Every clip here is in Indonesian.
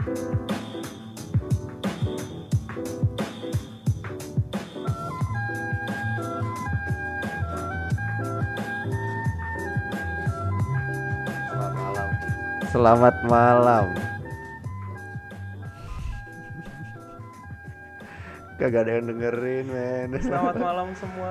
Selamat malam. Kagak ada yang dengerin, men. Selamat malam semua.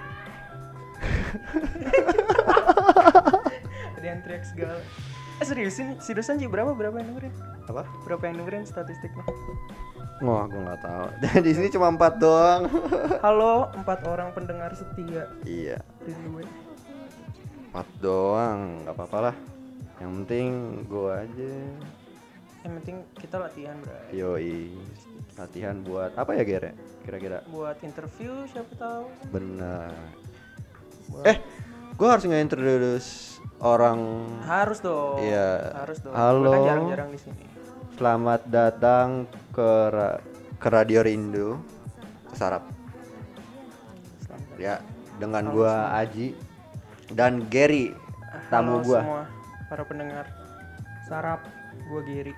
Ada yang teriak segala. Seriusin, seriusan Ji, berapa yang dengerin? Apa? Berapa yang dengerin statistiknya? Wah, gue nggak tahu. Di sini cuma 4 doang. Halo, 4 orang pendengar setia. Iya, Rindu. 4 doang, nggak apa-apa lah. Yang penting gue aja. Yang penting kita latihan, Bray. Yoi. Latihan buat apa ya, Gere? Kira-kira? Buat interview siapa tahu. Benar. Buat... Gue harus nge-introduce orang. Harus dong. Iya. Harus dong. Halo. Gue kan jarang-jarang di sini. Selamat datang ke Radio Rindu. Sarap. Selamat. Ya, dengan Halo gua semua. Aji dan Gary, tamu Halo gua. semua para pendengar. Sarap, gue Giri.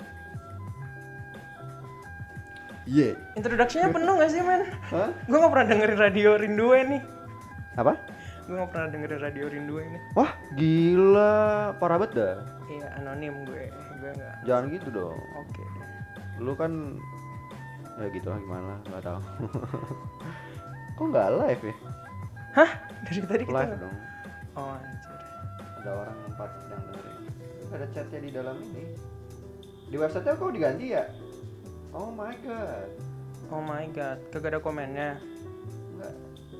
Iya. Introduction-nya penuh gak sih, men? Hah? Gue gak pernah dengerin Radio Rindu nih. Apa? Gue gak pernah dengerin Radio Rindu ini. Wah, gila, parah banget dah. Iya, anonim gue gak. Jangan gitu dong. Oke deh. Lu kan ya gitu lah, gimana? Nggak tahu. Kok nggak live ya? Hah? Dari tadi kita Live dong. Oh anjir. Ada orang 4 yang dengerin. Ada chatnya di dalam ini. Di website-nya kok diganti ya? Oh my god. Oh my god, kagak ada komennya. Enggak.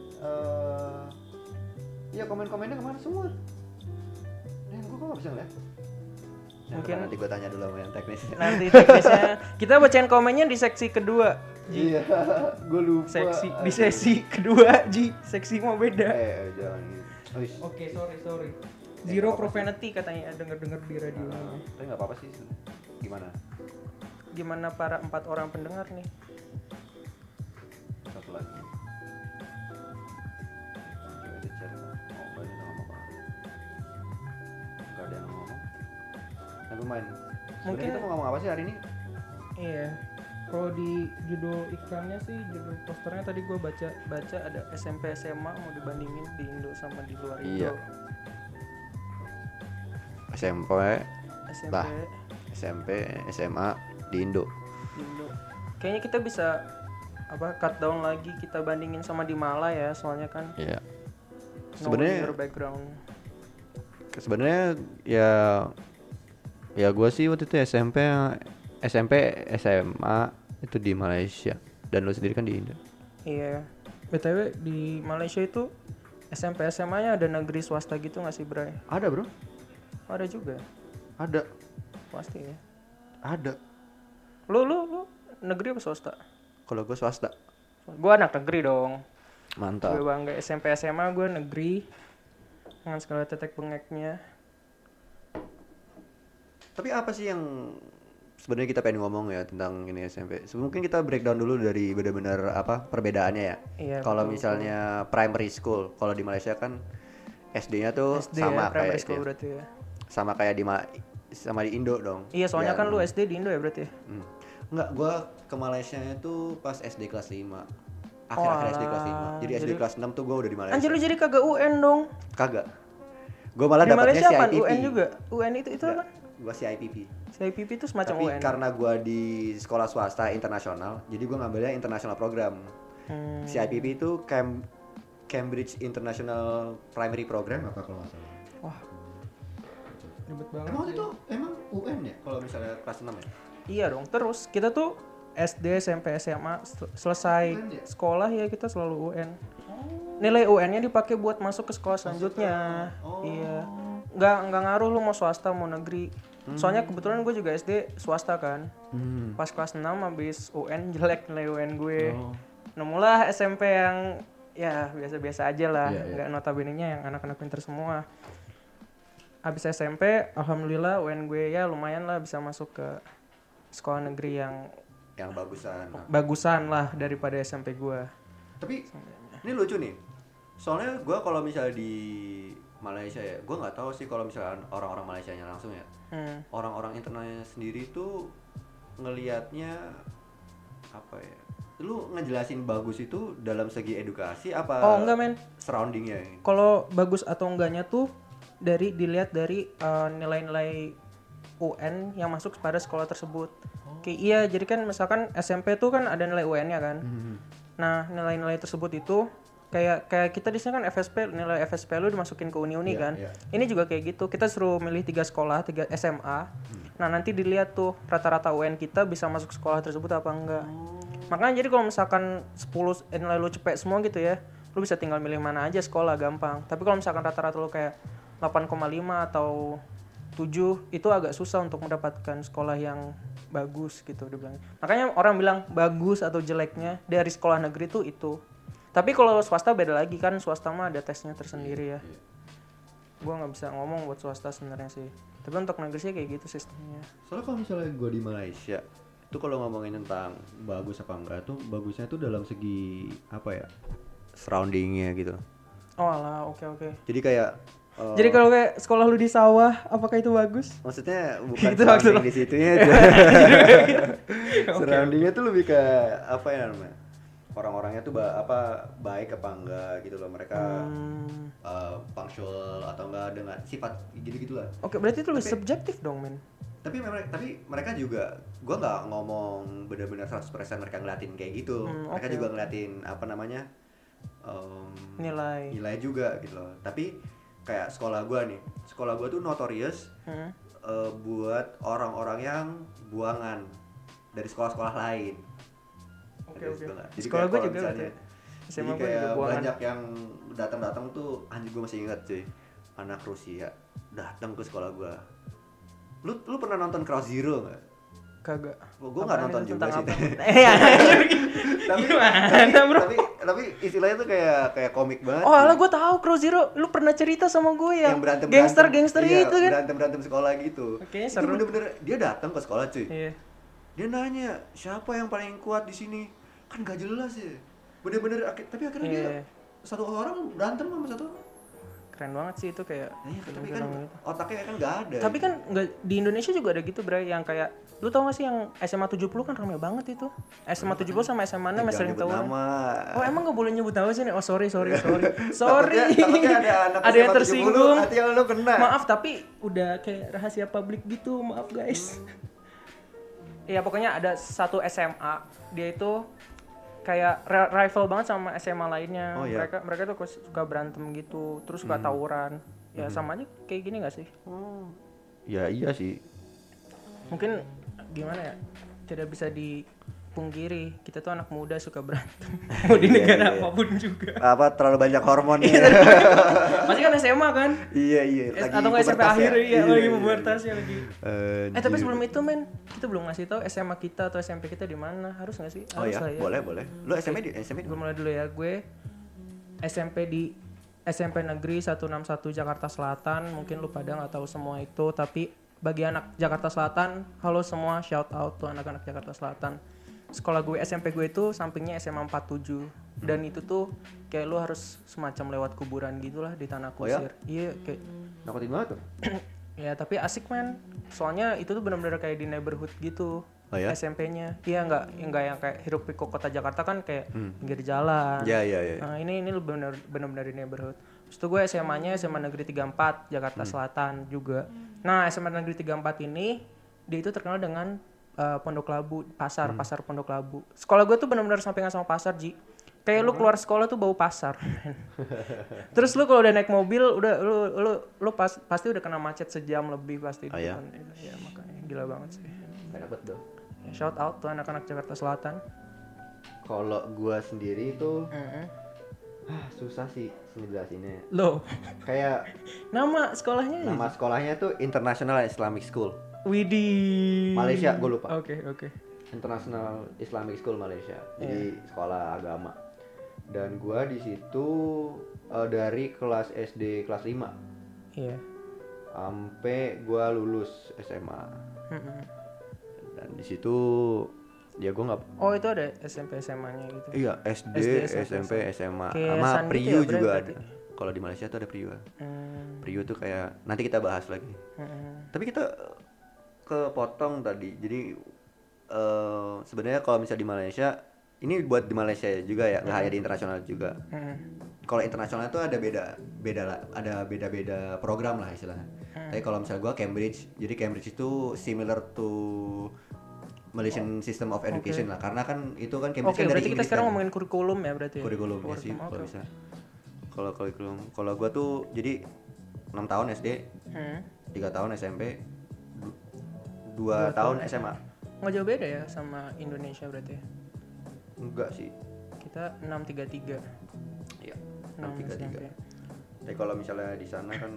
Iya, komen-komennya kemana semua? Gue kok nggak bisa ngeliat. Mungkin nanti gue tanya dulu sama yang teknis. nanti teknisnya kita bacain komennya di seksi kedua. Ji. Iya, gue lupa. Di sesi kedua, Ji. Seksi mau beda. Jangan gitu. Oke, sorry. Zero profanity katanya denger di radio. Tapi nggak apa-apa sih. Gimana Para 4 orang pendengar nih? satu lagi? Coba di chat. Oh, banyak yang ngomong apa? Nggak ada yang ngomong. Never mind. Sebenarnya Mungkin kita mau ngomong apa sih hari ini? iya. Kalau di judul iklannya sih, judul posternya tadi gue baca ada SMP SMA mau dibandingin di Indo sama di luar Indo. Iya. SMP, SMP Bah. SMP, SMA di Indo. di Indo. Kayaknya kita bisa cut down lagi, kita bandingin sama di Mala ya, soalnya kan Iya. know your background. Sebenarnya ya gue sih waktu itu SMP SMA itu di Malaysia dan lu sendiri kan di Indo. Iya. BTW di Malaysia itu SMP SMA-nya ada negeri swasta gitu nggak sih, Bray? Ada bro? Oh, ada juga. Ada. Pasti ya. Ada. Lu negeri apa swasta? Kalau gue swasta. Gua anak negeri dong. Mantap. Gue bangga SMP SMA gue negeri dengan segala tetek bengeknya. Tapi apa sih yang sebenarnya kita pengen ngomong ya tentang ini SMP? Mungkin kita breakdown dulu dari benar-benar apa perbedaannya ya. Iya, Kalau betul. misalnya primary school, kalau di Malaysia kan SD-nya tuh SD sama ya, primary kayak school berarti ya. sama kayak sama di Indo dong. Iya, soalnya Yang- kan lu SD di Indo ya berarti ya. Enggak, gua ke Malaysia itu pas SD kelas 5. Akhir-akhir SD kelas 5. Jadi SD kelas 6 tuh gua udah di Malaysia. Anjir, lu jadi kagak UN dong. Kagak. Gua malah Di dapetnya Malaysia apa? CIPP. UN juga. UN itu apa? Gua CIPP. CIPP itu semacam Tapi UN. karena gua di sekolah swasta internasional, jadi gua ngambilnya international program. CIPP itu Cambridge International Primary Program apa kalau nggak salah. Wah. Ribet banget. Emang itu UN ya kalau misalnya kelas 6 ya? Iya dong. Terus kita tuh SD, SMP, SMA selesai UN ya? sekolah ya kita selalu UN. Nilai UN-nya dipakai buat masuk ke sekolah selanjutnya. Iya. Nggak ngaruh lu mau swasta mau negeri. Soalnya kebetulan gue juga SD swasta kan. Pas kelas 6 habis UN jelek nilai UN gue. Nemulah SMP yang ya biasa-biasa aja lah. Nggak notabene-nya yang anak-anak pinter semua. Habis SMP, alhamdulillah UN gue ya lumayan lah bisa masuk ke sekolah negeri yang bagusan lah daripada SMP gue. Tapi ini lucu nih. Soalnya gue kalau misalnya di Malaysia ya, gue nggak tahu sih kalau misalnya orang-orang Malaysianya langsung ya. Orang-orang internalnya sendiri tuh ngelihatnya apa ya? Lu ngejelasin bagus itu dalam segi edukasi apa? Oh enggak men, Surroundingnya. kalau bagus atau enggaknya tuh dilihat dari nilai-nilai UN yang masuk pada sekolah tersebut. Kayak iya, jadi kan misalkan SMP tuh kan ada nilai UN-nya kan. Nah, nilai-nilai tersebut itu kayak kita di sini kan FSP, nilai FSP lu dimasukin ke uni-uni kan. Ini juga kayak gitu. Kita suruh milih 3 sekolah, 3 SMA. Nah, nanti dilihat tuh rata-rata UN kita bisa masuk sekolah tersebut apa enggak. Makanya jadi kalau misalkan 10 nilai lu cepet semua gitu ya, lu bisa tinggal milih mana aja sekolah gampang. Tapi kalau misalkan rata-rata lu kayak 8,5 atau 7 itu agak susah untuk mendapatkan sekolah yang bagus gitu dia bilang. Makanya orang bilang bagus atau jeleknya dari sekolah negeri itu. Tapi kalau swasta beda lagi kan, swasta mah ada tesnya tersendiri ya. Gua nggak bisa ngomong buat swasta sebenarnya sih. Tapi untuk negeri sih kayak gitu sistemnya. Soalnya kalau misalnya gue di Malaysia itu kalau ngomongin tentang bagus apa enggak tuh bagusnya tuh dalam segi apa ya, surroundingnya gitu. Oh alah, oke. Jadi kayak Jadi kalau kayak sekolah lu di sawah, apakah itu bagus? maksudnya bukan Gitu surrounding di situnya aja. Surroundingnya tuh lebih ke apa ya namanya, orang-orangnya tuh baik apa enggak gitu loh, mereka punctual atau enggak dengan sifat gitu-gitulah. Oke, berarti itu lebih subjektif dong men. Tapi mereka juga, gue nggak ngomong benar-benar 100% mereka ngeliatin kayak gitu. Mereka juga ngeliatin apa namanya, nilai juga gitu loh. Tapi kayak sekolah gue tuh notorious buat orang-orang yang buangan dari sekolah-sekolah lain. Oke. Jadi Sekolah gue juga misalnya, SMA jadi gue juga kayak buangan. banyak yang datang tuh, anjir gue masih ingat cuy, anak Rusia datang ke sekolah gue. Lu pernah nonton Cross Zero nggak? Kagak. Gue nggak nonton juga sih. Tapi istilahnya tuh kayak komik banget. Oh alah, gue tahu Crow Zero. Lu pernah cerita sama gue yang berantem gangster iya, itu kan? berantem sekolah gitu. Oke, itu seru. bener-bener dia datang ke sekolah cuy. Iya. Dia nanya siapa yang paling kuat di sini, kan gak jelas ya. Bener-bener tapi akhirnya dia satu orang berantem sama satu orang. Keren banget sih itu kayak. Tapi kan otaknya kan gak ada. Tapi kan nggak, di Indonesia juga ada gitu Bray, yang kayak lu tau gak sih yang SMA 70 kan ramai banget itu. SMA 70 sama SMA 6 yang sering tawuran. Oh emang gak boleh nyebut nama sih nih? Oh sorry. Takutnya ada anak Ada yang SMA 70, tersinggung. hati lo kena. Maaf tapi udah kayak rahasia publik gitu, maaf guys. Iya pokoknya ada satu SMA, dia itu kayak rival banget sama SMA lainnya. Oh, iya. Mereka tuh suka berantem gitu, terus suka tawuran. Ya sama aja kayak gini gak sih? Ya iya sih. Mungkin gimana ya? Tidak bisa dipungkiri, kita tuh anak muda suka berantem. Mau di negara apapun juga. Apa terlalu banyak hormonnya. Masih kan SMA kan? Iya. Atau nggak SMP akhir ya, lagi pubertas ya lagi. Tapi sebelum itu men, kita belum ngasih tahu SMA kita atau SMP kita di mana, harus nggak sih? Oh Harus ya, lah ya. boleh. Lu SMP di Gue mulai dulu ya, gue SMP Negeri 161 Jakarta Selatan. Mungkin lu pada nggak tahu semua itu, tapi bagi anak Jakarta Selatan, halo semua, shout out tuh anak-anak Jakarta Selatan. Sekolah gue SMP gue itu sampingnya SMA 47 dan itu tuh kayak lu harus semacam lewat kuburan gitulah di tanah kusir. Iya kayak nakutin banget tuh. ya tapi asik men, soalnya itu tuh benar-benar kayak di neighborhood gitu. Oh ya? SMP-nya, iya nggak yang kayak hiruk pikuk kota Jakarta kan kayak pinggir jalan. Iya. Nah, ini lu benar-benar di neighborhood. Terus tuh gue SMA-nya SMA Negeri 34 Jakarta Selatan juga. Nah SMA Negeri 34 ini dia itu terkenal dengan Pondok Labu, pasar Pondok Labu. Sekolah gue tuh benar-benar sampingan sama pasar Ji. Kayak lu keluar sekolah tuh bau pasar. Terus lu kalau udah naik mobil udah lu pasti udah kena macet sejam lebih pasti. Ya makanya gila banget sih. Dapat dong. Ya, shout out tuh anak-anak Jakarta Selatan. Kalau gua sendiri itu susah sih ngejelasinnya. Loh, Kayak nama sekolahnya? nama sekolahnya tuh International Islamic School. Widih. Malaysia, gue lupa. Oke. International Islamic School Malaysia. Jadi sekolah agama. Dan gua di situ dari kelas SD kelas 5. Iya. Sampai gua lulus SMA. Dan di situ ya gue nggak. Oh itu ada SMP SMA-nya gitu. Iya SD SMP SMA kayak sama San Priu gitu ya, juga berarti? ada. Kalau di Malaysia tuh ada Priu. Priu tuh kayak nanti kita bahas lagi. Tapi kita kepotong tadi. Jadi sebenarnya kalau misalnya di Malaysia, ini buat di Malaysia juga ya, nggak hanya di internasional juga. Kalau internasional itu ada beda-beda program lah istilahnya. Tapi kalau misalnya gua Cambridge, jadi Cambridge itu similar to Malaysian System of Education lah, karena kan itu kan Cambridge Oke, kan dari berarti kita Inggris sekarang kan. ngomongin kurikulum ya berarti ya? Kurikulumnya sih Kurikulum, kalau oke. bisa. Kalau kurikulum, kalau gua tuh jadi 6 tahun SD, 3 tahun SMP, 2 tahun SMA. Nggak jauh beda ya sama Indonesia berarti ya? Enggak sih. Kita 633. Iya, 6 633. SMP. Tapi kalau misalnya di sana kan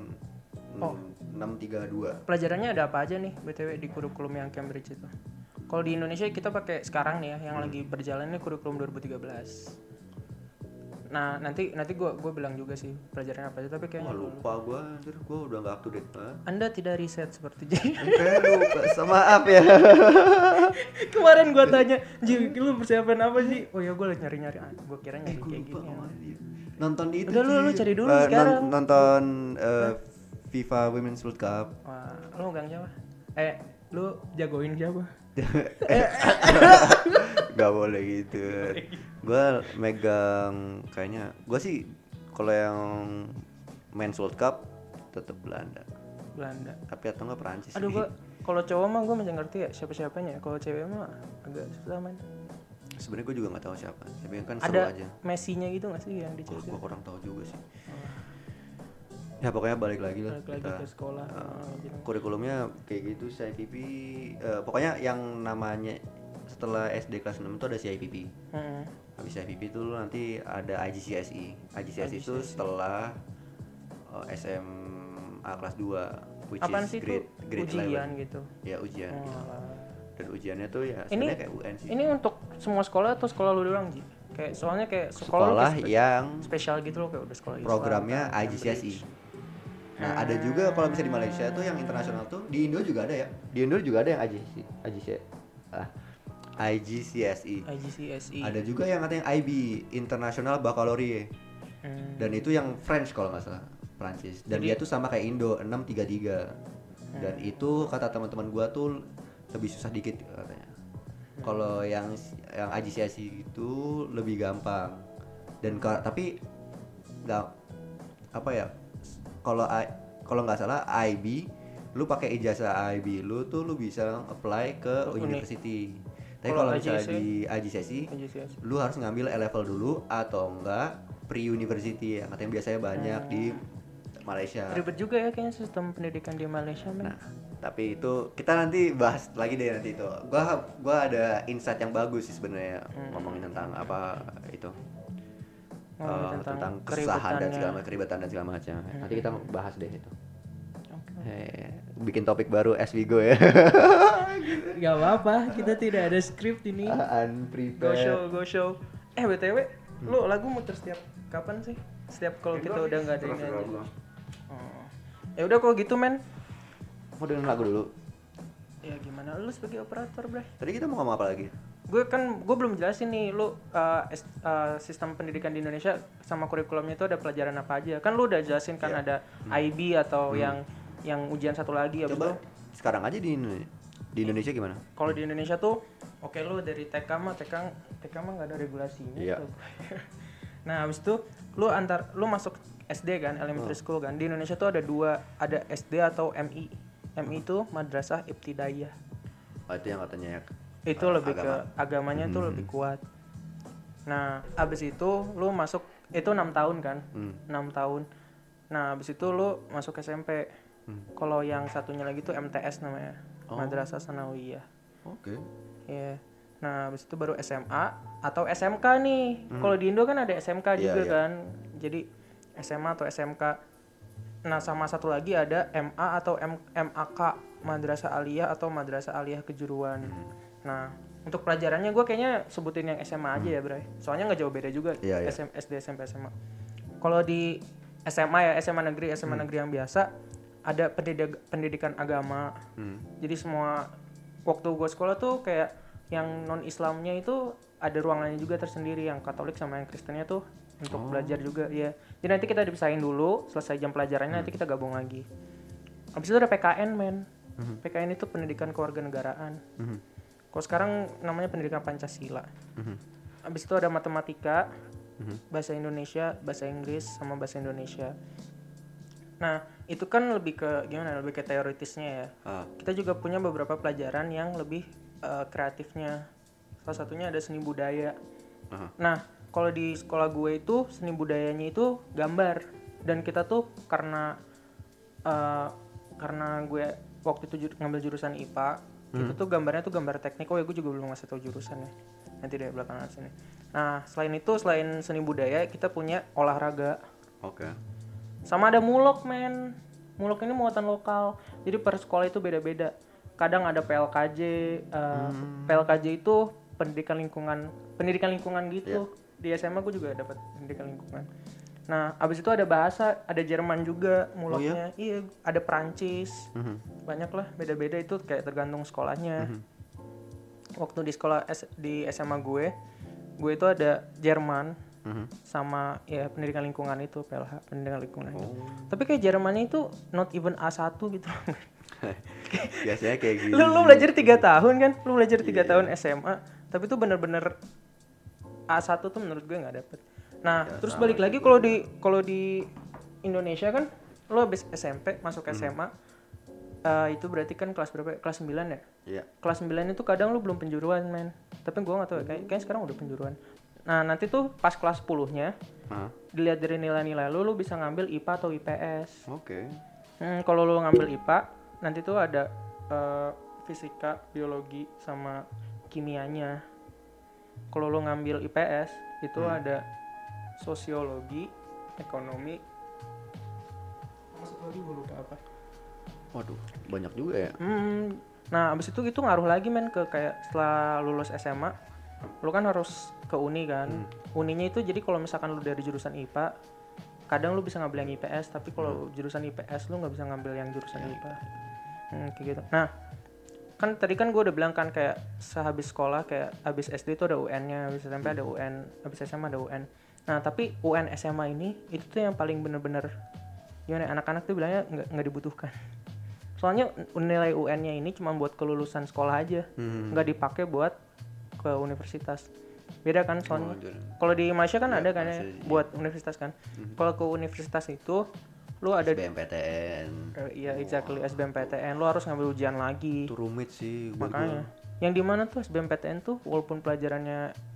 632. Pelajarannya ada apa aja nih BTW di kurikulum yang Cambridge itu? Kalau di Indonesia kita pakai sekarang nih ya, yang lagi berjalan ini kurikulum 2013. Nah, nanti gue bilang juga sih pelajarannya apa aja, tapi kayaknya Lupa gua, anjir, gua udah enggak up to date banget. Anda tidak riset seperti jadi. Kayak lupa, maaf ya. Kemarin gue tanya, Ji, lu persiapan apa sih? Oh ya gue lagi nyari-nyari, gue kira nyari kayak gini. Nonton di itu. Udah lu cari dulu sekarang. Nonton FIFA Women's World Cup. Wah, lu megang siapa? Lu jagoin siapa? Gak boleh gitu. Gue megang kayaknya, gue sih kalau yang Men's World Cup tetap Belanda. Tapi atau enggak Perancis. Aduh gue kalau cowok mah gue masih ngerti ya siapa-siapanya. Kalau cewek mah agak susah man. Sebenarnya gue juga nggak tahu siapa. Tapi kan seru Ada aja. Messi-nya gitu nggak sih yang di cewek? Gue kurang tahu juga sih. Ya pokoknya balik lagi lah Balik lagi ke sekolah. Kurikulumnya kayak gitu CIPP. Pokoknya yang namanya setelah SD kelas 6 itu ada CIPP. Habis CIPP itu nanti ada IGCSE. IGCSE itu setelah SMA kelas 2, which apaan is sih grade ujian 11. gitu? Ya ujian gitu. Dan ujiannya tuh ya Ini sebenarnya kayak UN sih. Ini untuk semua sekolah atau sekolah lu doang Ji? Kayak soalnya kayak sekolah lu kayak yang spesial gitu loh, kayak udah sekolah Islam, programnya kan, IGCSE. Nah, ada juga kalau misalnya di Malaysia tuh yang internasional tuh, di Indo juga ada ya. Di Indo juga ada yang IGCSE. Ada juga yang katanya IB, International Baccalaureate. Dan itu yang French kalau nggak salah, Prancis. Dan dia tuh sama kayak Indo, 633. Dan itu kata teman-teman gua tuh lebih susah dikit katanya. Kalau yang IGCSE itu lebih gampang. Dan tapi nggak apa ya? Kalau nggak salah IB, lu pakai ijazah IB lu tuh lu bisa apply ke university. Tapi kalau misalnya di IGCSE, lu harus ngambil A-level dulu atau enggak pre-university yang katanya biasanya banyak di Malaysia. Ribet juga ya kayaknya sistem pendidikan di Malaysia, men. Nah, tapi itu kita nanti bahas lagi deh nanti itu. Gua ada insight yang bagus sih sebenarnya ngomongin tentang apa itu. Tentang kesusahan dan segala macam, keribetan dan segala macam. Nanti kita bahas deh itu. Bikin topik baru as we go ya. Gak apa-apa, kita tidak ada skrip ini. Unprepared. Go show. BTW, lu lagu muter setiap kapan sih? Setiap kalau kita udah nggak ada ini aja. Ya udah kalau gitu men. Mau dengerin lagu dulu. Ya gimana lu sebagai operator, Bray? Tadi kita mau ngomong apa lagi? Gue belum jelasin nih lu sistem pendidikan di Indonesia sama kurikulumnya itu ada pelajaran apa aja. Kan lu udah jelasin kan ada IB atau yang ujian satu lagi. Coba sekarang aja di Indonesia gimana? Kalau di Indonesia tuh oke, lu dari TK mah nggak ada regulasinya. Iya. Nah habis itu lu masuk SD kan, elementary school kan. Di Indonesia tuh ada SD atau MI. MI itu Madrasah Ibtidaiyah. Oh, itu yang katanya ya. Itu lebih ke agamanya tuh lebih kuat. Nah, abis itu lu masuk itu 6 tahun kan? 6 tahun. Nah, abis itu lu masuk SMP. Kalau yang satunya lagi tuh MTS namanya. Madrasah Sanawiyah. Oke. Iya. Nah, abis itu baru SMA atau SMK nih. Kalau di Indo kan ada SMK juga kan. Jadi SMA atau SMK. Nah, sama satu lagi ada MA atau MAK, Madrasah Aliyah atau Madrasah Aliyah Kejuruan. Nah, untuk pelajarannya gue kayaknya sebutin yang SMA aja ya, Bray. Soalnya nggak jauh beda juga SD, SMP, SMA. Kalau di SMA ya, SMA negeri yang biasa ada pendidikan agama. Jadi semua waktu gue sekolah tuh kayak yang non Islamnya itu ada ruangannya juga tersendiri, yang Katolik sama yang Kristennya tuh untuk belajar juga ya. Jadi nanti kita dipisahin dulu, selesai jam pelajarannya nanti kita gabung lagi. Habis itu ada PKN men. PKN itu pendidikan kewarganegaraan. Kalau sekarang namanya pendidikan Pancasila. Habis itu ada matematika, bahasa Indonesia, bahasa Inggris, sama bahasa Indonesia. Nah, itu kan lebih ke gimana? Lebih ke teoritisnya ya. Kita juga punya beberapa pelajaran yang lebih kreatifnya. Salah satunya ada seni budaya. Nah, kalau di sekolah gue itu seni budayanya itu gambar. Dan kita tuh karena gue waktu itu ngambil jurusan IPA, itu tuh gambarnya tuh gambar teknik. Oh ya, gue juga belum ngasih tahu jurusannya. Nanti deh belakangan sini. Nah, selain itu, selain seni budaya, kita punya olahraga. Oke. Sama ada mulok, men. Mulok ini muatan lokal. Jadi per sekolah itu beda-beda. Kadang ada PLKJ. PLKJ itu pendidikan lingkungan gitu. Di SMA gue juga dapat pendidikan lingkungan. Nah, abis itu ada bahasa, ada Jerman juga muloknya. Iya, ada Perancis. Banyak lah, beda-beda itu kayak tergantung sekolahnya. Waktu di sekolah di SMA gue itu ada Jerman sama ya pendidikan lingkungan itu, PLH, pendidikan lingkungan. Tapi kayak Jermannya itu not even A1 gitu. Biasanya kayak gitu. Lu belajar 3 tahun kan? Lu belajar 3 tahun SMA, tapi itu bener-bener A1 tuh menurut gue nggak dapet. Nah, ya, terus balik lagi kalau di Indonesia kan lu habis SMP masuk SMA, itu berarti kan kelas berapa? Kelas 9 ya? Iya. Kelas 9 itu kadang lu belum penjuruan, men. Tapi gue nggak tahu kayak sekarang udah penjuruan. Nah, nanti tuh pas kelas 10-nya dilihat dari nilai-nilai lu bisa ngambil IPA atau IPS. Oke. Kalau lu ngambil IPA, nanti tuh ada fisika, biologi sama kimianya. Kalau lu ngambil IPS, itu ada sosiologi, ekonomi. Satu lagi gue lupa apa. Waduh, banyak juga ya. Nah, abis itu ngaruh lagi, men, ke kayak setelah lulus SMA, lu kan harus ke uni kan. Uninya itu jadi kalau misalkan lu dari jurusan IPA, kadang lu bisa ngambil yang IPS, tapi kalau jurusan IPS lu nggak bisa ngambil yang jurusan IPA. Kayak gitu. Nah, kan tadi kan gue udah bilang kan kayak sehabis sekolah, kayak habis SD itu ada UN-nya, habis SMP ada UN, habis SMA ada UN. Nah, tapi UN SMA ini itu tuh yang paling bener-bener gimana, anak-anak tuh bilangnya nggak dibutuhkan. Soalnya nilai UN-nya ini cuma buat kelulusan sekolah aja, nggak dipakai buat ke universitas. Beda kan soalnya. Kalau di Malaysia kan ada kan ya buat universitas kan. Kalau ke universitas itu lu ada SBMPTN. Iya, exactly, SBMPTN. Lu harus ngambil ujian lagi. Itu rumit sih. Makanya. Yang di mana tuh SBMPTN tuh walaupun pelajaran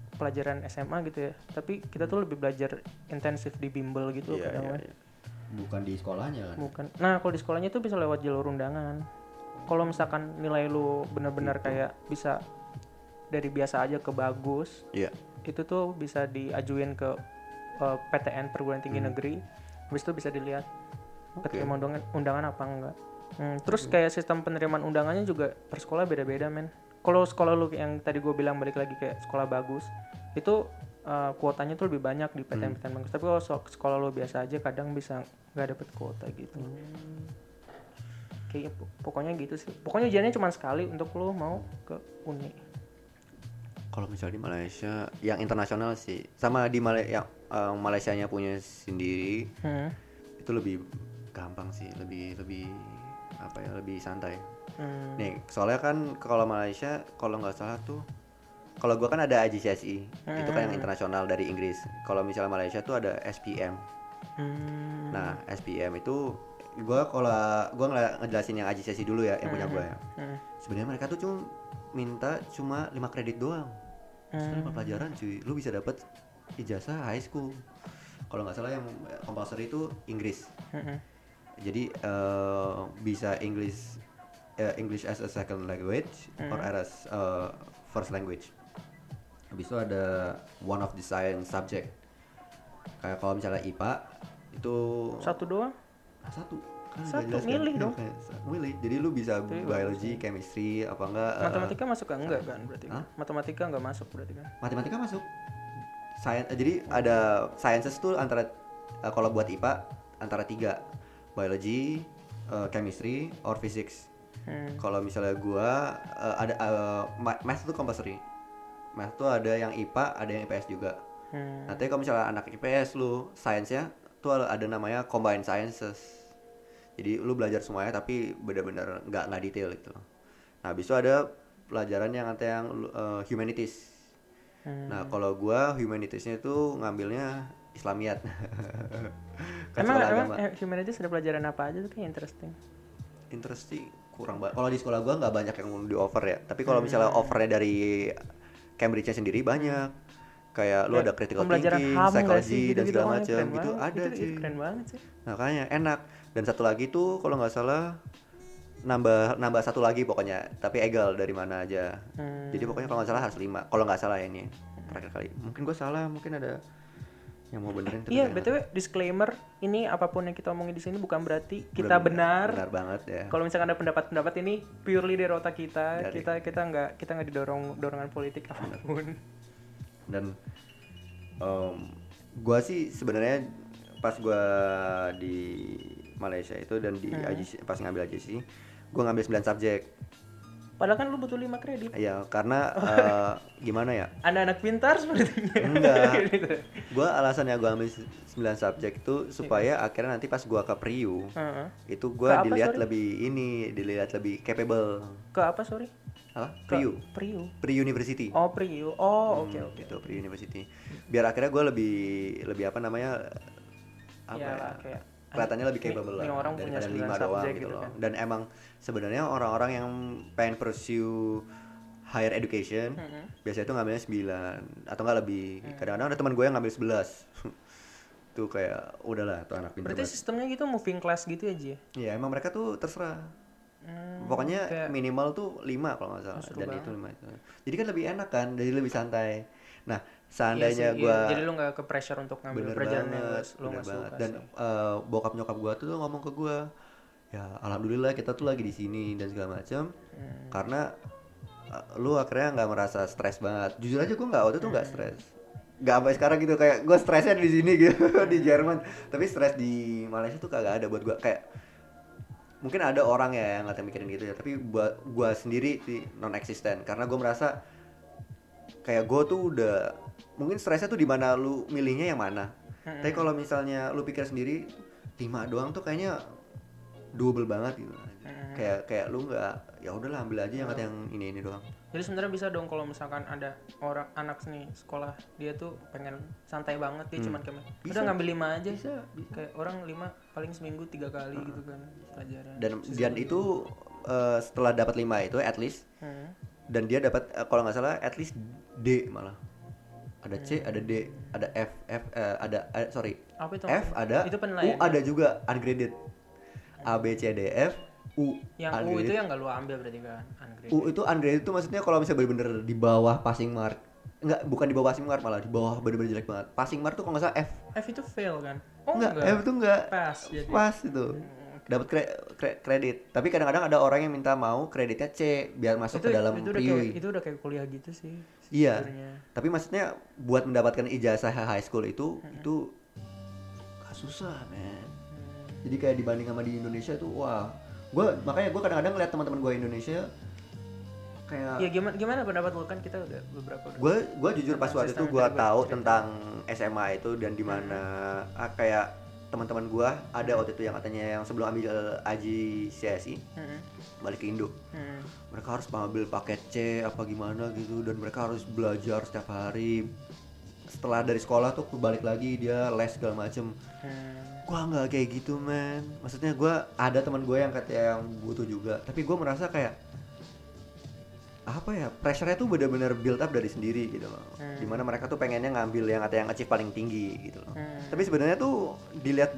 SMA gitu ya, tapi kita tuh lebih belajar intensif di bimbel gitu kadang. Bukan di sekolahnya kan? Bukan. Nah, kalau di sekolahnya tuh bisa lewat jalur undangan. Kalau misalkan nilai lu benar-benar kayak bisa dari biasa aja ke bagus, itu tuh bisa diajuin ke PTN, perguruan tinggi negeri. Habis itu bisa dilihat keterima undangan apa enggak. Terus kayak sistem penerimaan undangannya juga per sekolah beda-beda, men. Kalau sekolah lu yang tadi gue bilang balik lagi kayak sekolah bagus, itu kuotanya tuh lebih banyak di PTN bagus. Tapi kalau sekolah lu biasa aja kadang bisa nggak dapet kuota gitu. Kayak pokoknya gitu sih. Pokoknya ujiannya cuma sekali untuk lu mau ke uni. Kalau misalnya di Malaysia yang internasional sih, sama di Malaysianya punya sendiri, itu lebih gampang sih, lebih apa ya, lebih santai. Nih, soalnya kan kalau Malaysia kalau nggak salah tuh, kalau gua kan ada IGCSE, itu kan yang internasional dari Inggris. Kalau misalnya Malaysia tuh ada SPM. Nah, SPM itu gua ngejelasin yang IGCSE dulu ya, yang punya gua ya. Sebenarnya mereka tuh minta cuma 5 kredit doang. 5 pelajaran cuy, lu bisa dapat ijazah high school. Kalau nggak salah yang compulsory itu Inggris. Jadi bisa English as a second language or as first language. Habis itu ada one of the science subject. Kayak kalau misalnya IPA itu satu doang? Satu. Satu milih dong. Milih. Jadi lu bisa biology, chemistry apa enggak? Matematika masuk enggak kan berarti? Matematika enggak masuk berarti kan? Matematika masuk. Jadi ada sciences tuh antara kalau buat IPA antara 3. Biology, chemistry, or physics. Kalau misalnya gua ada math tuh compulsory. Math tuh ada yang IPA, ada yang IPS juga. Nanti kalau misalnya anak IPS lu science-nya tuh ada namanya combined sciences. Jadi lu belajar semuanya tapi benar-benar nggak detail gitu. Nah, habis itu ada pelajaran yang humanities. Nah kalau gue humanitiesnya itu ngambilnya Islamiyat. Kan emang humanities ada pelajaran apa aja tuh kayak interesting kurang banget. Kalau di sekolah gue nggak banyak yang di offer ya, tapi kalau misalnya offernya dari Cambridge-nya sendiri banyak. Kayak lu ada critical thinking, psychology dan segala macam gitu ada sih. Keren banget sih. Makanya enak. Dan satu lagi tuh kalau nggak salah nambah satu lagi pokoknya, tapi egal dari mana aja. Jadi pokoknya kalau nggak salah harus 5. Kalau nggak salah ya ini terakhir kali. Mungkin gue salah, mungkin ada yang mau benerin. Iya, BTW disclaimer, ini apapun yang kita omongin di sini bukan berarti kita benar. Benar banget ya. Kalau misalkan ada pendapat-pendapat ini purely dari otak kita, kita nggak dorongan politik apapun. Dan gue sih sebenarnya pas gue di Malaysia itu dan di IGC, pas ngambil IGC, gue ngambil 9 subjek. Padahal kan lu butuh 5 kredit. Iya, karena gimana ya? Anak-anak pintar sepertinya. Enggak. Gue alasannya gue ambil 9 subjek itu supaya akhirnya nanti pas gue ke Priu, itu gue dilihat lebih capable. Ke apa, sorry? Apa? Priu University. Oh, Priu. Oh, oke. Itu Priu University. Biar akhirnya gue lebih apa namanya? Kayak kelihatannya lebih capable lah daripada 5 doang gitu loh. Kan. Dan emang sebenarnya orang-orang yang pengen pursue higher education biasanya itu ngambilnya 9 atau enggak lebih. Kadang-kadang ada teman gue yang ngambil 11. Tuh kayak udahlah tuh anak pintar. Berarti sistemnya gitu moving class gitu aja. Iya, emang mereka tuh terserah. Pokoknya minimal tuh 5 kalau nggak salah. Dan itu 5 itu. Jadi kan lebih enak kan, jadi lebih santai. Nah, seandainya jadi lu nggak ke pressure untuk ngambil pelajaran lu nggak suka. Dan bokap nyokap gue tuh ngomong ke gue, ya alhamdulillah kita tuh lagi di sini dan segala macam. Karena lu akhirnya nggak merasa stres banget. Jujur aja gue waktu itu nggak stres. Nggak sampai sekarang gitu, kayak gue stresnya di sini gitu di Jerman. Tapi stres di Malaysia tuh kagak ada buat gue. Kayak mungkin ada orang ya yang nggak mikirin gitu ya, tapi buat gue sendiri sih non eksisten. Karena gue merasa kayak gue tuh udah mungkin stresnya tuh di mana lu milihnya yang mana. Tapi kalau misalnya lu pikir sendiri 5 doang tuh kayaknya double banget gitu. Kayak lu nggak, ya udahlah ambil aja yang ini doang. Jadi sebenarnya bisa dong kalau misalkan ada anak nih sekolah dia tuh pengen santai banget, dia cuman kayak udah ngambil 5 aja. Bisa. Kayak orang 5 paling seminggu 3 kali gitu kan pelajaran. Dan itu setelah dapat 5 itu at least dan dia dapat kalau nggak salah at least D malah. Ada C, ada D, ada F, apa itu? F ada, itu U ada juga ungraded. A B C D F U. Yang ungraded. U itu yang nggak lu ambil berarti kan? Ungraded. U itu ungraded itu maksudnya kalau misalnya bener-bener di bawah passing mark. Enggak, bukan di bawah passing mark, malah di bawah bener-bener jelek banget. Passing mark tuh kalau nggak salah F. F itu fail kan? Oh enggak. F itu enggak. Pass itu. Dapat kredit. Tapi kadang-kadang ada orang yang minta mau kreditnya C biar masuk ke dalam Priu. Itu udah kayak kuliah gitu sih. Iya. Tapi maksudnya buat mendapatkan ijazah high school itu gak susah, men. Jadi kayak dibanding sama di Indonesia tuh wah. Makanya gue kadang-kadang ngeliat teman-teman gue Indonesia kayak ya gimana pendapat lu, kan kita udah beberapa gue jujur pas waktu itu gue tahu tentang SMA itu dan di mana kayak teman-teman gue ada waktu itu yang katanya yang sebelum ambil AJI CSI balik ke Indo, mereka harus ambil paket C apa gimana gitu dan mereka harus belajar setiap hari. Setelah dari sekolah tuh balik lagi dia les segala macem. Gue nggak kayak gitu, men. Maksudnya gue ada teman gue yang katanya yang butuh juga, tapi gue merasa kayak apa ya, pressure-nya tuh benar-benar build up dari sendiri gitu loh. Dimana mereka tuh pengennya ngambil yang katanya yang achieve paling tinggi gitu loh. Tapi sebenarnya tuh dilihat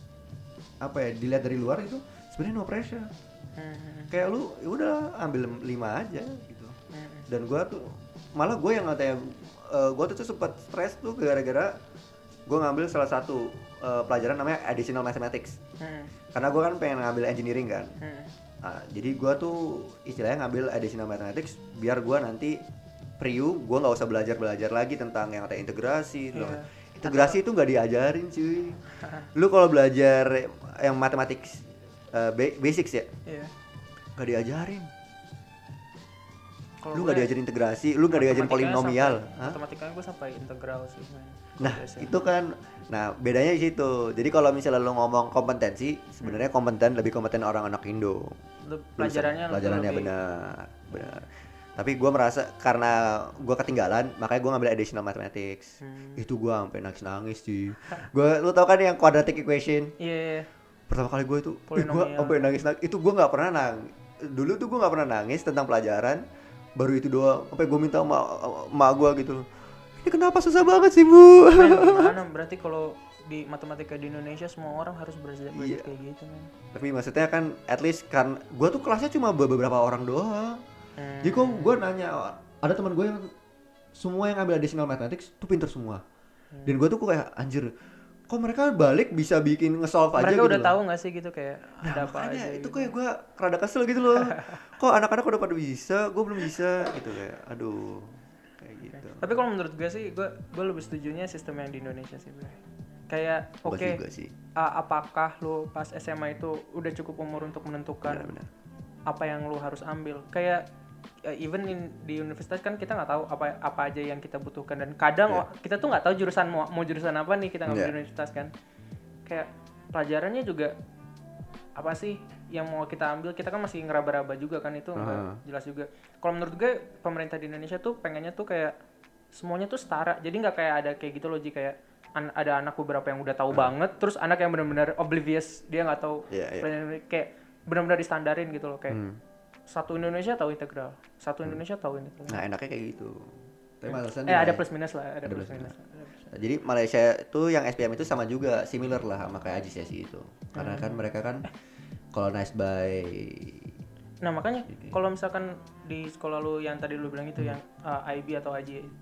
dari luar itu sebenarnya no pressure. Kayak lu ya udah ambil 5 aja gitu. Dan gue tuh malah gue yang katanya gue tuh sempat stres tuh gara-gara gue ngambil salah satu pelajaran namanya additional mathematics. Karena gue kan pengen ngambil engineering kan. Nah, jadi gue tuh istilahnya ngambil additional mathematics biar gue nanti Priu gue nggak usah belajar lagi tentang yang kayak integrasi. Integrasi itu nggak diajarin cuy. Lu kalau belajar yang mathematics basics ya nggak diajarin. Lu nggak diajarin integrasi, lu nggak diajarin polinomial. Matematikanya gue sampai integral sih. Nah itu kan, bedanya di situ. Jadi kalau misalnya lu ngomong kompetensi, sebenarnya lebih kompeten orang anak Indo. Pelajarannya benar. Tapi gue merasa karena gue ketinggalan, makanya gue ngambil additional mathematics. Itu gue sampai nangis sih. Lu tau kan yang quadratic equation? Iya. Pertama kali gue itu, gue sampai nangis. Itu gue nggak pernah nangis. Dulu tuh gue nggak pernah nangis tentang pelajaran. Baru itu doang. Sampai gue minta emak gue gitu. Ini kenapa susah banget sih bu? Gimana? Berarti kalau di matematika di Indonesia semua orang harus belajar kayak gitu kan? Tapi maksudnya kan, at least kan, gue tuh kelasnya cuma beberapa orang doang. Jadi kok gue nanya, ada teman gue yang semua yang ngambil additional mathematics tuh pinter semua. Dan gue tuh kayak anjir, kok mereka balik bisa bikin nge-solve aja gitu. Mereka udah tahu nggak sih gitu kayak ada apa aja itu gitu. kayak gue rada kesel gitu loh. Kok anak-anak udah pada bisa, gue belum bisa gitu, kayak aduh kayak gitu. Tapi kalau menurut gue sih, gue lebih setujunya sistem yang di Indonesia sih, bro. Kayak oke, apakah lu pas SMA itu udah cukup umur untuk menentukan apa yang lu harus ambil? Kayak even di universitas kan kita nggak tahu apa aja yang kita butuhkan, dan kadang kita tuh nggak tahu jurusan mau jurusan apa nih kita ngambil di universitas kan. Kayak pelajarannya juga apa sih yang mau kita ambil, kita kan masih ngeraba-raba juga kan, itu nggak jelas juga. Kalau menurut gue pemerintah di Indonesia tuh pengennya tuh kayak semuanya tuh setara, jadi nggak kayak ada kayak gitu loh, kayak ada anak beberapa yang udah tahu banget, terus anak yang benar-benar oblivious, dia nggak tahu, kayak benar-benar distandarin gitu loh, kayak satu Indonesia tahu integral, satu Indonesia tahu integral. Nah enaknya kayak gitu. Tapi ada plus minus lah, ada plus minus. Jadi Malaysia itu yang SPM itu sama juga, similar lah sama kayak AJCSI itu. Karena kan mereka kan colonized by. Nah makanya kalau misalkan di sekolah lu yang tadi lu bilang itu yang IB atau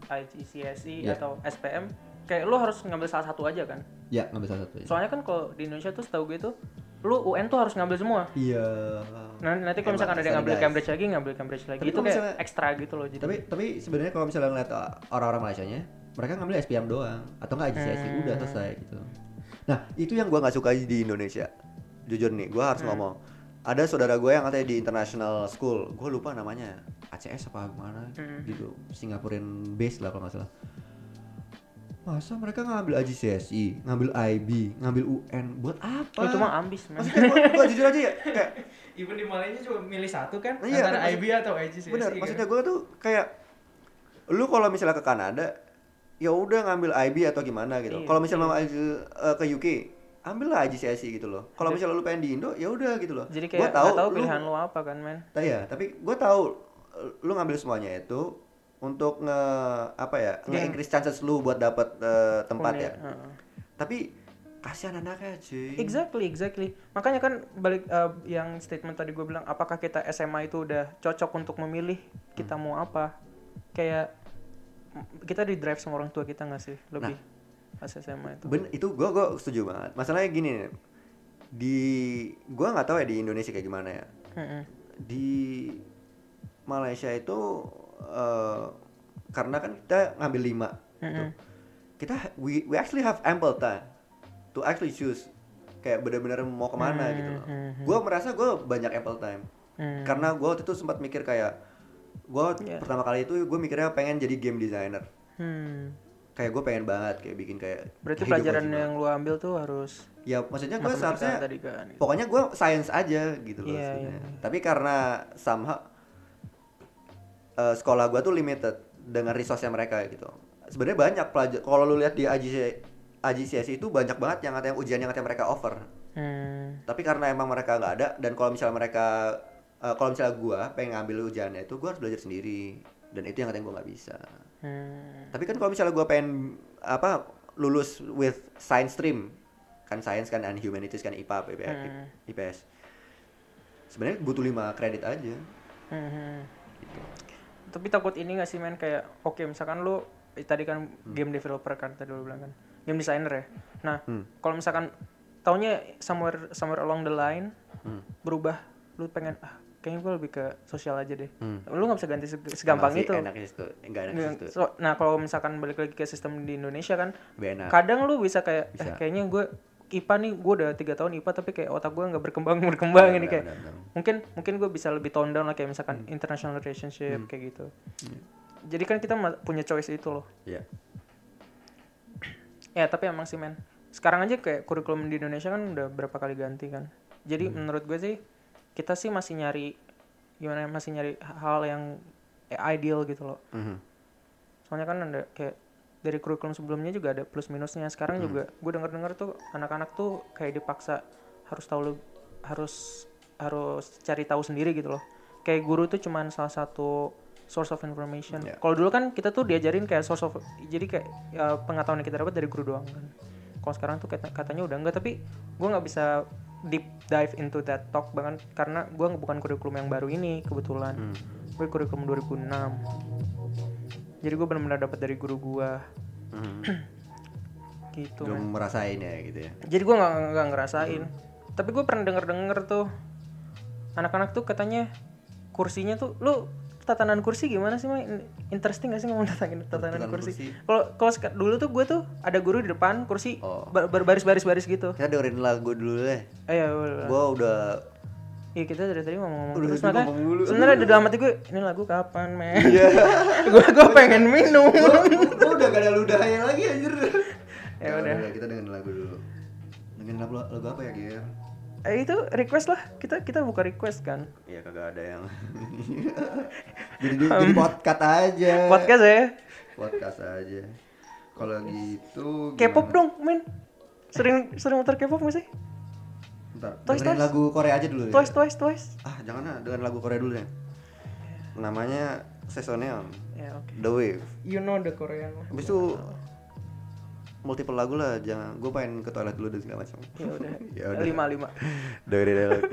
IGCSE atau SPM, kayak lu harus ngambil salah satu aja kan? Ya, ngambil salah satu aja. Soalnya kan kalau di Indonesia tuh setahu gue tuh lu UN tuh harus ngambil semua. Iya. Nah, nanti kalau misalkan ada yang ngambil Cambridge lagi, itu kayak ekstra gitu loh. Jadi. Tapi sebenarnya kalau misalnya ngeliat orang-orang Malaysianya, mereka ngambil SPM doang atau enggak IGCSE, udah selesai gitu. Nah, itu yang gua enggak suka di Indonesia. Jujur nih, gua harus ngomong. Ada saudara gue yang katanya di international school, gue lupa namanya, ACS apa gimana gitu, Singaporean base lah kalau nggak salah. Masa mereka ngambil IGCSE, ngambil IB, ngambil UN, buat apa? Itu mah ambis, man. Maksudnya gue jujur aja ya, kayak even di Malaysia cuma milih satu kan, antara IB atau IGCSE. Bener, maksudnya gue tuh kayak, lu kalau misalnya ke Kanada, ya udah ngambil IB atau gimana gitu. Kalau misalnya mau ke UK, ambillah IGCSE gitu loh. Kalau misalnya lu pengen di Indo, ya udah gitu loh. Jadi kayak nggak tahu pilihan lu apa kan, men? Iya, tapi gue tahu lu ngambil semuanya itu untuk nge-increase chances lu buat dapat tempat ya. Tapi kasihan anaknya cuy. Exactly. Makanya kan balik yang statement tadi gue bilang, apakah kita SMA itu udah cocok untuk memilih kita mau apa? Kayak kita di drive sama orang tua kita nggak sih lebih pas SMA itu? Itu gue setuju banget. Masalahnya gini nih, gue nggak tahu ya di Indonesia kayak gimana ya. Di Malaysia itu karena kan kita ngambil 5 gitu. We actually have ample time to actually choose kayak benar-benar mau kemana gitu loh. Gue merasa gue banyak ample time karena gue waktu itu sempat mikir kayak gue pertama kali itu gue mikirnya pengen jadi game designer. Kayak gue pengen banget kayak bikin kayak. Berarti pelajaran yang lu ambil tuh harus. Ya maksudnya gue seharusnya kan, gitu. Pokoknya gue science aja gitu loh. Tapi karena somehow sekolah gue tuh limited dengan resource-nya mereka gitu. Sebenarnya banyak pelajar. Kalau lu lihat di IGCSE itu banyak banget yang katanya ujian yang katanya mereka offer. Tapi karena emang mereka nggak ada, dan kalau misalnya gue pengen ngambil ujiannya itu gue harus belajar sendiri, dan itu yang katanya gue nggak bisa. Tapi kan kalau misalnya gue pengen lulus with science stream, kan science kan and humanities kan IPA, IPS. Sebenarnya butuh 5 kredit aja. Gitu. Tapi takut ini nggak sih, men, kayak oke, misalkan lu tadi kan game developer kan tadi lu bilang kan, game designer ya. Nah, kalau misalkan taunya somewhere along the line berubah, lu pengen kayaknya gue lebih ke sosial aja deh. Lu nggak bisa ganti segampang itu. Nah, kalau misalkan balik lagi ke sistem di Indonesia kan, kadang lu bisa kayak kayaknya gue IPA nih, gue udah 3 tahun IPA tapi kayak otak gue nggak berkembang ini kayak mungkin gue bisa lebih tone down lah, kayak misalkan international relationship kayak gitu. Jadi kan kita punya choice itu loh. Ya tapi emang sih, men, sekarang aja kayak kurikulum di Indonesia kan udah berapa kali ganti kan. Jadi menurut gue sih kita sih masih nyari hal yang ideal gitu loh. Soalnya kan ada kayak dari kurikulum sebelumnya juga ada plus minusnya. Sekarang juga gue dengar tuh anak-anak tuh kayak dipaksa harus tahu harus cari tahu sendiri gitu loh. Kayak guru tuh cuman salah satu source of information. Kalau dulu kan kita tuh diajarin kayak source of, jadi kayak pengetahuan yang kita dapat dari guru doang kan. Kalau sekarang tuh katanya udah enggak, tapi gue nggak bisa deep dive into that talk banget karena gue bukan kurikulum yang baru ini kebetulan. Gue kurikulum 2006. Jadi gue benar-benar dapat dari guru gue. Gitu. Belum merasain ya gitu ya. Jadi gue nggak ngerasain. Tapi gue pernah denger tuh anak-anak tuh katanya kursinya tuh, lu tatanan kursi gimana sih, Mai? Interesting gak sih ngomong tatanan kursi? Kalau dulu tuh gue tuh ada guru di depan kursi berbaris-baris gitu. Kita dengerin lagu dulu deh. Iya. Gue udah. Iya, kita dari tadi ngomong terus, makanya sebenarnya di dalam hati gue, ini lagu kapan, men? Iya. gue pengen minum. Gue udah gak ada ludahnya lagi anjir. Ya udah. Kita dengerin lagu dulu. Dengerin lagu apa ya, Ger? Itu request lah, kita buka request kan. Iya, kagak ada yang. jadi podcast aja. Podcast aja. Kalau gitu K-pop dong, men. Sering muter K-pop gak sih? Bentar, dengerin lagu Korea aja dulu ya. Twice. Jangan lah, dengan lagu Korea dulu ya. Namanya Sesoneon. Ya, oke. The Wave. You know the Korean. Habis itu multiple lagu lah, jangan. Gue pengen ke toilet dulu dan segala macam. Ya udah. 5. Dengerin lagu.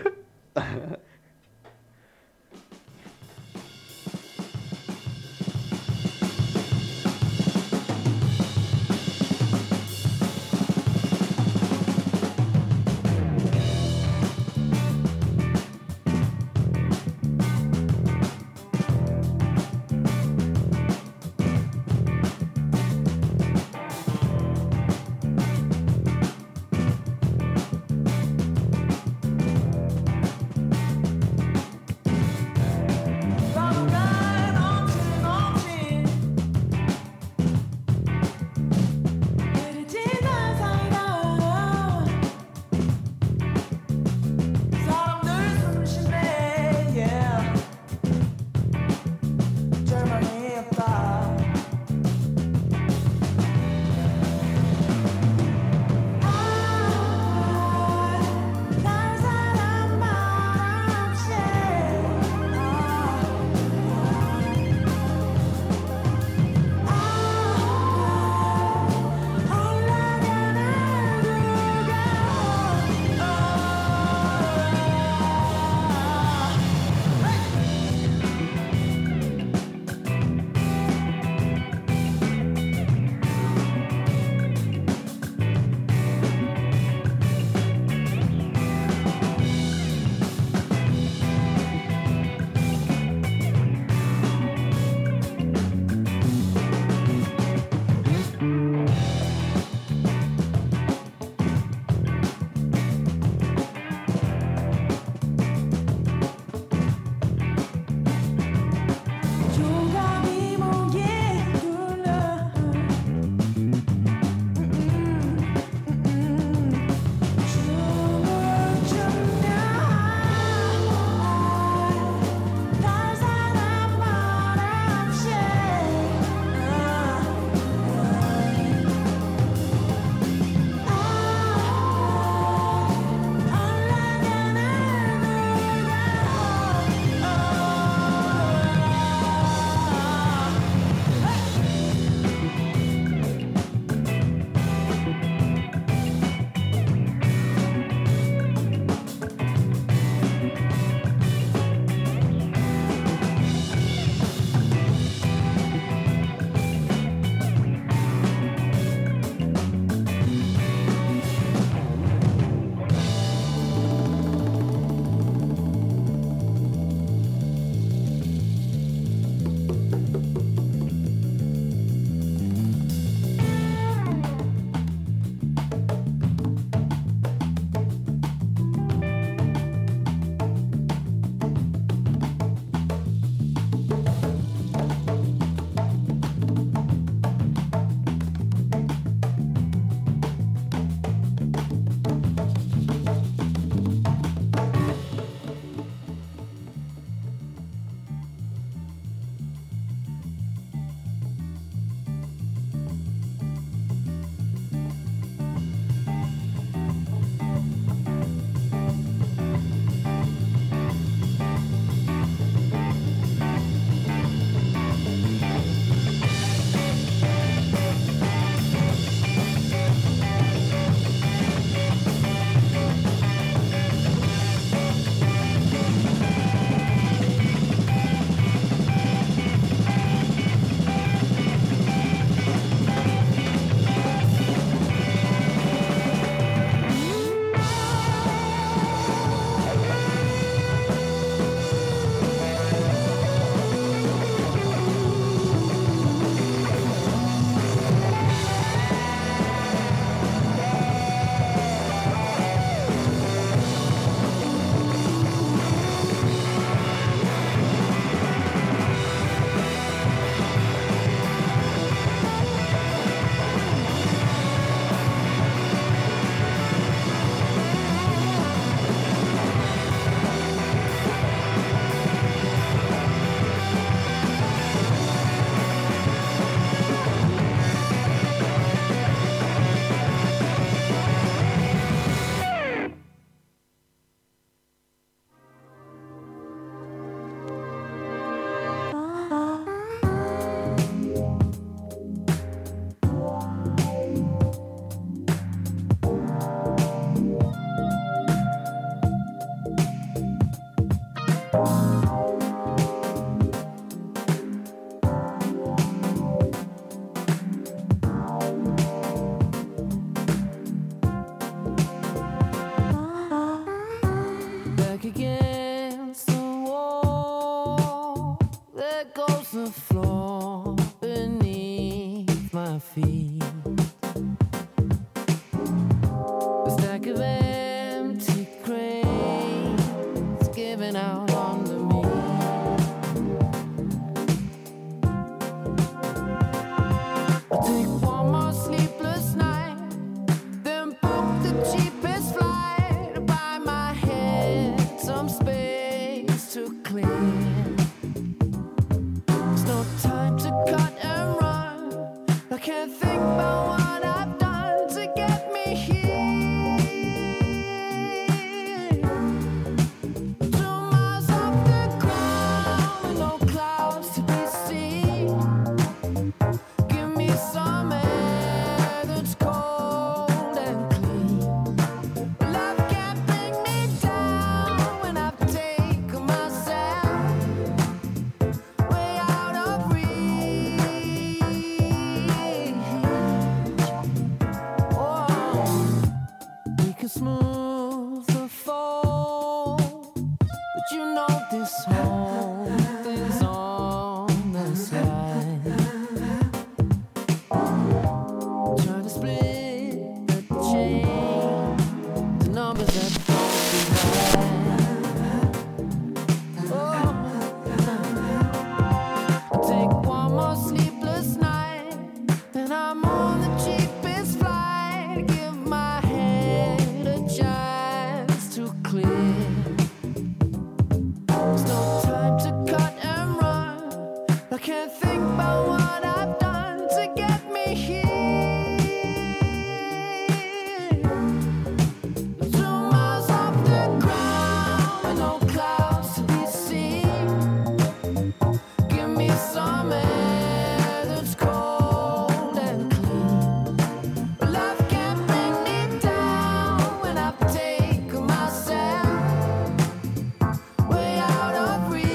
there goes the floor beneath my feet. A stack of empty crates giving out onto me. I take one more sleepless night, then book the cheapest flight to buy my head some space to clear. There's no time to cut and run. I can't think about what I've done to get me here. 2 miles off the ground with no clouds to be seen. Give me some air that's cold and clean. Love can't bring me down when I've taken myself way out of reach. Oh, we can smooth the fall, but you know this whole thing's on the slide. Trying to split the chain, the numbers that don't divide. Oh, take one more sleepless night, and I'm on the cheapest flight. Give my head a chance to clear. There's no time to cut and run. I can't think about what I've done to get me here. 2 miles off the ground with no clouds to be seen. Give me some air that's cold and clean. Love can't bring me down when I've taken myself way out of reach.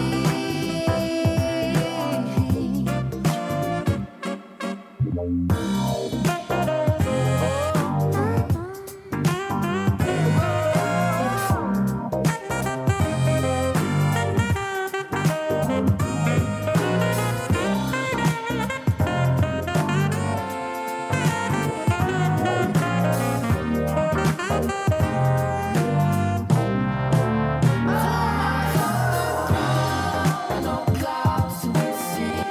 No clouds to be seen.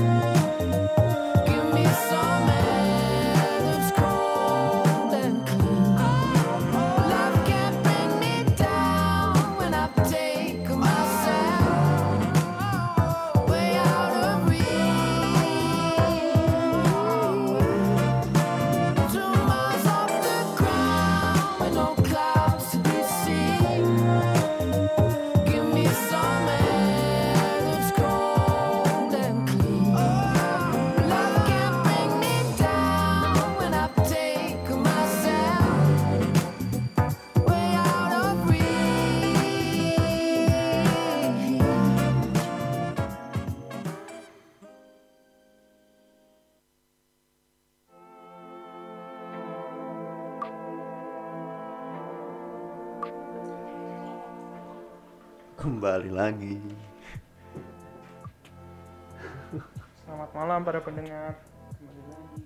Give me some air that's cold and clean. Love can't bring me down when I've taken myself way out of reach. 2 miles off the ground with no clouds to be seen. Give me some air that's cold and clean. Love can't bring me down when I've taken myself way out of reach. Kembali lagi. Selamat malam para pendengar. Kembali lagi.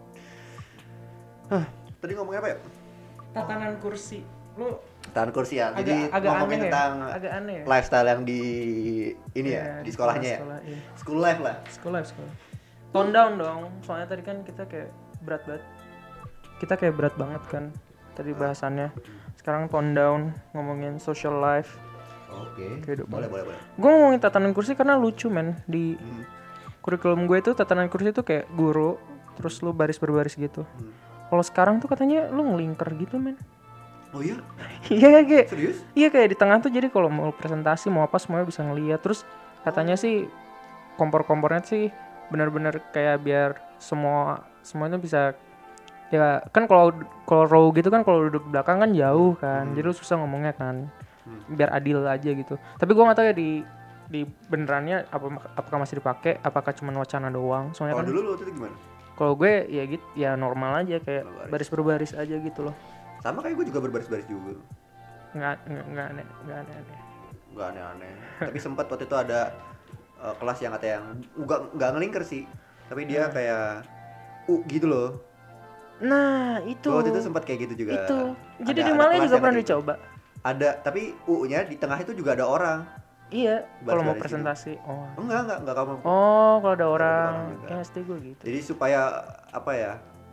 Tadi ngomongnya apa ya? Tatanan kursi. Lu Tahan kursi ya. Jadi agak ngomongin aneh ya? tentang Agak aneh ya? lifestyle yang di ini Iya, ya, di sekolahnya ya. sekolah, iya. School life lah. Sekolah. Tone down dong. Soalnya tadi kan kita kayak berat banget. Kita kayak berat banget kan tadi bahasannya. Sekarang tone down, ngomongin social life. Oke. Kehidupan. Boleh. Gue ngomongin tatanan kursi karena lucu men. Di kurikulum gue itu tatanan kursi itu kayak guru, terus lu baris berbaris gitu. Kalau sekarang tuh katanya lu ngelingker gitu men. Oh iya? Iya kayak. Serius? Iya kayak di tengah tuh jadi kalau mau presentasi mau apa semuanya bisa ngeliat. Terus katanya sih kompor-kompornya sih benar-benar kayak biar semuanya bisa ya kan kalau row gitu kan kalau duduk belakang kan jauh kan. Jadi lu susah ngomongnya kan. Biar adil aja gitu. Tapi gue nggak tahu ya di benerannya apakah masih dipakai, apakah cuma wacana doang. Soalnya kan dulu lu waktu itu gimana? kalau gue ya gitu ya normal aja kayak baris berbaris aja gitu loh. Sama kayak gue juga berbaris-baris juga. Nggak aneh. Nggak aneh-aneh. Tapi sempat waktu itu ada kelas yang katanya yang nggak ngelingker sih, tapi dia kayak gitu loh. Nah itu. Waktu itu sempat kayak gitu juga. Itu. Jadi di Malaya juga pernah dicoba. Ada, tapi U-nya di tengah itu juga ada orang. Iya, kalau mau presentasi. Oh. Enggak kamu. Oh, kalau ada orang. Ya SD gue gitu. Jadi supaya apa ya?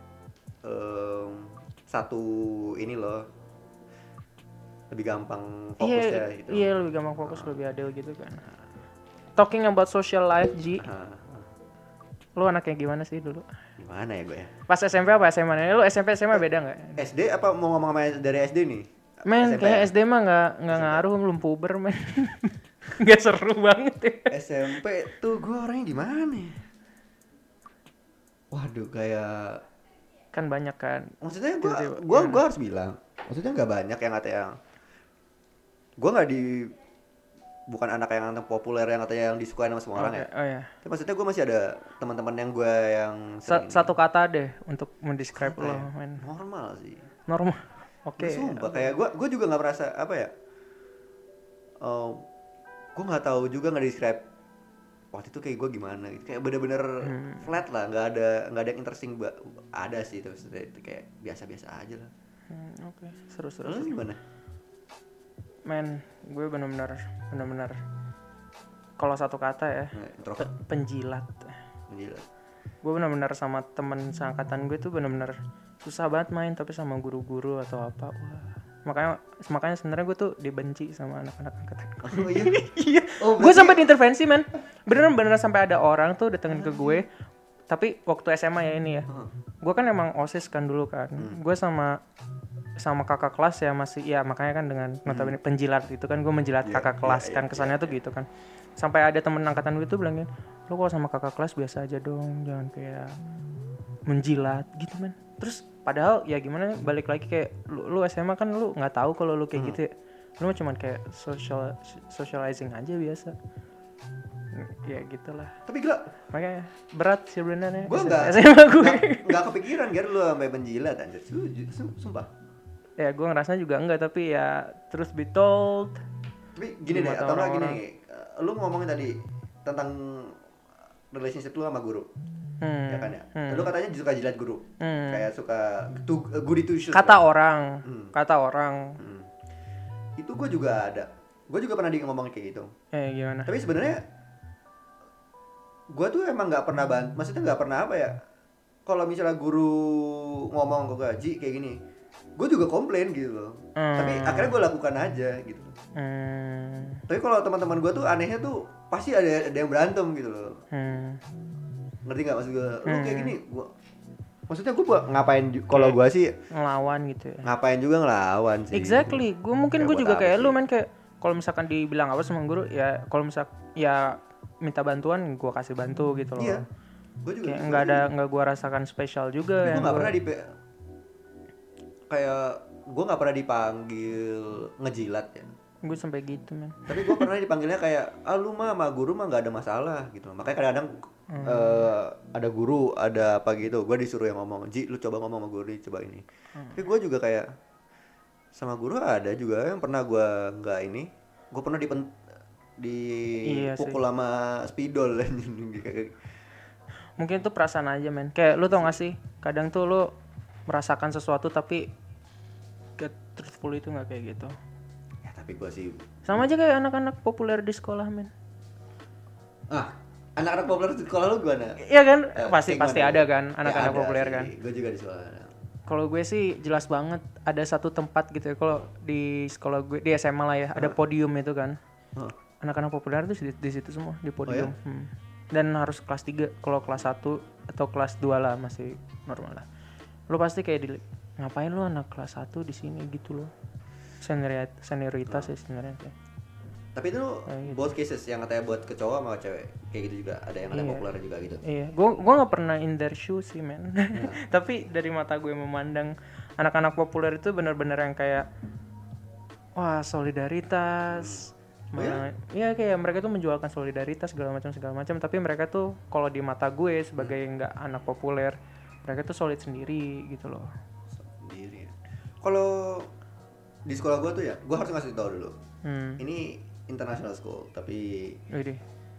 Satu ini loh. Lebih gampang fokusnya gitu. Iya, lebih gampang fokus, lebih adil gitu kan. Talking about social life, Ji. Lu anaknya gimana sih dulu? Gimana ya gue ya? Pas SMP apa SMA? Lu SMP SMA beda nggak? SD apa mau ngomong sama dari SD nih? Men, kayak SD mah nggak ngaruh, belum puber men. Gak seru banget ya. SMP tuh gue orangnya gimana ya? Waduh, kayak kan banyak kan. Maksudnya gue harus bilang, maksudnya nggak banyak yang kata yang gue nggak bukan anak yang populer yang katanya yang disukai sama semua orang ya. Oh ya. Tapi maksudnya gue masih ada teman-teman yang gue yang satu kata deh untuk mendescribe lo, men. Normal sih. Normal. Oke. Sumpah kayak gue juga nggak merasa apa ya. Gue nggak tahu juga nggak describe waktu itu kayak gue gimana gitu. Kayak bener-bener flat lah, nggak ada yang interesting. Ada sih terus itu kayak biasa-biasa aja lah. Oke. Seru. Lu gimana? Men, gue benar-benar kalau satu kata ya, penjilat. Gue benar-benar sama temen seangkatan gue tuh benar-benar susah banget main, tapi sama guru-guru atau apa, wah. Makanya sebenarnya gue tuh dibenci sama anak-anak angkatan gue. Oh iya. Iya. Gue sampai diintervensi, men. Beneran sampai ada orang tuh datengin ke gue. Tapi waktu SMA ya ini ya. Gue kan emang OSIS kan dulu kan. Gue sama kakak kelas ya masih ya, makanya kan dengan notabene penjilat itu kan, gue menjilat kakak kelas kan, kesannya tuh gitu kan. Sampai ada temen angkatan gue tuh bilangin, lo kalau sama kakak kelas biasa aja dong, jangan kayak menjilat gitu, men. Terus padahal ya gimana, balik lagi kayak lu SMA kan lu nggak tahu kalau lu kayak gitu ya, lu cuma kayak socializing aja biasa ya gitulah. Tapi gila, makanya berat sih sebenarnya. Gue nggak kepikiran lu sampai penjilat anjir, sumpah. Ya gue ngerasa juga enggak, tapi ya terus be told. Tapi gini deh, atau enggak gini, lu ngomongin tadi tentang relationship lu sama guru, ya kan ya? Lu katanya suka jilat guru, kayak suka goody two shoes. Kata orang. Itu gue juga ada, gue juga pernah ngomongin kayak gitu. Gimana? Tapi sebenarnya gue tuh emang nggak pernah maksudnya nggak pernah apa ya? Kalau misalnya guru ngomong ke gaji kayak gini, gue juga komplain gitu loh. Tapi akhirnya gue lakukan aja gitu. Tapi kalau teman-teman gue tuh anehnya tuh pasti ada yang berantem gitu loh. Ngerti nggak maksud gue? Lu kayak gini, maksudnya gue ngapain? Kalau gue sih ngelawan gitu ya. Ngapain juga ngelawan sih? Exactly. Gue mungkin gue juga kayak lu, men, kayak kalau misalkan dibilang apa sama guru ya, kalau ya minta bantuan gue kasih bantu gitu loh. Iya. Gue juga. Kayak nggak gue rasakan spesial juga. Gue nggak pernah kayak gue nggak pernah dipanggil ngejilat ya. Gue sampai gitu, men. Tapi gue pernah dipanggilnya kayak, lu mah sama guru mah nggak ada masalah gitu. Makanya kadang-kadang ada guru, ada apa gitu, gue disuruh yang ngomong, Ji lu coba ngomong sama guru nih, coba ini. Tapi gue juga kayak sama guru ada juga yang pernah gue nggak ini, gue pernah dipukul sama spidol. Mungkin itu perasaan aja, men. Kayak lu tau gak sih, kadang tuh lu merasakan sesuatu tapi get truthful itu nggak kayak gitu. Ya tapi gue sih sama aja kayak anak-anak populer di sekolah, men. Anak-anak populer di sekolah lu gimana? Iya kan, pasti ada kan anak-anak populer kan. Gue juga di sekolah. Kalau gue sih jelas banget ada satu tempat gitu ya, kalau di sekolah gue di SMA lah ya, ada podium itu kan. Anak-anak populer tuh di situ semua di podium. Oh, ya? Dan harus kelas 3, kalau kelas 1 atau kelas 2 lah masih normal lah. Lu pasti kayak ngapain lu anak kelas 1 di sini gitu loh. Senioritas ya sebenarnya. Tapi itu both cases, yang katanya buat ke cowok sama cewek kayak gitu juga, ada yang katanya populer juga gitu. Iya, gua enggak pernah in their shoes sih, men. Tapi dari mata gue memandang anak-anak populer itu benar-benar yang kayak wah, solidaritas. Iya, kayak mereka tuh menjualkan solidaritas segala macam, tapi mereka tuh kalau di mata gue sebagai enggak anak populer, mereka tuh solid sendiri gitu loh. Sendiri. Kalau di sekolah gue tuh ya, gue harus ngasih tau dulu. Ini international school, tapi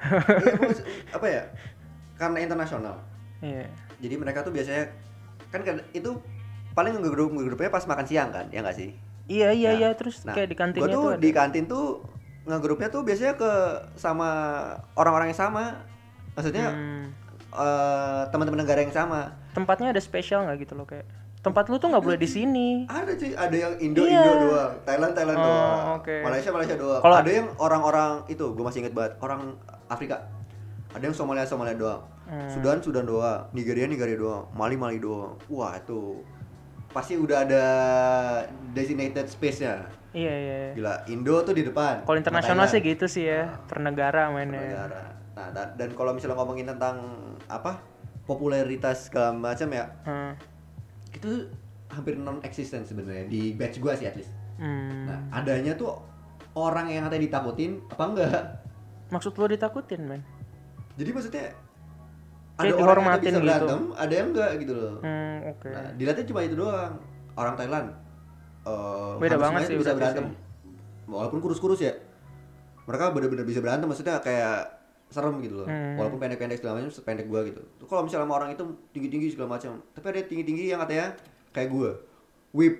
Apa ya? Karena internasional. Iya. Jadi mereka tuh biasanya kan itu paling grupnya pas makan siang kan, ya nggak sih? Iya, terus kayak di kantinnya tuh ada. Di kantin tuh ngegrupnya tuh biasanya sama orang-orang yang sama. Maksudnya teman-teman negara yang sama. Tempatnya ada spesial nggak gitu loh, kayak tempat lu tuh nggak boleh di sini. Ada cuy, ada yang Indo doang, Thailand doang, okay. Malaysia doang. Ada yang orang-orang itu, gue masih inget banget, orang Afrika. Ada yang Somalia doang, Sudan doang, Nigeria doang, Mali doang. Wah itu pasti udah ada designated space-nya. Iya. Gila, Indo tuh di depan. Kalau internasional sih gitu sih ya, per negara mainnya. Nah, dan kalau misalnya ngomongin tentang popularitas segala macam ya, itu hampir non-existent sebenarnya di batch gua sih at least. Nah, adanya tuh orang yang katanya ditakutin apa enggak? Maksud lo ditakutin, men? Jadi maksudnya kayak ada orang yang bisa berantem, gitu. Ada yang enggak gitu loh. Oke. Nah, dilihatnya cuma itu doang. Orang Thailand beda banget sih bisa berantem. Walaupun kurus-kurus ya. Mereka benar-benar bisa berantem, maksudnya kayak serem gitu loh. Walaupun pendek-pendek segala macam, sependek gua gitu. Tuh kalau misalnya sama orang itu tinggi-tinggi segala macam, tapi ada tinggi-tinggi yang katanya kayak gua. Whip.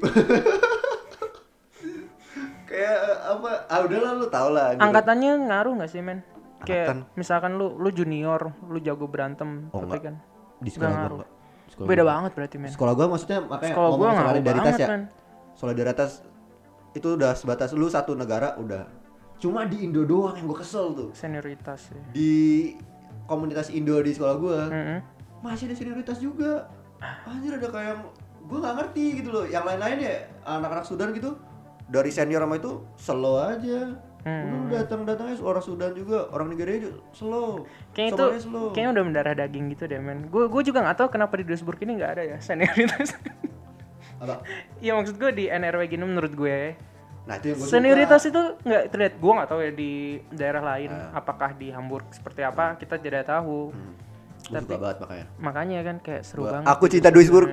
Kayak apa? Udahlah lu tau lah. Gitu. Angkatannya ngaruh enggak sih, men? Kayak misalkan lu junior, lu jago berantem, tapi enggak. Kan di sekolah gua enggak. Beda banget berarti, men. Sekolah gua maksudnya makanya ngomong solidaritas ya. Solidaritas itu udah sebatas lu satu negara udah. Cuma di Indo doang yang gue kesel tuh. Senioritas ya. Di komunitas Indo di sekolah gue masih ada senioritas juga. Anjir, ada kayak gue nggak ngerti gitu loh. Yang lain-lain ya anak-anak Sudan gitu dari senior sama itu slow aja. Udah datang-datangnya orang Sudan juga, orang Nigeria juga slow. Kayak itu kayaknya udah mendarah daging gitu deh, men. Gue juga nggak tahu kenapa di Duisburg ini nggak ada ya senioritas. Apa? Iya, maksud gue di NRW gini menurut gue. Nah, itu yang gue senioritas itu nggak terlihat. Gue nggak tahu ya di daerah lain apakah di Hamburg seperti apa, kita tidak tahu. Gue suka banget makanya kan kayak seru banget. Aku cinta Duisburg.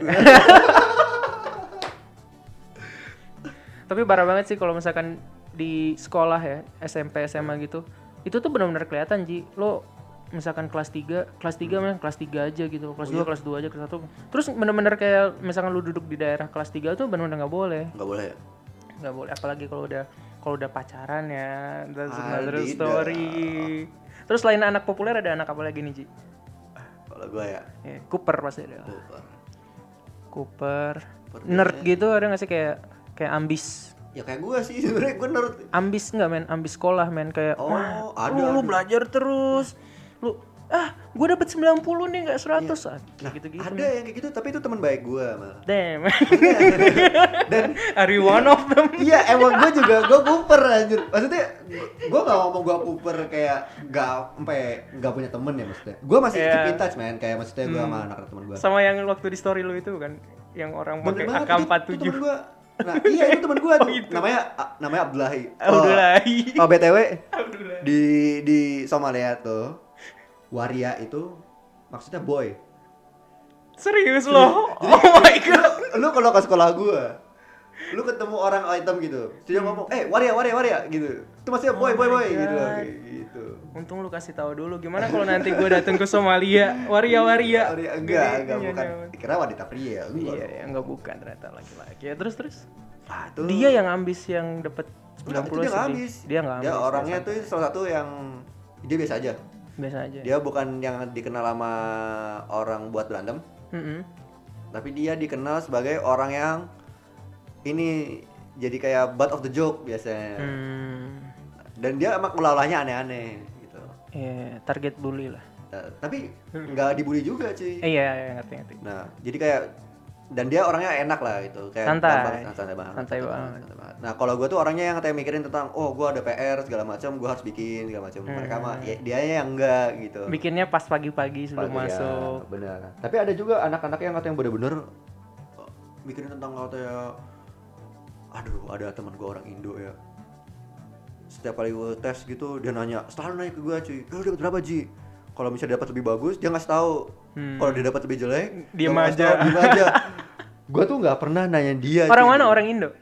Tapi parah banget sih kalau misalkan di sekolah ya, SMP, SMA gitu. Itu tuh benar-benar kelihatan, Ji. Lo misalkan kelas 3 men, kelas 3 aja gitu. Kelas 2, kelas 2 aja, kelas 1. Terus benar-benar kayak misalkan lu duduk di daerah kelas 3 tuh benar-benar enggak boleh. Enggak boleh ya? Nggak boleh, apalagi kalau udah pacaran ya, that's another story. Terus selain anak populer ada anak apa lagi nih, Ji? Kalau gue ya Cooper pasti ada. Cooper. Nerd gitu ada nggak sih, kayak ambis? Ya kayak gue sih sebenarnya, gue nerd. Ambis nggak, men? Ambis sekolah, men, kayak lu belajar terus, lu gue dapet 90 nih nggak 100. Nah, gitu-gitu. Ada yang kayak gitu, tapi itu teman baik gue malah. Damn. Dan are you one of them? Iya, emang gue Cooper anjir. Maksudnya gue gak ngomong gue Cooper kayak gak punya temen ya maksudnya. Gue masih keep in touch, man. Kayak maksudnya gue sama anak temen gue. Sama yang waktu di story lu itu kan, yang orang pakai AK-47. Itu temen gue. Nah, iya itu temen gue tuh. Namanya Abdullahi. Oh, BTW di Somalia tuh waria itu maksudnya boy. Serius loh? Oh my god. Lu kalau ke sekolah gua, lu ketemu orang item gitu, dia ngomong, waria gitu. Itu maksudnya boy gitu loh, kayak gitu. Untung lu kasih tahu dulu, gimana kalau nanti gua datang ke Somalia, waria. Enggak bukan. Kira wanita pria. Iya, enggak bukan, ternyata laki-laki. Ya terus. Itu dia yang ambis yang dapat 90 dia enggak ambis. Dia orangnya tuh salah satu yang dia biasa aja. Dia bukan yang dikenal sama orang buat berantem. Tapi dia dikenal sebagai orang yang ini jadi kayak butt of the joke biasanya. Dan dia emang ulahnya aneh-aneh gitu. Target bully lah. Tapi nggak dibully juga cuy. Iya, ngerti. Nah, jadi kayak dan dia orangnya enak lah gitu, kayak santai banget. Nah, kalau gue tuh orangnya yang kayak mikirin tentang gue ada PR segala macam, gue harus bikin segala macam. Mereka mah dia yang enggak gitu. Bikinnya pas pagi-pagi sebelum masuk. Ya, benar. Tapi ada juga anak-anak yang katanya bener-bener mikirin tentang katanya, ada teman gue orang Indo ya. Setiap kali gue tes gitu dia selalu nanya ke gue, cuy, lu dapat berapa, Ji? Kalau misalnya dapat lebih bagus dia ngasih tahu. Kalau dia dapat lebih jelek diem aja. Gue tuh nggak pernah nanya dia. Orang mana? Orang Indo.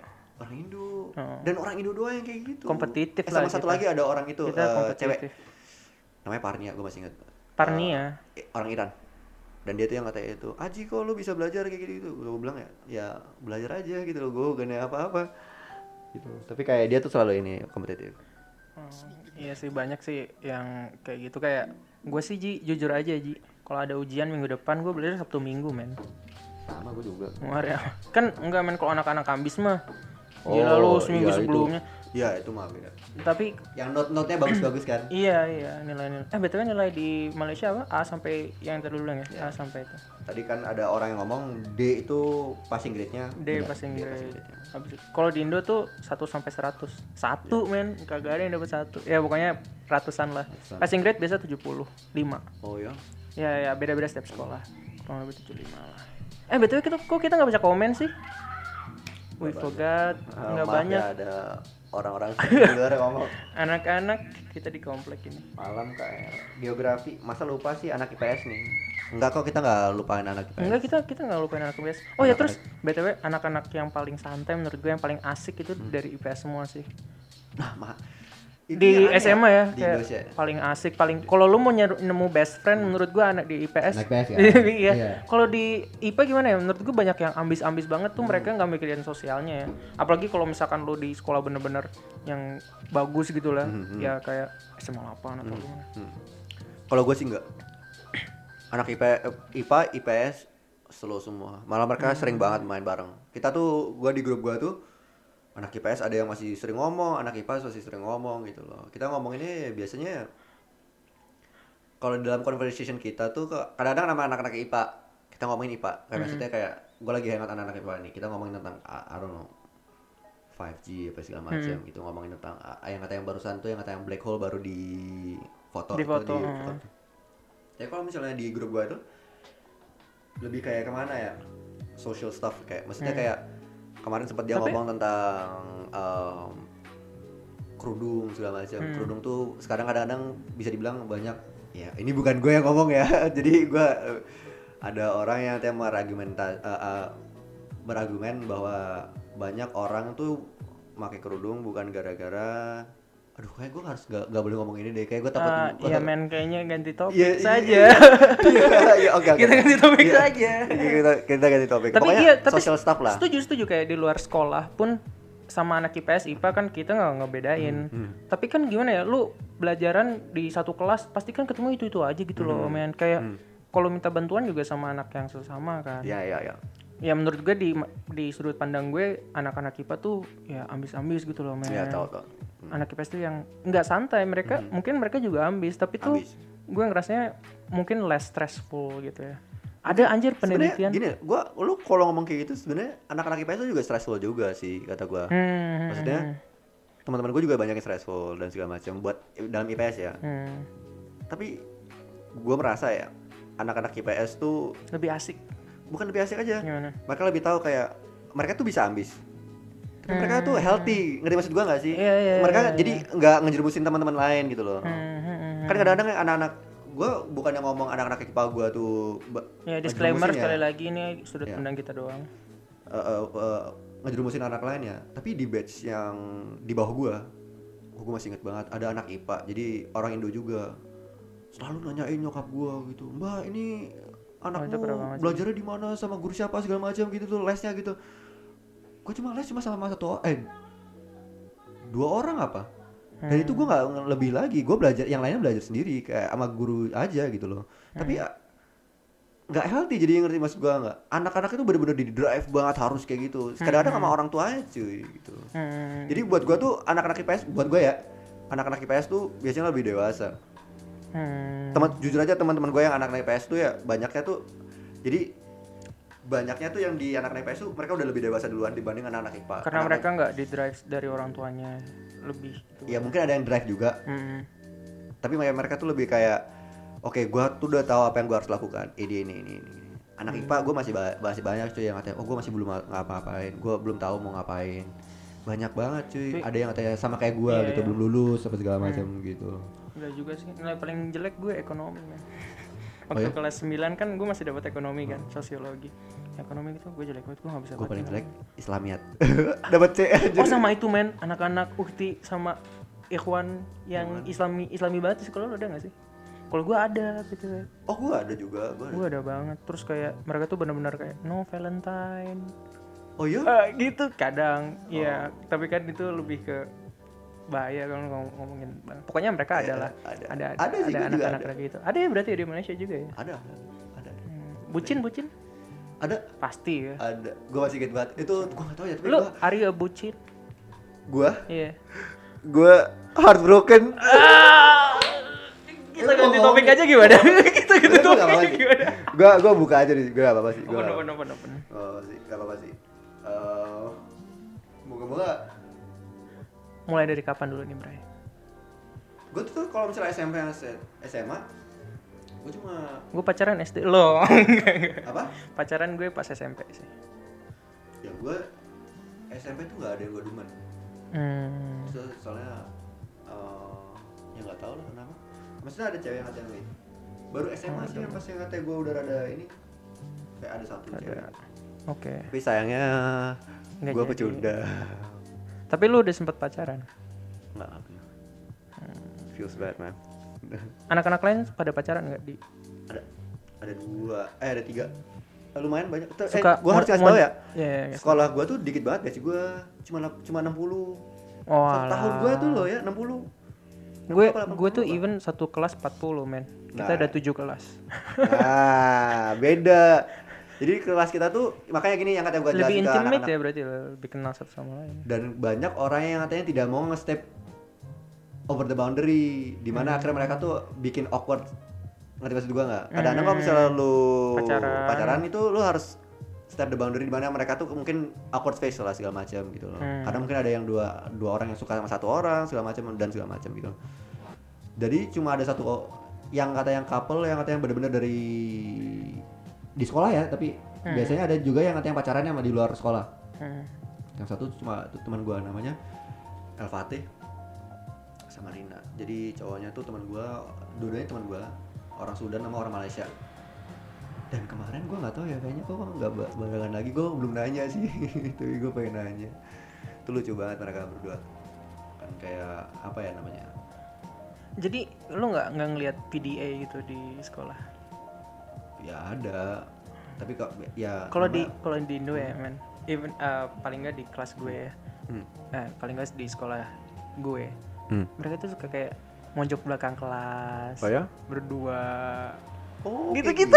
Dan orang Indo doang yang kayak gitu. Kompetitif lah. Sama satu lagi ada orang itu cewek. namanya Parnia, gue masih ingat. Parnia Orang Iran. Dan dia tuh yang katanya itu, Aji kok lu bisa belajar kayak gitu. Gue bilang ya belajar aja gitu loh, gue bukannya apa-apa gitu. Tapi kayak dia tuh selalu ini kompetitif. Iya sih, banyak sih yang kayak gitu. Kayak gue sih Ji, jujur aja Ji, kalau ada ujian minggu depan gue belajar Sabtu Minggu men. Sama gue juga. Ya. Kan enggak men, kalau anak-anak ambis mah gila lu seminggu sebelumnya. Iya itu mah beda. Tapi yang note-nya bagus-bagus kan? Iya nilai-nilai. BTW nilai di Malaysia apa? A sampai yang tadi lu bilang ya? A sampai itu. Tadi kan ada orang yang ngomong D itu passing grade-nya. D passing grade. Kalau di Indo tuh 1 sampai 100. 1 men, kagak ada yang dapat 1. Ya pokoknya ratusan lah. Passing grade biasa 75. Oh ya. Ya beda-beda setiap sekolah. Kurang lebih 75 lah. BTW kita enggak baca komen sih? We forgot. Enggak banyak. Ya, ada orang-orang di luar yang ngomong. Anak-anak kita di komplek ini. Malam kayak geografi. Masa lupa sih anak IPS nih? Enggak kok, kita enggak lupain anak IPS. Enggak, kita enggak lupain anak IPS. Oh ya, terus BTW anak-anak yang paling santai menurut gue, yang paling asik itu dari IPS semua sih. Nah, di SMA ya, di kayak Indonesia. paling asik, paling kalau lu mau nemu best friend menurut gua anak di IPS. Anak IPS ya. Iya. Kalau di IPA gimana ya? Menurut gua banyak yang ambis-ambis banget tuh, mereka nggak mikirin sosialnya ya. Apalagi kalau misalkan lu di sekolah bener-bener yang bagus gitu lah, ya kayak SMA 8 atau gimana. Kalau gua sih enggak. Anak IPA, IPS slow semua. Malah mereka sering banget main bareng. Kita tuh, gua di grup gua tuh anak IPS ada yang masih sering ngomong, anak IPA masih sering ngomong gitu loh. Kita ngomong ini biasanya kalau dalam conversation kita tuh kadang-kadang sama anak-anak IPA kita ngomongin IPA. Kayak maksudnya kayak gue lagi hangout anak-anak IPA nih, kita ngomongin tentang I don't know 5G apa segala macam gitu, ngomongin tentang yang kata yang barusan tuh, yang kata yang black hole baru di foto. Tapi kalau misalnya di grup gue tuh lebih kayak kemana ya, social stuff, kayak maksudnya kayak kemarin sempat dia ngomong tentang kerudung segala macam. Kerudung tuh sekarang kadang-kadang bisa dibilang banyak ya, ini bukan gue yang ngomong ya. Jadi gue ada orang yang berargumen bahwa banyak orang tuh pakai kerudung bukan gara-gara kayak gue harus gak boleh ngomong ini deh, kayak gue takut. Iya men, kayaknya ganti topik saja. Oke. Kita ganti topik saja. Kita ganti topik. Tapi pokoknya social stuff lah. Setuju kayak di luar sekolah pun sama anak IPS IPA kan kita nggak ngebedain. Tapi kan gimana ya, lu belajaran di satu kelas pasti kan ketemu itu aja gitu loh men. Kayak kalau minta bantuan juga sama anak yang sesama kan. Iya. Ya menurut gue di sudut pandang gue, anak-anak IPA tuh ya ambis-ambis gitu loh men. Iya, tahu. Anak IPS tuh yang nggak santai, mungkin mereka juga ambis, tapi tuh gue ngerasanya mungkin less stressful gitu ya. Ada anjir penelitian. Gini, lu kalau ngomong kayak gitu sebenarnya anak-anak IPS tuh juga stressful juga sih kata gue. Maksudnya teman-teman gue juga banyak yang stressful dan segala macam buat dalam IPS ya. Tapi gue merasa ya anak-anak IPS tuh lebih asik. Bukan lebih asik aja. Gimana? Mereka lebih tahu kayak mereka tuh bisa ambis. Tapi mereka tuh healthy. Ngerti maksud gua enggak sih? Mereka jadi enggak ngejerumusin teman-teman lain gitu loh. Kan kadang-kadang anak-anak gua bukannya ngomong anak-anak IPA gua tuh disclaimer sekali lagi, ini sudut pandang kita doang. Ngejerumusin anak lain ya. Tapi di batch yang di bawah gua masih inget banget ada anak IPA. Jadi orang Indo juga. Selalu nanyain nyokap gua gitu. "Mbak, ini anakmu belajarnya di mana, sama guru siapa segala macam gitu tuh, lesnya gitu." Gue les cuma sama dua orang apa, dan itu gue nggak lebih lagi, gue belajar, yang lainnya belajar sendiri kayak sama guru aja gitu loh. Tapi ya nggak healthy, jadi ngerti maksud gue nggak? Anak-anak itu bener-bener di drive banget harus kayak gitu, kadang-kadang sama orang tuanya cuy gitu. Jadi buat gue tuh anak-anak IPS, buat gue ya anak-anak IPS tuh biasanya lebih dewasa. Jujur aja teman-teman gue yang anak-anak IPS tuh ya banyaknya tuh, jadi banyaknya tuh yang di anak-anak IPS tuh mereka udah lebih dewasa duluan dibanding anak-anak IPA. Karena mereka nggak di drive dari orang tuanya lebih. Ya mungkin ada yang drive juga. Tapi mereka tuh lebih kayak, oke, gue tuh udah tahu apa yang gue harus lakukan. Ini. Anak IPA gue masih banyak cuy yang katanya, gue masih belum ngapa-ngapain, gue belum tahu mau ngapain. Banyak banget cuy. Ada yang katanya sama kayak gue gitu, belum lulus apa segala macam gitu. Enggak juga sih, nilai paling jelek gue ekonomi man. Waktu kelas 9 kan gue masih dapat ekonomi kan, sosiologi. Ekonomi itu gue jelek banget, gue gak bisa baca. Gue paling jelek Islamiyat. Dapat C aja. Oh sama itu men, anak-anak ukti sama ikhwan yang Islami banget di sekolah lo ada gak sih? Kalau gue ada gitu. Oh gue ada juga. Gue ada banget. Terus kayak mereka tuh benar-benar kayak no Valentine. Oh iya? Gitu kadang. Iya. Tapi kan itu lebih ke bahaya kalau ngomongin. Pokoknya mereka ada anak-anak lagi gitu. Ada ya berarti di Malaysia juga ya? Ada. Bucin? Ada. Pasti ya. Ada. Gue masih inget banget. Itu gue nggak tahu ya. Tapi lu are you a bucin? Gue? Iya. Gue heartbroken. Kita ganti topik aja gimana? Kita ganti topik gimana? Gue buka aja nih. Gue gak apa-apa sih. Open. Oh sih, gak apa-apa sih. Moga-moga. Mulai dari kapan dulu nih, Bray? Gue tuh kalau misalnya SMP SMA, gue pacaran SD lo. Apa? Pacaran gue pas SMP sih. Ya gue SMP tuh nggak ada yang gue demen. Soalnya ya nggak tahu lah kenapa. Maksudnya ada cewek yang ngatain gue. Baru SMA sih yang pas yang ngatain gue udah ada ini. Kayak ada satu cewek. Oke. Tapi sayangnya gue pecunda. Tapi lu udah sempet pacaran? Nggak. Feels bad man. Anak-anak lain pada pacaran nggak di? Ada 2, ada 3. Lumayan banyak. Gue harus kasih tau ya. Yeah. Sekolah gue tuh dikit banget gaji gue cuma 60. Tahun gue tuh loh ya 60. Gue tuh even satu kelas 40 men. Kita ada 7 kelas. Nah, beda. Jadi kelas kita tuh makanya gini yang katanya gue jelasin lebih ke intimate anak-anak. Ya berarti lebih kenal satu sama lain. Dan banyak orang yang katanya tidak mau nge-step over the boundary, di mana akhirnya mereka tuh bikin awkward. Ngerti maksud gue nggak? Kadang-kadang kalau misalnya lu pacaran itu lu harus step the boundary, di mana mereka tuh mungkin awkward face lah segala macam gitu loh. Karena mungkin ada yang dua orang yang suka sama satu orang segala macam dan segala macam gitu. Jadi cuma ada satu yang couple yang katanya benar-benar dari di sekolah ya, tapi biasanya ada juga yang katanya pacarannya sama di luar sekolah. Yang satu cuma teman gue namanya El Fatih sama Rina. Jadi cowoknya tuh teman gue, dua-duanya teman gue, orang Sudan sama orang Malaysia. Dan kemarin gue nggak tahu ya, kayaknya kok nggak barengan lagi, gue belum nanya sih. Tapi gue pengen nanya. Itu lucu banget mereka berdua. Kan kayak apa ya namanya? Jadi lu nggak ngelihat PDA gitu di sekolah? Ya ada, tapi kok ya kalau di Indo ya men, even paling nggak di kelas gue ya, paling nggak di sekolah gue, mereka tuh suka kayak monjok belakang kelas, berdua, gitu.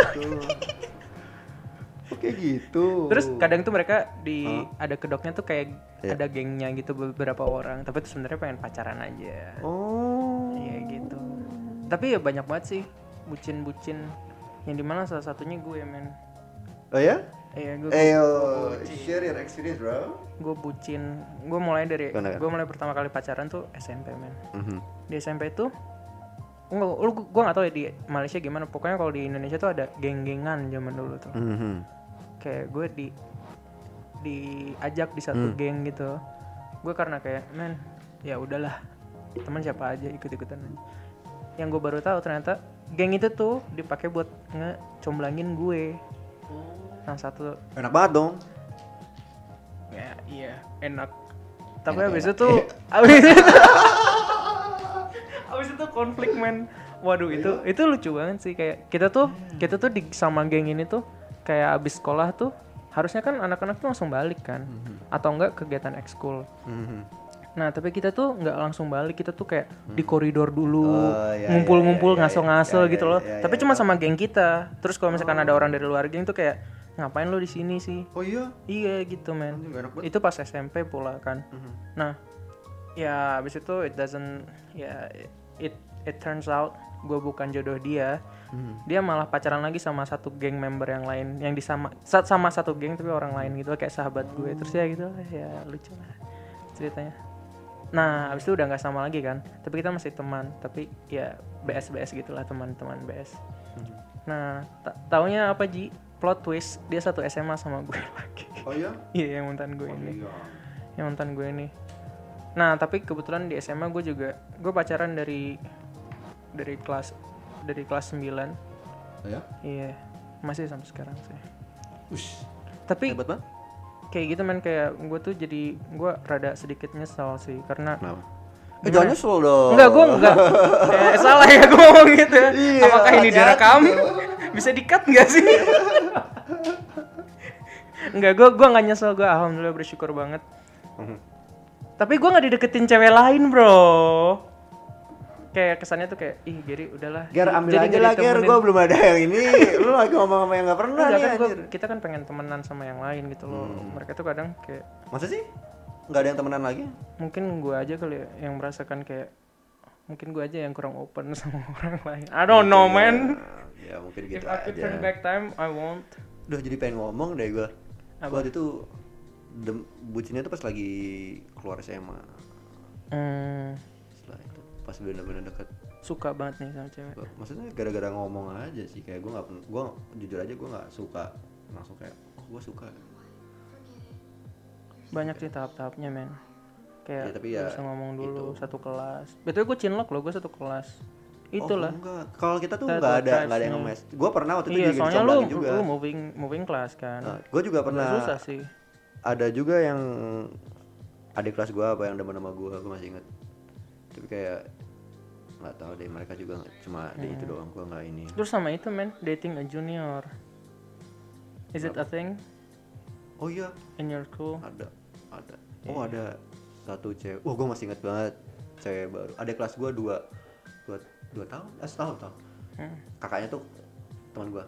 Oke gitu. Terus kadang tuh mereka ada kedoknya tuh kayak ada gengnya gitu beberapa orang, tapi itu sebenarnya pengen pacaran aja. Iya gitu. Tapi ya banyak banget sih bucin. Yang dimana salah satunya gue men. Oh ya? Iya gue. Share your experience bro. Gue bucin. Gue mulai pertama kali pacaran tuh SMP men. Di SMP tuh, gue nggak tahu ya di Malaysia gimana. Pokoknya kalau di Indonesia tuh ada geng-gengan zaman dulu tuh. Kayak gue diajak di satu geng gitu. Gue karena kayak men, ya udahlah teman siapa aja ikut-ikutan aja. Yang gue baru tahu ternyata geng itu tuh dipakai buat ngecomblangin gue. Nah satu. Enak banget dong. Ya iya enak. Tapi abis itu konflik men. Waduh itu lucu banget sih, kayak kita tuh di sama geng ini tuh kayak abis sekolah tuh harusnya kan anak-anak tuh langsung balik kan, atau enggak kegiatan ekskul. Nah tapi kita tuh nggak langsung balik, kita tuh kayak di koridor dulu ngumpul ngaso-ngaso gitu loh. Tapi cuma sama geng kita. Terus kalau misalkan ada orang dari luar geng tuh kayak ngapain lo di sini sih? Oh iya? Iya gitu men. Itu pas SMP pula kan. Nah ya abis itu it turns out gue bukan jodoh dia. Dia malah pacaran lagi sama satu geng member yang lain yang sama satu geng tapi orang lain gitu, kayak sahabat gue. Terus ya gitu ya lucu lah ceritanya. Nah, abis itu udah nggak sama lagi kan, tapi kita masih teman, tapi ya BS gitulah, teman-teman BS. Nah, taunya apa Ji? Plot twist, dia satu SMA sama gue lagi. Oh iya? Iya, yang mantan gue ini. Yang mantan gue ini. Nah, tapi kebetulan di SMA gue pacaran dari kelas 9. Oh ya? Iya, masih sampai sekarang sih. Ush. Tapi hebat banget. Kayak gitu men, kayak gue tuh jadi gue rada sedikit nyesel sih karena Jangan nyesel dong. Enggak, gue enggak. Salah ya gue ngomong gitu. Iya, apakah ini direkam? Bisa di-cut enggak sih? Enggak, gue enggak nyesel, gue alhamdulillah bersyukur banget. Tapi gue enggak dideketin cewek lain, bro. Kayak kesannya tuh kayak, ih Gary udahlah. Ger ambil aja lah Ger, gue belum ada yang ini. Lu lagi ngomong sama yang gak pernah nih anjir. Kita kan pengen temenan sama yang lain gitu loh. Mereka tuh kadang kayak, masa sih? Gak ada yang temenan lagi? Mungkin gue aja kali ya yang merasakan kayak, mungkin gue aja yang kurang open sama orang lain. I don't know man. Ya mungkin gitu If aja. I could turn back time, I won't. Duh jadi pengen ngomong deh gue. Waktu itu bucinnya tuh pas lagi keluar SMA. Setelah itu pas bener-bener deket. Suka banget nih sama cewek. Maksudnya gara-gara ngomong aja sih, kayak gue jujur aja gue nggak suka langsung kayak gue suka. Banyak sih tahap-tahapnya men. Kayak Ya, tapi lu ya bisa ngomong dulu itu. satu kelas. Betul gue cinlok loh, gue satu kelas. Itulah. Oh, enggak. Kalau kita tuh Kita nggak ada tribes-nya. yang nge-match. Gue pernah waktu itu Iya, juga soalnya dicomblangin juga. lu moving class kan. Nah, gue juga pernah. Susah sih. Ada juga yang adik kelas gue apa yang demen sama gue masih inget. Tapi kayak nggak tahu deh, mereka juga cuma di itu doang, gue nggak ini. Terus sama itu men, dating a junior. Is it a thing Oh iya, in your school? ada. Oh ada satu cewek. Gue masih inget banget cewek baru. Adik kelas gue dua tahun, setahun. Kakaknya tuh teman gue.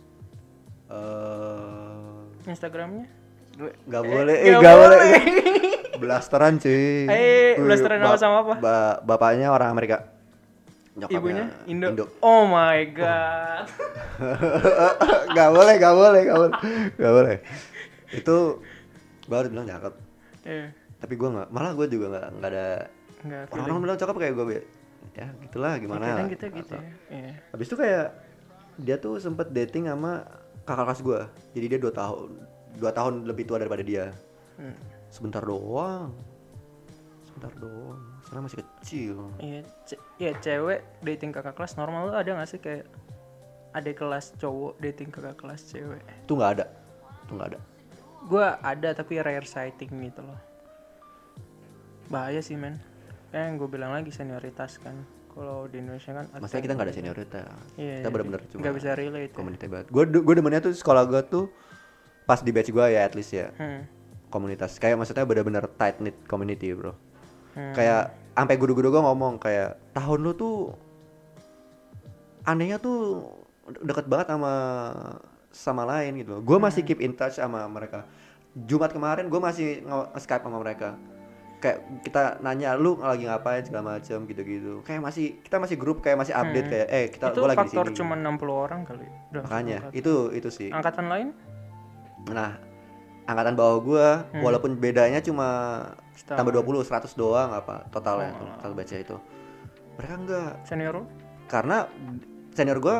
Instagramnya? Nggak boleh. Blasteran cuy. Blasteran apa sama apa? Bapaknya orang Amerika. Nyokapnya Ibunya Indo. Oh my god. Gak boleh. Itu baru bilang cakep. Tapi gue nggak, malah gue juga nggak ada. Orang bilang cakep kayak gue, ya gitulah gimana. Kadang gitu ya. Iya. Habis itu kayak dia tuh sempet dating sama kakak kelas gue. Jadi dia 2 tahun lebih tua daripada dia. Sebentar doang. Sekarang masih kecil. Iya, cewek dating kakak kelas normal tuh ada nggak sih kayak adik kelas cowok dating kakak kelas cewek? Itu nggak ada. Gue ada tapi rare sighting gitu loh. Bahaya sih men. Yang gue bilang lagi senioritas kan. Kalau di Indonesia kan. Maksudnya kita nggak ada senioritas. Iya, kita benar-benar cuma. Nggak bisa relate. Komunitas banget. Gue demennya tuh sekolah gue tuh pas di batch gue ya at least ya. Komunitas. Kayak maksudnya benar-benar tight knit community bro. Kayak sampai guru-guru gue ngomong kayak tahun lu tuh anehnya tuh deket banget sama lain gitu. Gue masih keep in touch sama mereka. Jumat kemarin gue masih nge-Skype sama mereka. Kayak kita nanya lu lagi ngapain segala macam gitu-gitu. Kayak kita masih grup, kayak masih update kayak gue lagi di sini. Itu faktor cuma 60 orang kali. Makanya itu sih. Angkatan lain? Nah, angkatan bawah gue walaupun bedanya cuma tambah 20, 100 doang apa totalnya total baca itu. Mereka enggak. Senior lu? Karena senior gue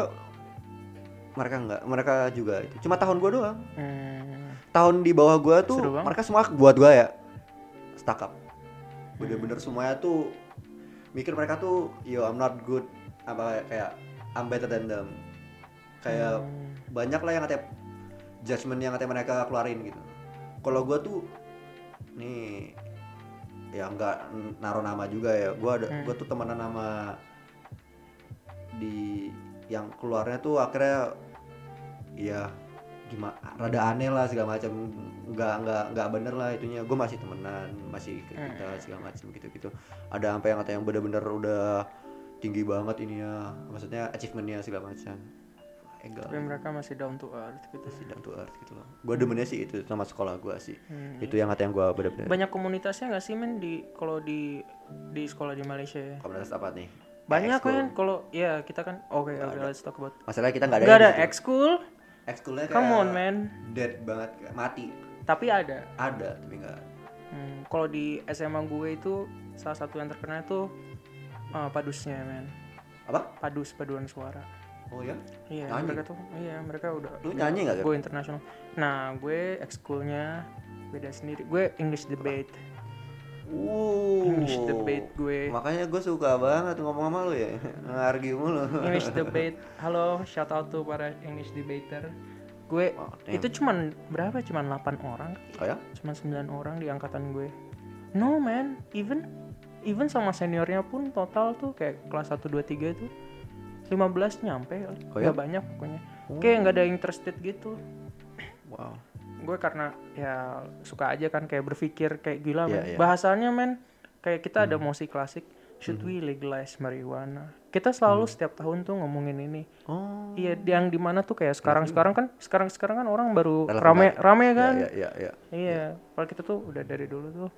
mereka juga itu. Cuma tahun gue doang. Tahun di bawah gue tuh mereka semua buat gue ya stuck up. Bener-bener semuanya tuh mikir mereka tuh yo I'm not good apa kayak I'm better than them. Kayak banyak lah yang katanya judgement yang katanya mereka keluarin gitu. Kalau gue tuh nih ya nggak naruh nama juga ya. Gue tuh temenan sama di yang keluarnya tuh akhirnya ya gimana rada aneh lah segala macam, nggak bener lah itunya. Gue masih temenan, masih kita segala macam gitu. Ada sampai yang kata yang bener-bener udah tinggi banget ini ya, maksudnya achievementnya segala macam. Tapi mereka masih down to earth gitu. Masih down to earth gitu loh. Gue demennya sih itu sama sekolah gue sih. Itu yang kata yang gue bener-bener. Banyak komunitasnya nggak sih men kalau di sekolah di Malaysia ya? Komunitas apa nih? Banyak kan kalau ya kita kan oke, let's talk about. Masalahnya kita nggak ada. Nggak ada ekskul. Ekskulnya kayak come on man, dead banget, kayak mati. Tapi ada tapi nggak. Kalau di SMA gue itu salah satu yang terkenal itu padusnya men. Apa? Paduan suara. Oh ya? Iya, mereka udah. Lu nyanyi nggak? Gue internasional. Nah, gue ekskulnya beda sendiri. Gue English debate. English debate gue. Makanya gue suka banget ngomong sama lu ya. Ngargi mulu. English debate. Halo, shout out to para English debater. Gue itu cuman berapa? Cuman 8 orang. Oh ya? Cuman 9 orang di angkatan gue. No man, even even sama seniornya pun total tuh kayak kelas 1 2 3 itu 15 nyampe kali. Gak banyak pokoknya. Kayak nggak ada interested gitu. Wow. Gue karena ya suka aja kan kayak berpikir kayak gila men. Bahasanya men kayak kita ada musik klasik, should we legalize marijuana? Kita selalu setiap tahun tuh ngomongin ini. Oh. Iya, yang dimana tuh kayak sekarang kan orang baru rame kan. Iya. Kalau kita tuh udah dari dulu tuh.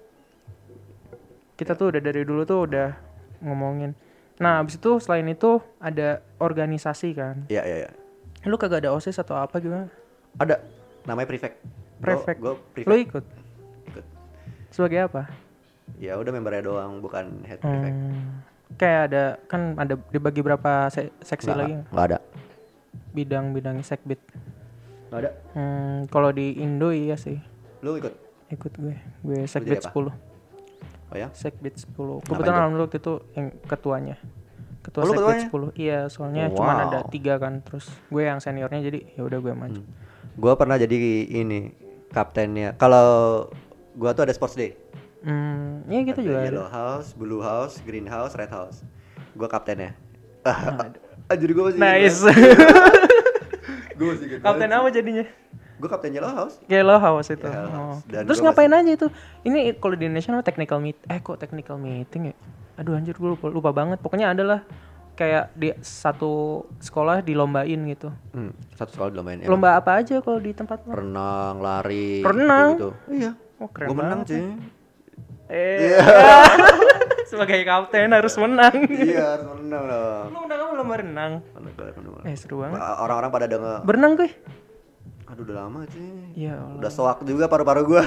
Udah ngomongin. Nah, abis itu selain itu ada organisasi kan. Iya. Lu kagak ada OSIS atau apa gimana? Ada. Namanya prefect. Gue prefect. Lu ikut? Ikut. Sebagai apa? Ya udah membernya doang, bukan head prefect. Kayak ada dibagi berapa seksi lagi? Nggak ada. Bidang sekbid. Nggak ada. Kalau di Indo iya sih. Lu ikut? Ikut gue sekbid 10. Oh ya? Sekbid 10. Kebetulan alhamdulillah itu yang ketuanya. Ketua sekbid 10. Iya, soalnya cuma ada 3 kan. Terus gue yang seniornya jadi ya udah gue maju. Gue pernah jadi ini kaptennya. Kalau gue tuh ada sports day. Ya gitu juga. Yellow house, blue house, green house, red house. Gue kaptennya. Anjir gue masih. Nice. Gue masih gitu. Kapten apa jadinya? Gue kapten Yellow House. Yellow House itu. Terus ngapain aja itu? Ini kalau di Indonesia namanya technical meeting ya? Aduh anjir gue lupa banget. Pokoknya adalah kayak di satu sekolah dilombain gitu. Satu sekolah dilombain. Lomba apa aja kalau di tempat lo? Renang, lari. Renang? Gitu. Iya. Oh keren. Gue menang cuy. Sebagai kapten harus menang. Iya harus menang dong. Lu menang apa lomba renang? Seru banget. Orang-orang pada denger. Berenang kuy? Aduh udah lama cuy. Ya Allah. Udah soak juga paru-paru gue.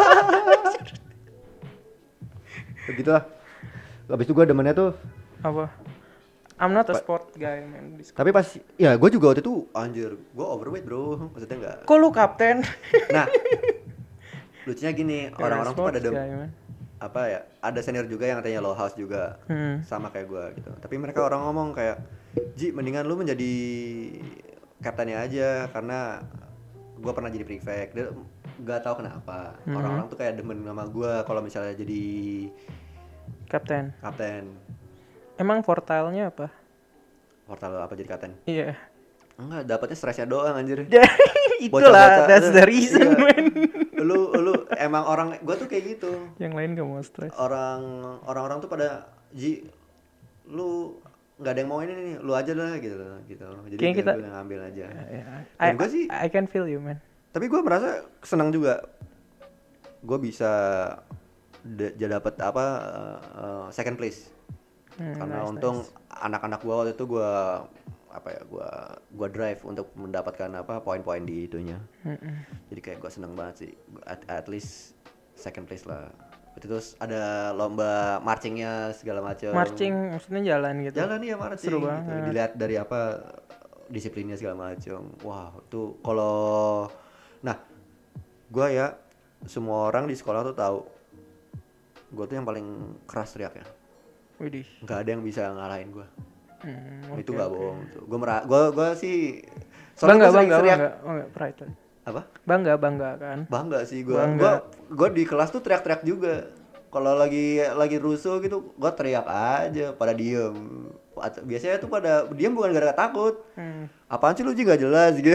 Begitu lah. Habis itu gue demennya tuh apa? I'm not a sport guy man. Tapi pas ya gue juga waktu itu anjir gue overweight bro. Maksudnya enggak. Kok lu kapten? Nah lucunya gini orang-orang tuh pada apa ya ada senior juga yang katanya low house juga sama kayak gue gitu. Tapi mereka orang ngomong kayak Ji mendingan lu menjadi kaptennya aja karena gue pernah jadi prefect. Dia gak tahu kenapa orang-orang tuh kayak demen sama gue kalau misalnya jadi kapten. Emang portalnya apa? Portal apa jadi kapten? Iya. Enggak, dapatnya stresnya doang anjir. Itulah that's the reason man. Lu emang orang gue tuh kayak gitu. Yang lain gak mau stres. Orang-orang tuh pada Ji lu nggak ada yang mau ini nih, lu aja lah gitu. Jadi kita gue ngambil aja. Dan gue sih I can feel you man. Tapi gue merasa senang juga. Gue bisa dapat apa second place. Karena untung anak-anak gue waktu itu gue drive untuk mendapatkan apa poin-poin di itunya. Jadi kayak gue seneng banget sih. At least second place lah. Terus ada lomba marchingnya segala macam. Marching maksudnya jalan gitu. Jalan iya marching. Seru gitu. banget. Dilihat dari apa disiplinnya segala macam. Wah tuh kalau gue ya semua orang di sekolah tuh tahu gue tuh yang paling keras teriaknya. Widih. Gak ada yang bisa ngalahin gue. Itu gak bohong. Gue sih. Bangga. Pride. Apa? Bangga kan? Bangga sih gue. Gue di kelas tuh teriak-teriak juga. Kalau lagi rusuh gitu, gue teriak aja. Pada diem. Biasanya tuh pada diem bukan gara-gara takut. Apaan sih lu juga gak jelas gitu.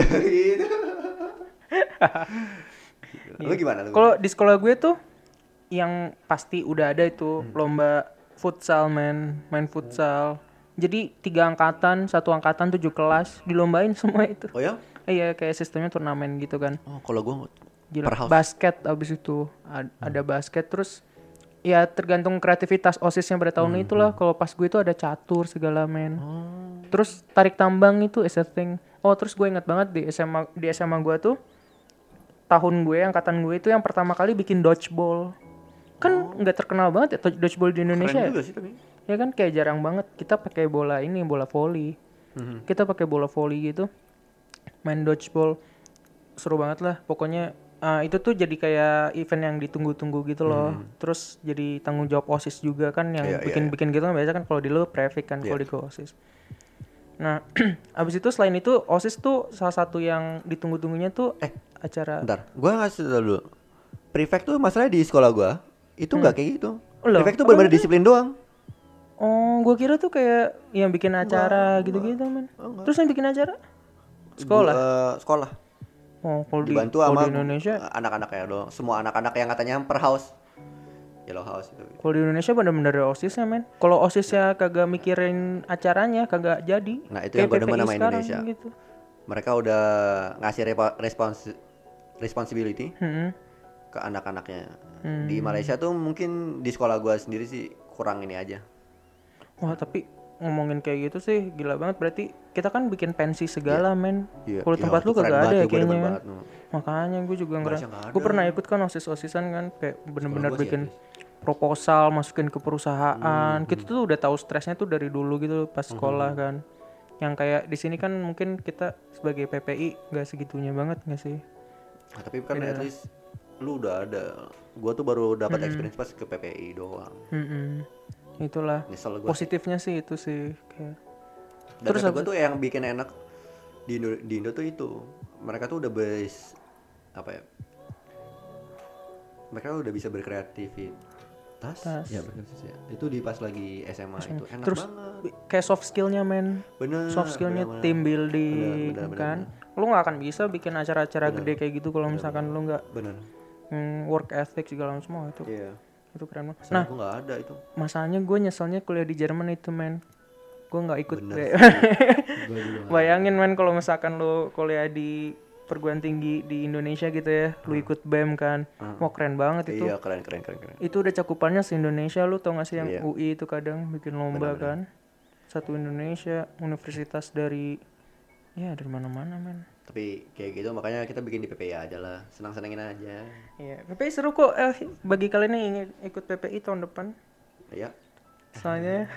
Lu gimana? Kalau di sekolah gue tuh yang pasti udah ada itu lomba futsal main futsal. Jadi 3 angkatan, 1 angkatan 7 kelas dilombain semua itu. Oh ya? Iya kayak sistemnya turnamen gitu kan. Oh kalau gue basket abis itu ada basket terus ya tergantung kreativitas OSISnya pada tahun itulah. Kalau pas gue itu ada catur segala men. Terus tarik tambang itu is a thing. Oh terus gue ingat banget di SMA gue tuh tahun gue angkatan gue itu yang pertama kali bikin dodgeball. Kan nggak terkenal banget ya dodgeball di Indonesia. Keren juga sih tapi. Ya kan kayak jarang banget kita pakai bola volley. Kita pakai bola volley gitu. Main dodgeball seru banget lah. Pokoknya itu tuh jadi kayak event yang ditunggu-tunggu gitu loh. Terus jadi tanggung jawab OSIS juga kan yang bikin gitu kan biasa kan kalau di lo prefect kan kalau di OSIS. Nah, abis itu selain itu OSIS tuh salah satu yang ditunggu-tunggunya tuh acara. Bentar, gue ngasih tau dulu. Prefect tuh masalahnya di sekolah gue itu nggak kayak gitu. Prefek tuh benar-benar disiplin doang. Oh, gua kira tuh kayak yang bikin acara gitu-gitu, men. Terus yang bikin acara? Sekolah. Sekolah. Oh, kalau dibantu sama di Indonesia anak-anaknya doang. Semua anak-anak yang katanya per house. Yellow house itu. Kalau di Indonesia bener-bener ada OSISnya, men. Kalau OSISnya kagak mikirin acaranya, kagak jadi. Nah, itu yang bener-bener sama Indonesia. Gitu. Mereka udah ngasih responsibility ke anak-anaknya. Di Malaysia tuh mungkin di sekolah gua sendiri sih kurang ini aja. Wah, tapi ngomongin kayak gitu sih gila banget, berarti kita kan bikin pensi segala, men. Kalau tempat lu kagak ada ya kayaknya. Makanya gue juga gue pernah ikut kan OSIS-OSISan kan, kayak bener-bener bikin proposal, masukin ke perusahaan. Kita tuh udah tahu stresnya tuh dari dulu gitu pas sekolah kan. Yang kayak di sini kan mungkin kita sebagai PPI nggak segitunya banget nggak sih? Nah, tapi kan at least lu udah ada. Gua tuh baru dapat experience pas ke PPI doang. Itulah positifnya sih itu sih kayak. Dan terus gue tuh yang bikin enak di Indo tuh itu mereka tuh udah mereka udah bisa berkreativitas ya itu di pas lagi SMA itu enak terus, banget kayak soft skillnya, men. Soft skillnya team building kan lu nggak akan bisa bikin acara-acara gede kayak gitu kalau misalkan lu nggak work ethic segala semua itu. Itu keren banget. Nah, gue nggak ada itu. Masalahnya gue nyeselnya kuliah di Jerman itu, men. Gue nggak ikut. Bayangin, men, kalau misalkan lo kuliah di perguruan tinggi di Indonesia gitu ya, lo ikut BEM kan. Wah, keren banget itu. Iya, keren. Itu udah cakupannya se-Indonesia, lo tau gak sih yang UI itu kadang bikin lomba kan. Satu Indonesia, universitas dari mana-mana, men. Tapi kayak gitu makanya kita bikin di PPI aja lah, senang-senangin aja. Iya, PPI seru kok. Bagi kalian yang ingin ikut PPI tahun depan. Iya. Soalnya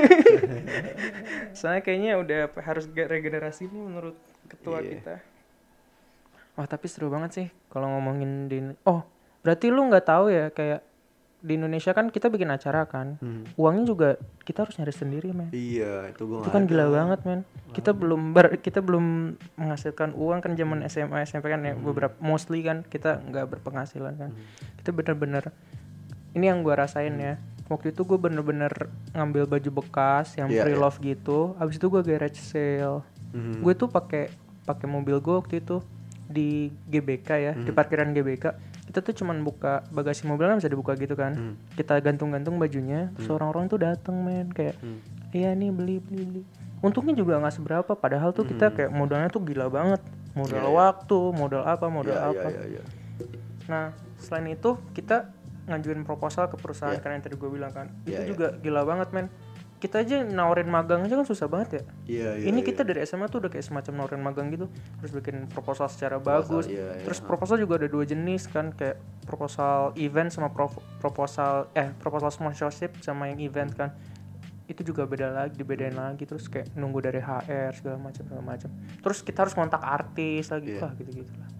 kayaknya udah harus regenerasi nih menurut ketua kita. Wah, tapi seru banget sih kalau ngomongin berarti lu nggak tahu ya kayak di Indonesia kan kita bikin acara kan, uangnya juga kita harus nyari sendiri, men. Iya, itu kan gila banget, men. Kita belum menghasilkan uang kan zaman SMA SMP kan ya, beberapa mostly kan kita nggak berpenghasilan kan. Kita bener-bener ini yang gue rasain ya. Waktu itu gue bener-bener ngambil baju bekas yang pre-love gitu. Abis itu gue garage sale. Gue tuh pakai mobil gue waktu itu di GBK ya, di parkiran GBK. Kita tuh cuman buka bagasi mobil kan bisa dibuka gitu kan. Kita gantung-gantung bajunya, terus orang-orang tuh dateng, men, kayak iya nih beli. Untungnya juga nggak seberapa, padahal tuh kita kayak modalnya tuh gila banget. Modal waktu, modal apa. Iya. Nah, selain itu kita ngajuin proposal ke perusahaan kan yang tadi gue bilang kan. Itu juga gila banget, men. Kita aja nawarin magang aja kan susah banget ya. Ini kita dari SMA tuh udah kayak semacam nawarin magang gitu. Terus bikin proposal secara bagus. Terus proposal juga ada 2 jenis kan, kayak proposal event sama proposal sponsorship sama yang event kan. Itu juga dibedain lagi. Terus kayak nunggu dari HR segala macam. Terus kita harus kontak artis lagi gitu-gitu lah.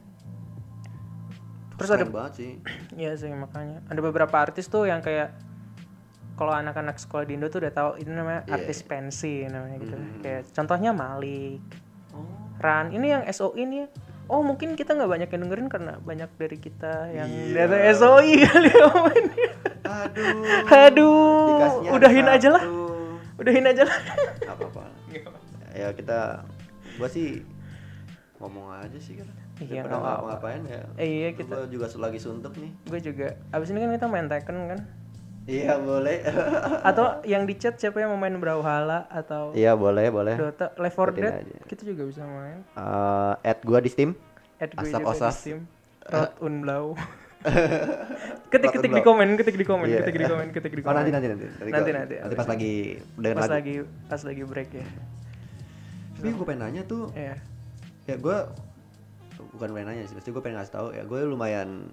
Terus ada banget sih. Iya sih, makanya ada beberapa artis tuh yang kayak kalau anak-anak sekolah di Indo tuh udah tahu ini namanya artis pensi namanya gitu. Kayak contohnya Malik, Ran. Ini yang SOI nih. Oh, mungkin kita nggak banyak yang dengerin karena banyak dari kita yang datang SOI kali ya. Aduh. Udahin aja lah. Gak apa-apa. Ya gua sih ngomong aja sih kan. Iya, ngapain ya. Iya, kita juga lagi suntuk nih. Gue juga. Abis ini kan kita main Tekken kan. Iya, boleh. Atau yang di chat siapa yang mau main Brawlhalla atau iya, boleh. Dota, Left 4 Dead kita juga bisa main. Add gua di Steam. Asap Osas. Rot Unblau. ketik di komen. Oh, nanti pas lagi break ya. Tapi gue pengen nanya tuh. Iya. Ya gue bukan pengen nanya sih, pasti gue pengen ngasih tahu ya, gue lumayan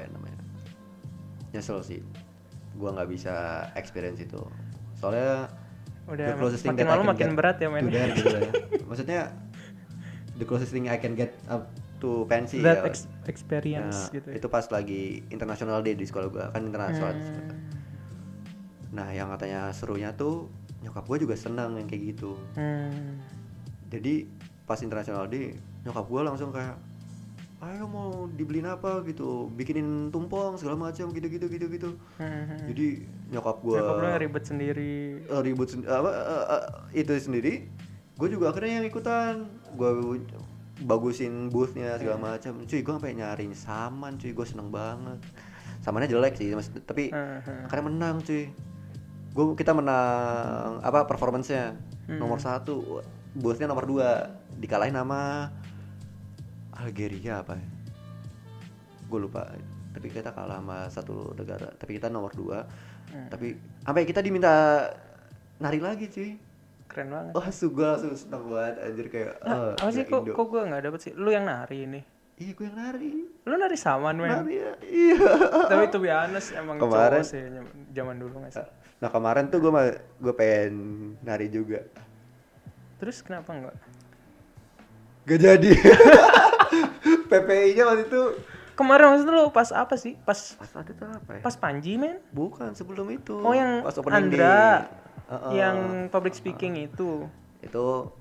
nyesel sih. Gue nggak bisa experience itu. Soalnya udah makin malu makin berat ya, men. Gitu ya. Maksudnya the closest thing I can get up to pensi that experience gitu. Itu pas lagi International Day di sekolah gue, kan internasional. Nah, yang katanya serunya tuh nyokap gue juga senang yang kayak gitu. Jadi pas International Day nyokap gue langsung kayak ayo mau dibeliin apa gitu, bikinin tumpeng segala macam gitu. Jadi nyokap gue ribet sendiri. Itu sendiri. Gue juga akhirnya yang ikutan. Gue bagusin boothnya segala macam. Cuy, gue sampai nyariin saman, cuy. Gue seneng banget. Samannya jelek sih, tapi akhirnya menang, cuy. Kita menang performance-nya. Nomor 1, boothnya nomor 2. Dikalahin sama Algeria apa ya? Gue lupa. Tapi kita kalah sama satu negara. Tapi kita nomor 2. Tapi sampai kita diminta nari lagi, cuy. Keren banget. Oh, gue langsung seneng banget anjir kayak. Apa sih kok gue nggak dapet sih? Lu yang nari ini? Iya, gue yang nari. Lu nari saman, men? Nari ya, iya. Tapi to be honest, emang kemarin, cowok sih zaman dulu nggak sih? Nah kemarin tuh gue pengen nari juga. Terus kenapa enggak? Gak jadi. PPI-nya waktu itu. Kemarin maksud lu pas apa sih? Pas waktu itu apa ya? Pas Panji, men? Bukan, sebelum itu. Oh, yang pas Andra. Yang public speaking itu. Itu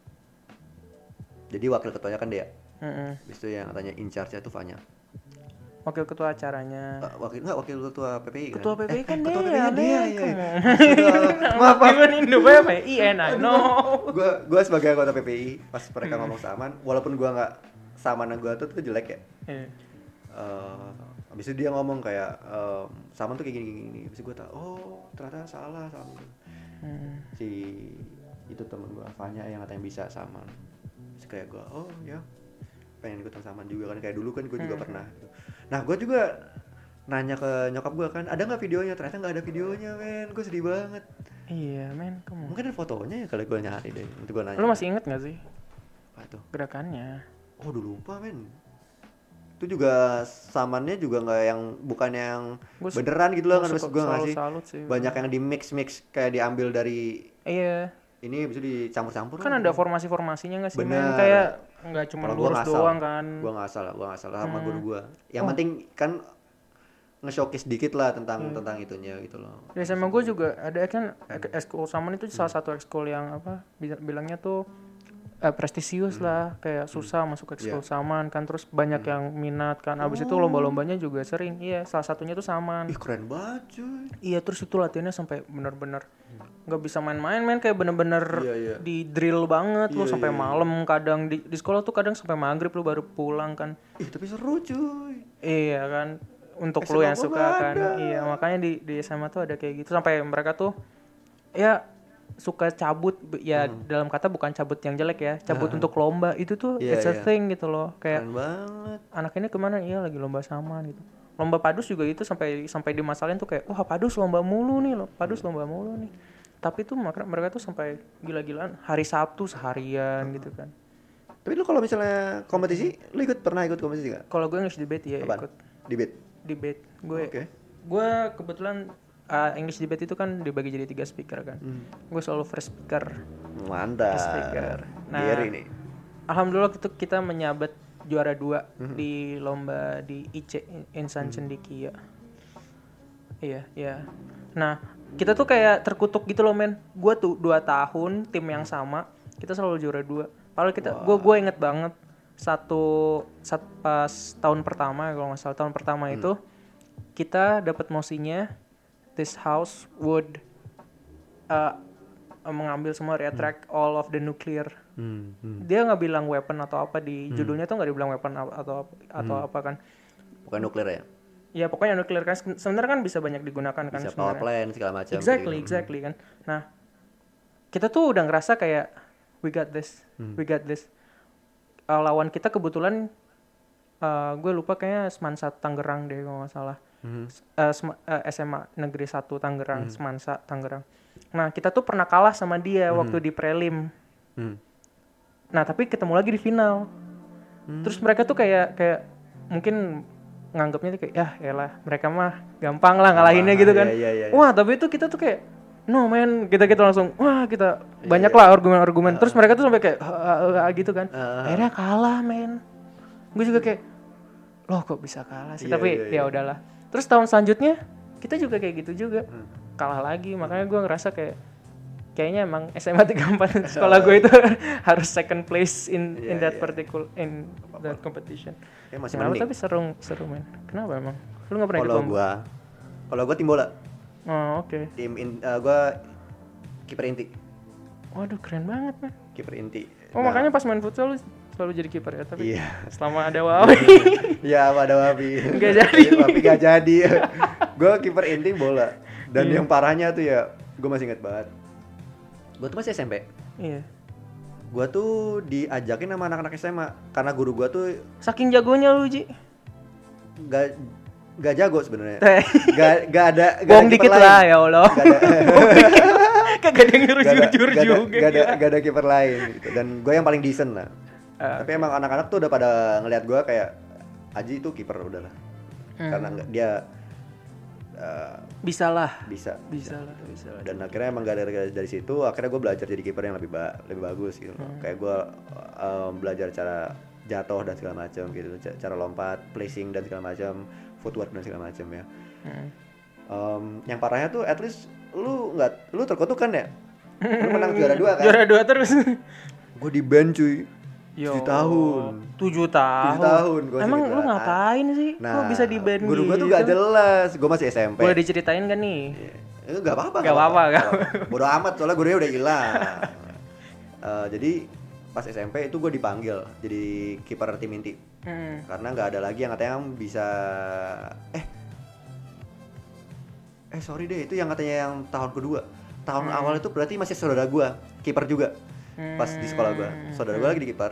jadi wakil ketuanya kan dia. Habis itu yang katanya in charge-nya tuh Fanya. Wakil ketua acaranya. Wakil ketua PPI kan? Ketua PPI kan dia. Iya. Maaf. Even Indo PPI know. Gue sebagai anggota PPI pas mereka ngomong saman, walaupun gue nggak saman gue tuh jelek ya. Habis itu dia ngomong kayak saman tuh kayak gini. Habis itu gue tahu, oh ternyata salah. Si itu temen gue Fanya yang katanya bisa saman. Terus kayak gue, oh ya pengen ikutan saman juga kan, kayak dulu kan gue juga pernah gitu. Nah gue juga nanya ke nyokap gue kan, ada nggak videonya? Ternyata nggak ada videonya, men. Gue sedih banget. Iya, men. Mungkin ada fotonya ya kalau gue nyari deh. Nanti gue nanya. Lu masih inget nggak sih? Apa tuh? Gerakannya. Oh, udah lupa, men. Itu juga samannya juga nggak yang bukan yang beneran gitu loh kan, maksud gue nggak sih. Banyak yang di mix kayak diambil dari. Iya. Ini bisa dicampur-campur kan ada formasi-formasinya nggak sih, men? Kayak nggak cuma lurus doang kan. Gue nggak salah sama guru gue. Yang penting kan nge-showcase dikit lah tentang itunya gitu loh. Ya sama gue juga ada kan ekskul saman itu salah satu ekskul yang bilangnya tuh prestisius lah, kayak susah masuk ekskul saman kan, terus banyak yang minat kan. Abis itu lomba-lombanya juga sering. Iya, salah satunya tuh saman. Ih, keren banget, cuy. Iya, terus itu latihannya sampai benar-benar nggak bisa main-main, men, kayak bener-bener di drill banget lu sampai malam, kadang di sekolah tuh kadang sampai maghrib lu baru pulang kan. Ih, tapi seru, cuy. Iya kan, untuk lu yang suka kan. Iya, makanya di SMA tuh ada kayak gitu, sampai mereka tuh ya suka cabut ya, dalam kata bukan cabut yang jelek ya, cabut untuk lomba itu tuh it's a thing gitu loh, kayak keren banget. Anak ini kemana? Iya lagi lomba saman gitu. Lomba padus juga itu sampai dimasalahin tuh kayak, wah padus lomba mulu nih loh, padus lomba mulu nih. Tapi tuh mereka tuh sampai gila-gilaan hari Sabtu seharian gitu kan. Tapi lu kalau misalnya kompetisi, lu pernah ikut kompetisi nggak? Kalau gue English debate ya. Apaan? Ikut. Debate. Gue kebetulan English debate itu kan dibagi jadi 3 speaker kan. Gue selalu first speaker. Mantap. First speaker. Nah, ini. Alhamdulillah kita menyabat juara 2 di lomba di IC Insan Cendekia. Iya. Nah, kita tuh kayak terkutuk gitu loh, men. Gue tuh 2 tahun tim yang sama, kita selalu juara 2. Padahal gue inget banget pas tahun pertama, kalau nggak salah tahun pertama itu kita dapat mosinya this house would mengambil semua reattract all of the nuclear. Dia nggak bilang weapon atau apa di judulnya tuh, nggak dibilang weapon atau apa kan. Bukan nuklir ya? Ya pokoknya nuklir kan sebenarnya kan bisa banyak digunakan kan. Bisa power plant segala macam. Exactly kan. Nah kita tuh udah ngerasa kayak we got this. Lawan kita kebetulan gue lupa kayaknya Semansa Tangerang deh kalau nggak salah. SMA Negeri 1 Tangerang, Semansa Tangerang. Nah kita tuh pernah kalah sama dia waktu di prelim. Nah tapi ketemu lagi di final. Terus mereka tuh kayak mungkin nganggapnya tuh kayak yaelah mereka mah gampang lah ngalahinnya gitu kan. Iya. Wah tapi itu kita tuh kayak no man, kita langsung kita banyak lah argumen-argumen. Terus mereka tuh sampai kayak gitu kan. Akhirnya kalah, men. Gue juga kayak loh kok bisa kalah sih, tapi ya udahlah. Terus tahun selanjutnya kita juga kayak gitu juga. Kalah lagi, makanya gue ngerasa kayak kayaknya emang SMA 34 sekolah gue itu harus second place in that particular in that competition. Masih Kenapa mending. tapi seru men. Kenapa emang? Lu nggak pernah ikut lomba? Kalau gua tim bola. Oh oke. Gua kiper inti. Waduh keren banget man. Kiper inti. Oh makanya pas main futsal lu selalu jadi kiper ya tapi selama ada Wawi. Iya ada Wawi. Gak jadi. Tapi gak jadi. Gua kiper inti bola. Dan yang parahnya tuh ya, gua masih inget banget. Gua tuh masih SMP. Iya. Gua tuh diajakin sama anak-anak SMA karena guru gua tuh saking jagonya lu Ji. Gak jago sebenarnya. Gak ada bohong dikit lain. Lah ya Allah. Kagak ada yang jujur juga. Gak ada kiper lain gitu. Dan gue yang paling decent lah. Tapi emang anak-anak tuh udah pada ngelihat gue kayak Aji itu kiper udahlah. Karena dia bisa lah. Dan akhirnya emang dari situ akhirnya gue belajar jadi kiper yang lebih bagus gitu. Kayak gue belajar cara jatuh dan segala macam gitu, cara lompat, placing dan segala macam, footwork dan segala macam ya. Yang parahnya tuh at least lu terkutuk kan ya? Lu menang juara 2 kan? Juara 2 terus. Gue di ban cuy. 7 tahun. 7 tahun. Gua emang lu ngapain sih? Kok bisa di ban gitu? Guru gue tuh gak jelas. Gue masih SMP. Boleh diceritain gak nih? Gak apa-apa. Bodo amat soalnya gurunya udah hilang. Jadi pas SMP itu gue dipanggil jadi kiper tim inti. Karena gak ada lagi yang katanya bisa sorry deh, itu yang katanya yang tahun kedua. Tahun awal itu berarti masih saudara gue kiper juga. Pas di sekolah gue, saudara gue lagi di kiper.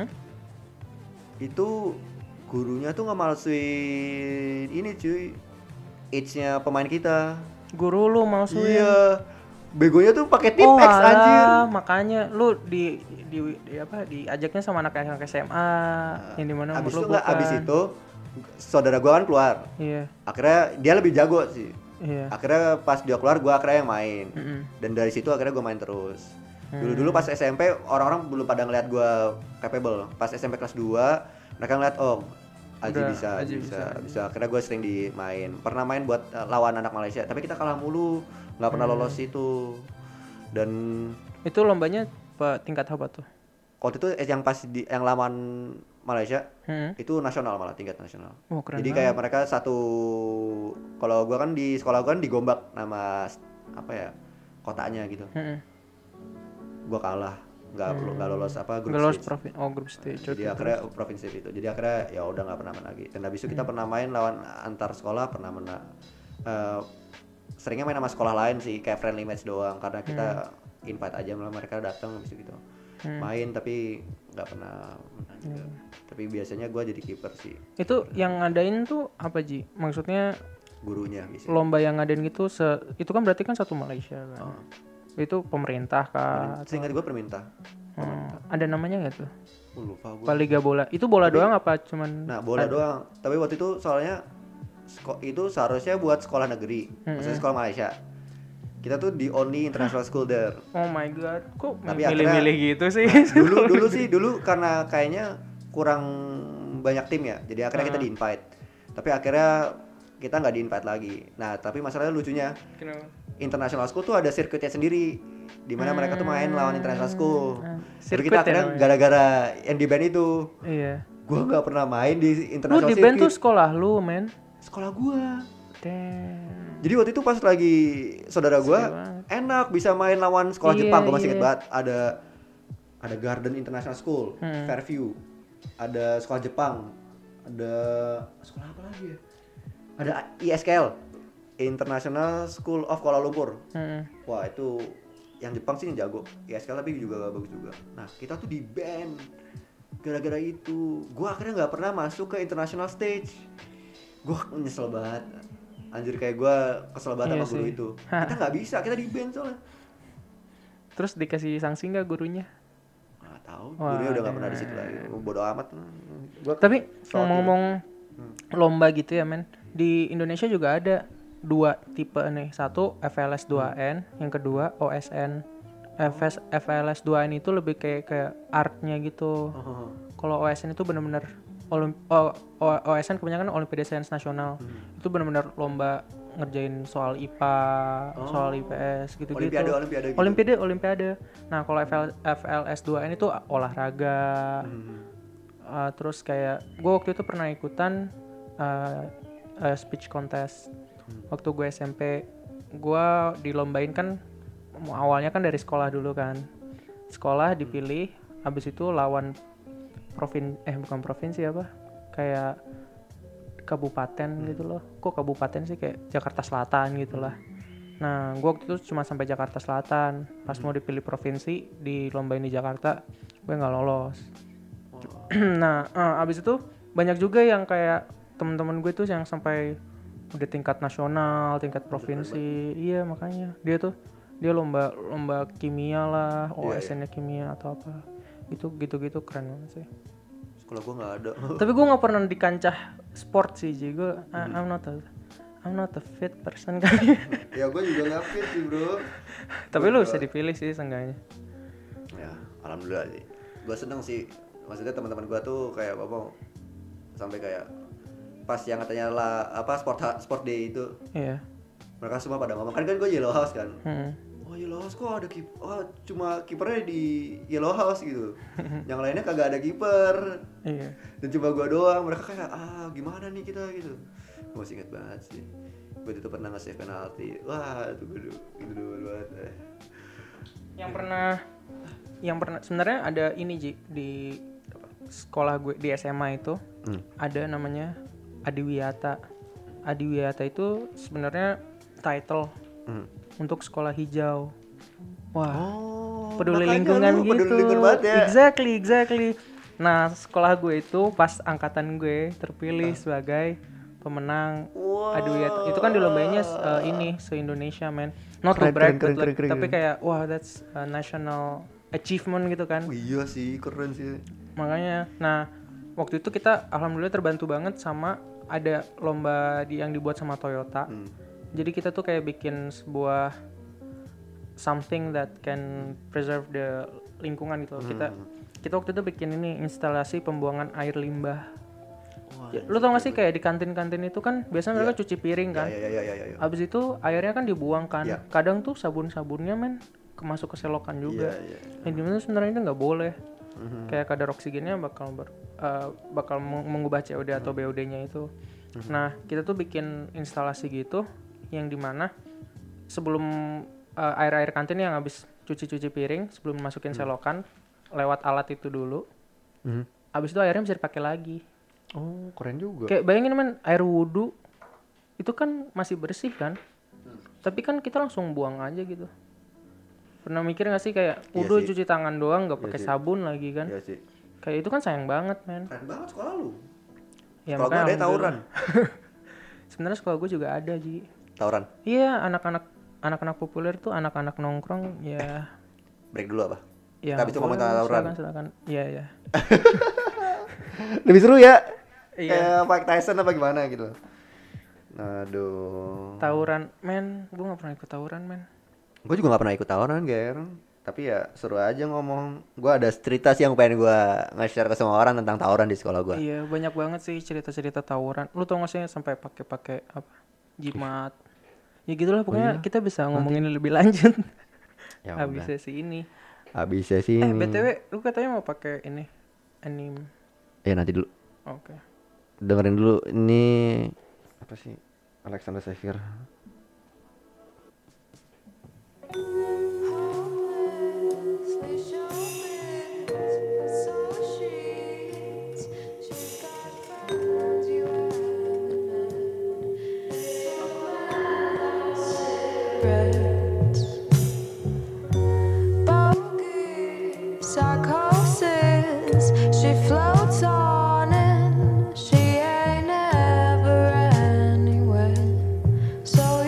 Itu gurunya tuh ngemalsuin ini cuy, age-nya pemain kita. Guru lu malsuin? Iya, begonya tuh pakai tip X anjir. Makanya lu diajaknya sama anak SMA yang dimana abis lu itu bukan. Abis itu saudara gue kan keluar. Iya. Akhirnya dia lebih jago sih. Iya. Akhirnya pas dia keluar gue akhirnya yang main. Dan dari situ akhirnya gue main terus. Dulu pas SMP orang-orang belum pada ngeliat gue capable. Pas SMP kelas 2 mereka ngeliat Aji bisa. Akhirnya gue sering dimain. Pernah main buat lawan anak Malaysia, tapi kita kalah mulu, nggak pernah lolos itu. Dan itu lombanya tingkat apa tuh? Waktu itu yang lawan Malaysia itu nasional, malah tingkat nasional. Jadi kayak mereka satu, kalau gue kan di sekolah gue kan di Gombak nama kotanya gitu. Gue kalah, nggak lolos grup stage. Jadi akhirnya provinsi itu. Jadi akhirnya ya udah nggak pernah main lagi. Dan habis itu kita pernah main lawan antar sekolah, pernah menang. Seringnya main sama sekolah lain sih, kayak friendly match doang. Karena kita invite aja, mereka datang habis itu gitu. Main tapi nggak pernah menang juga. Tapi biasanya gue jadi kiper sih. Itu yang ngadain tuh apa Ji? Maksudnya gurunya biasanya. Lomba yang ngadain gitu itu kan berarti kan satu Malaysia kan. Itu pemerintah kah? Seingat gue pemerintah. Ada namanya nggak tuh? Lupa gue. Liga bola. Itu bola doang apa cuman? Nah bola doang. Tapi waktu itu soalnya itu seharusnya buat sekolah negeri, maksudnya sekolah Malaysia. Kita tuh the only international school there. Oh my god, kok milih-milih gitu sih? Dulu karena kayaknya kurang banyak tim ya, jadi akhirnya kita di-invite. Tapi akhirnya kita nggak di-invite lagi. Nah tapi masalahnya lucunya, kenapa? International school tuh ada sirkuitnya sendiri, di mana mereka tuh main lawan international school. Jadi kita akhirnya gara-gara yang di band itu, gua nggak pernah main di international circuit. Lu di band tuh sekolah lu, men? Sekolah gua. Jadi waktu itu pas lagi saudara gua enak bisa main lawan sekolah Jepang, gua masih inget banget. Ada Garden International School, Fairview. Ada sekolah Jepang. Ada sekolah apa lagi ya? Ada ISKL, International School of Kuala Lumpur. Wah, itu yang Jepang sih yang jago. ISKL tapi juga bagus juga. Nah, kita tuh di band gara-gara itu. Gua akhirnya nggak pernah masuk ke international stage. Gue nyesel banget, anjir, kayak gue kesel banget sama guru itu. Kita nggak bisa, kita di band soalnya. Terus dikasih sanksi nggak gurunya? Nggak tahu, gurunya udah nggak pernah di situ lagi. Bodo amat. Tapi ngomong-ngomong lomba gitu ya men, di Indonesia juga ada 2 tipe nih. Satu FLS 2N, yang kedua OSN. FLS 2N itu lebih kayak artnya gitu. Kalau OSN itu benar-benar OSN kebanyakan Olimpiade Sains Nasional. Itu benar-benar lomba ngerjain soal IPA, soal IPS gitu-gitu. Olimpiade. Nah, kalau FLS 2N itu olahraga. Terus kayak gue waktu itu pernah ikutan speech contest. Waktu gue SMP, gue dilombain kan awalnya kan dari sekolah dulu kan. Sekolah dipilih, habis itu lawan bukan provinsi apa? Kayak kabupaten gitu loh. Kok kabupaten sih, kayak Jakarta Selatan gitu lah. Nah, gue waktu itu cuma sampai Jakarta Selatan. Pas mau dipilih provinsi, dilombain di Jakarta, gue nggak lolos. Nah, abis itu banyak juga yang kayak teman-teman gue tuh yang sampai udah tingkat nasional, tingkat provinsi. Iya, makanya dia lomba kimia lah, OSN-nya kimia atau apa. Itu gitu-gitu keren banget sih. Sekolah gue nggak ada. Tapi gue nggak pernah di kancah sport sih, Ji. Gue I'm not a fit person kan. Ya gue juga nggak fit sih bro. Tapi lu bisa dipilih sih seenggaknya. Ya alhamdulillah sih. Gue seneng sih. Maksudnya teman-teman gue tuh kayak apa sampai kayak pas yang katanya lah apa sport day itu. Iya. Mereka semua pada ngomong kan gue Yellow House kan. Oh Yellow House kok ada cuma kipernya di Yellow House gitu. Yang lainnya kagak ada kiper. Iya. Dan cuma gua doang. Mereka kayak gimana nih kita gitu. Gua masih inget banget sih. Gua itu pernah nge-save penalti. Wah, itu dulu banget. Yang pernah sebenarnya ada ini Ji di sekolah gue di SMA itu. Ada namanya Adiwiyata. Adiwiyata itu sebenarnya title untuk sekolah hijau. Wah, peduli lingkungan gitu. Peduli lingkungan banget ya. Exactly. Nah, sekolah gue itu pas angkatan gue terpilih sebagai pemenang Adiwiyata. Itu kan dilombainnya ini se-Indonesia, man. Not to brag, tapi kayak wah, that's a national achievement gitu kan. Iya sih, keren sih. Makanya, nah waktu itu kita alhamdulillah terbantu banget sama ada lomba yang dibuat sama Toyota. Jadi kita tuh kayak bikin sebuah something that can preserve the lingkungan gitu. Kita waktu itu bikin ini instalasi pembuangan air limbah. Lu tau gak sih kayak di kantin-kantin itu kan biasanya mereka cuci piring kan. Iya. Abis itu airnya kan dibuang kan. Kadang tuh sabun-sabunnya masuk ke selokan juga. Yang dimana sebenarnya itu nggak boleh. Kayak kadar oksigennya bakal mengubah COD atau BOD-nya itu. Nah kita tuh bikin instalasi gitu yang dimana sebelum air kantin yang habis cuci piring sebelum masukin selokan lewat alat itu dulu. Habis itu airnya bisa dipakai lagi. Oh keren juga. Kayak bayangin air wudhu itu kan masih bersih kan, tapi kan kita langsung buang aja gitu. Pernah mikir nggak sih kayak wudhu cuci tangan doang nggak pakai sabun lagi kan? Iya sih. Kayak itu kan sayang banget men. Keren banget sekolah lu. Ya, sekolah gue ada tawuran. Sebenarnya sekolah gue juga ada Ji. Tawuran? Iya, anak-anak populer tuh anak-anak nongkrong ya. Break dulu apa? Ya, habis itu ngomong tentang tawuran. Silakan. Iya. Lebih seru ya? Iya. Kayak Mike Tyson apa gimana gitu. Aduh. Tawuran, men. Gue gak pernah ikut tawuran, men. Gue juga gak pernah ikut tawuran, Ger. Tapi ya seru aja ngomong. Gue ada cerita sih yang pengen gue nge-share ke semua orang tentang tawuran di sekolah gue. Iya, banyak banget sih cerita-cerita tawuran. Lu tau gak sih sampai pakai apa? Jimat. Ya gitulah pokoknya kita bisa ngomongin lebih lanjut. Ya habis sesi ini. BTW, lu katanya mau pakai ini anime. Ya nanti dulu. Oke. Dengerin dulu ini apa sih? Alexander Xavier. Psychosis, she floats on and she ain't ever anywhere. So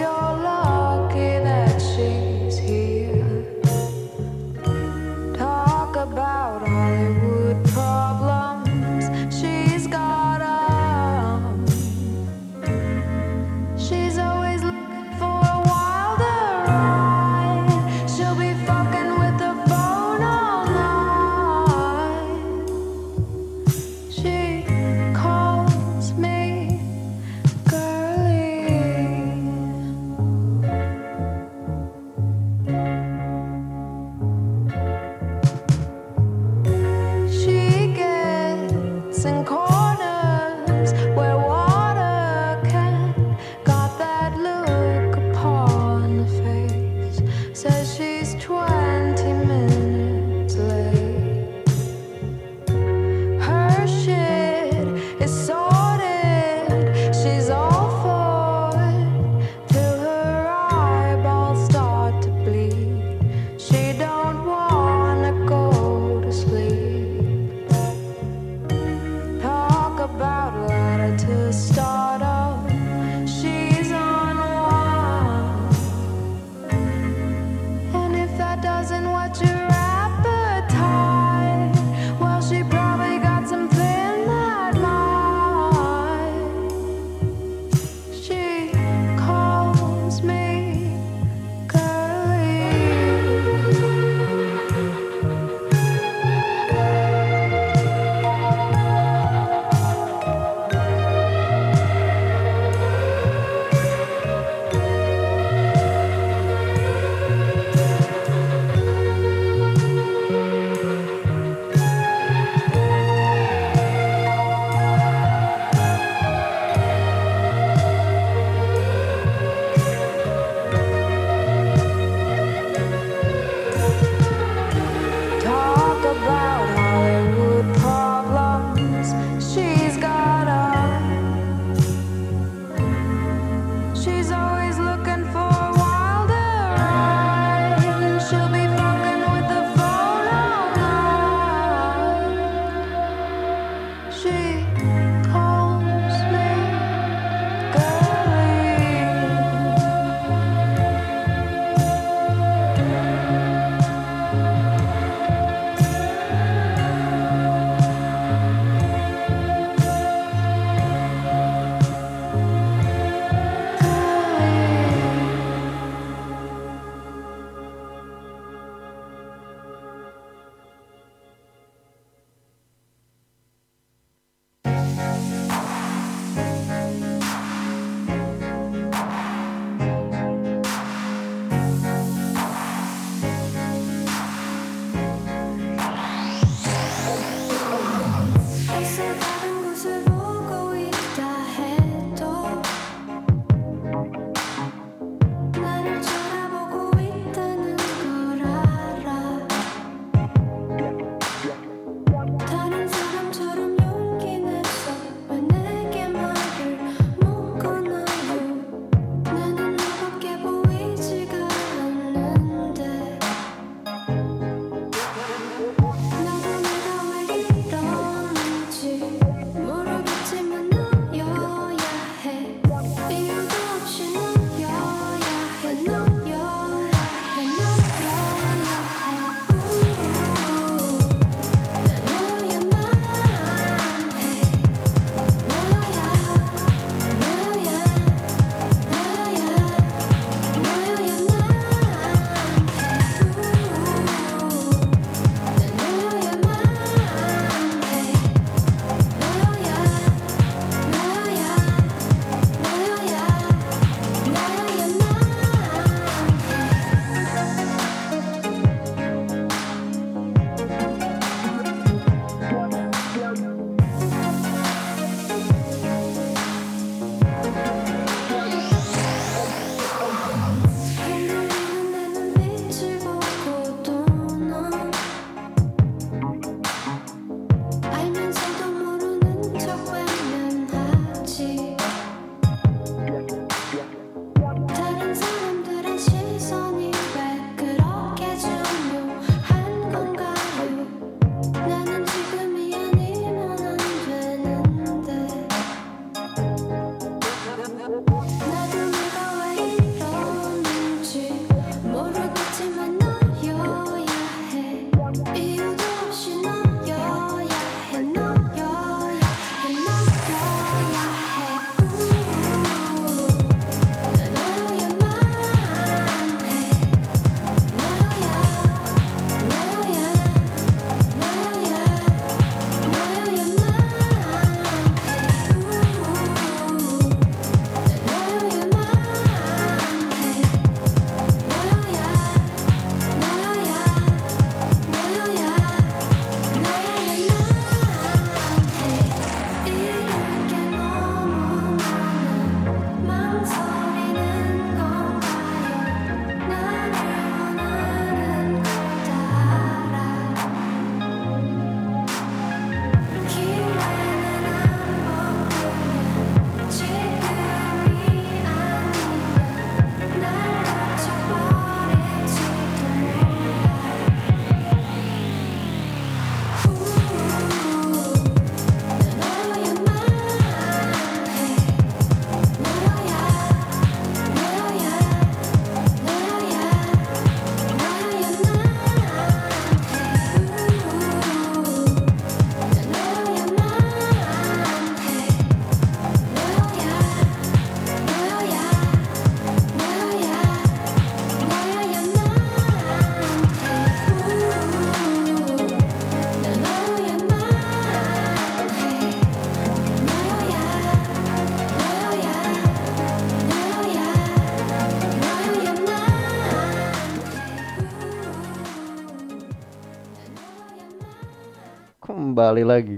kembali lagi.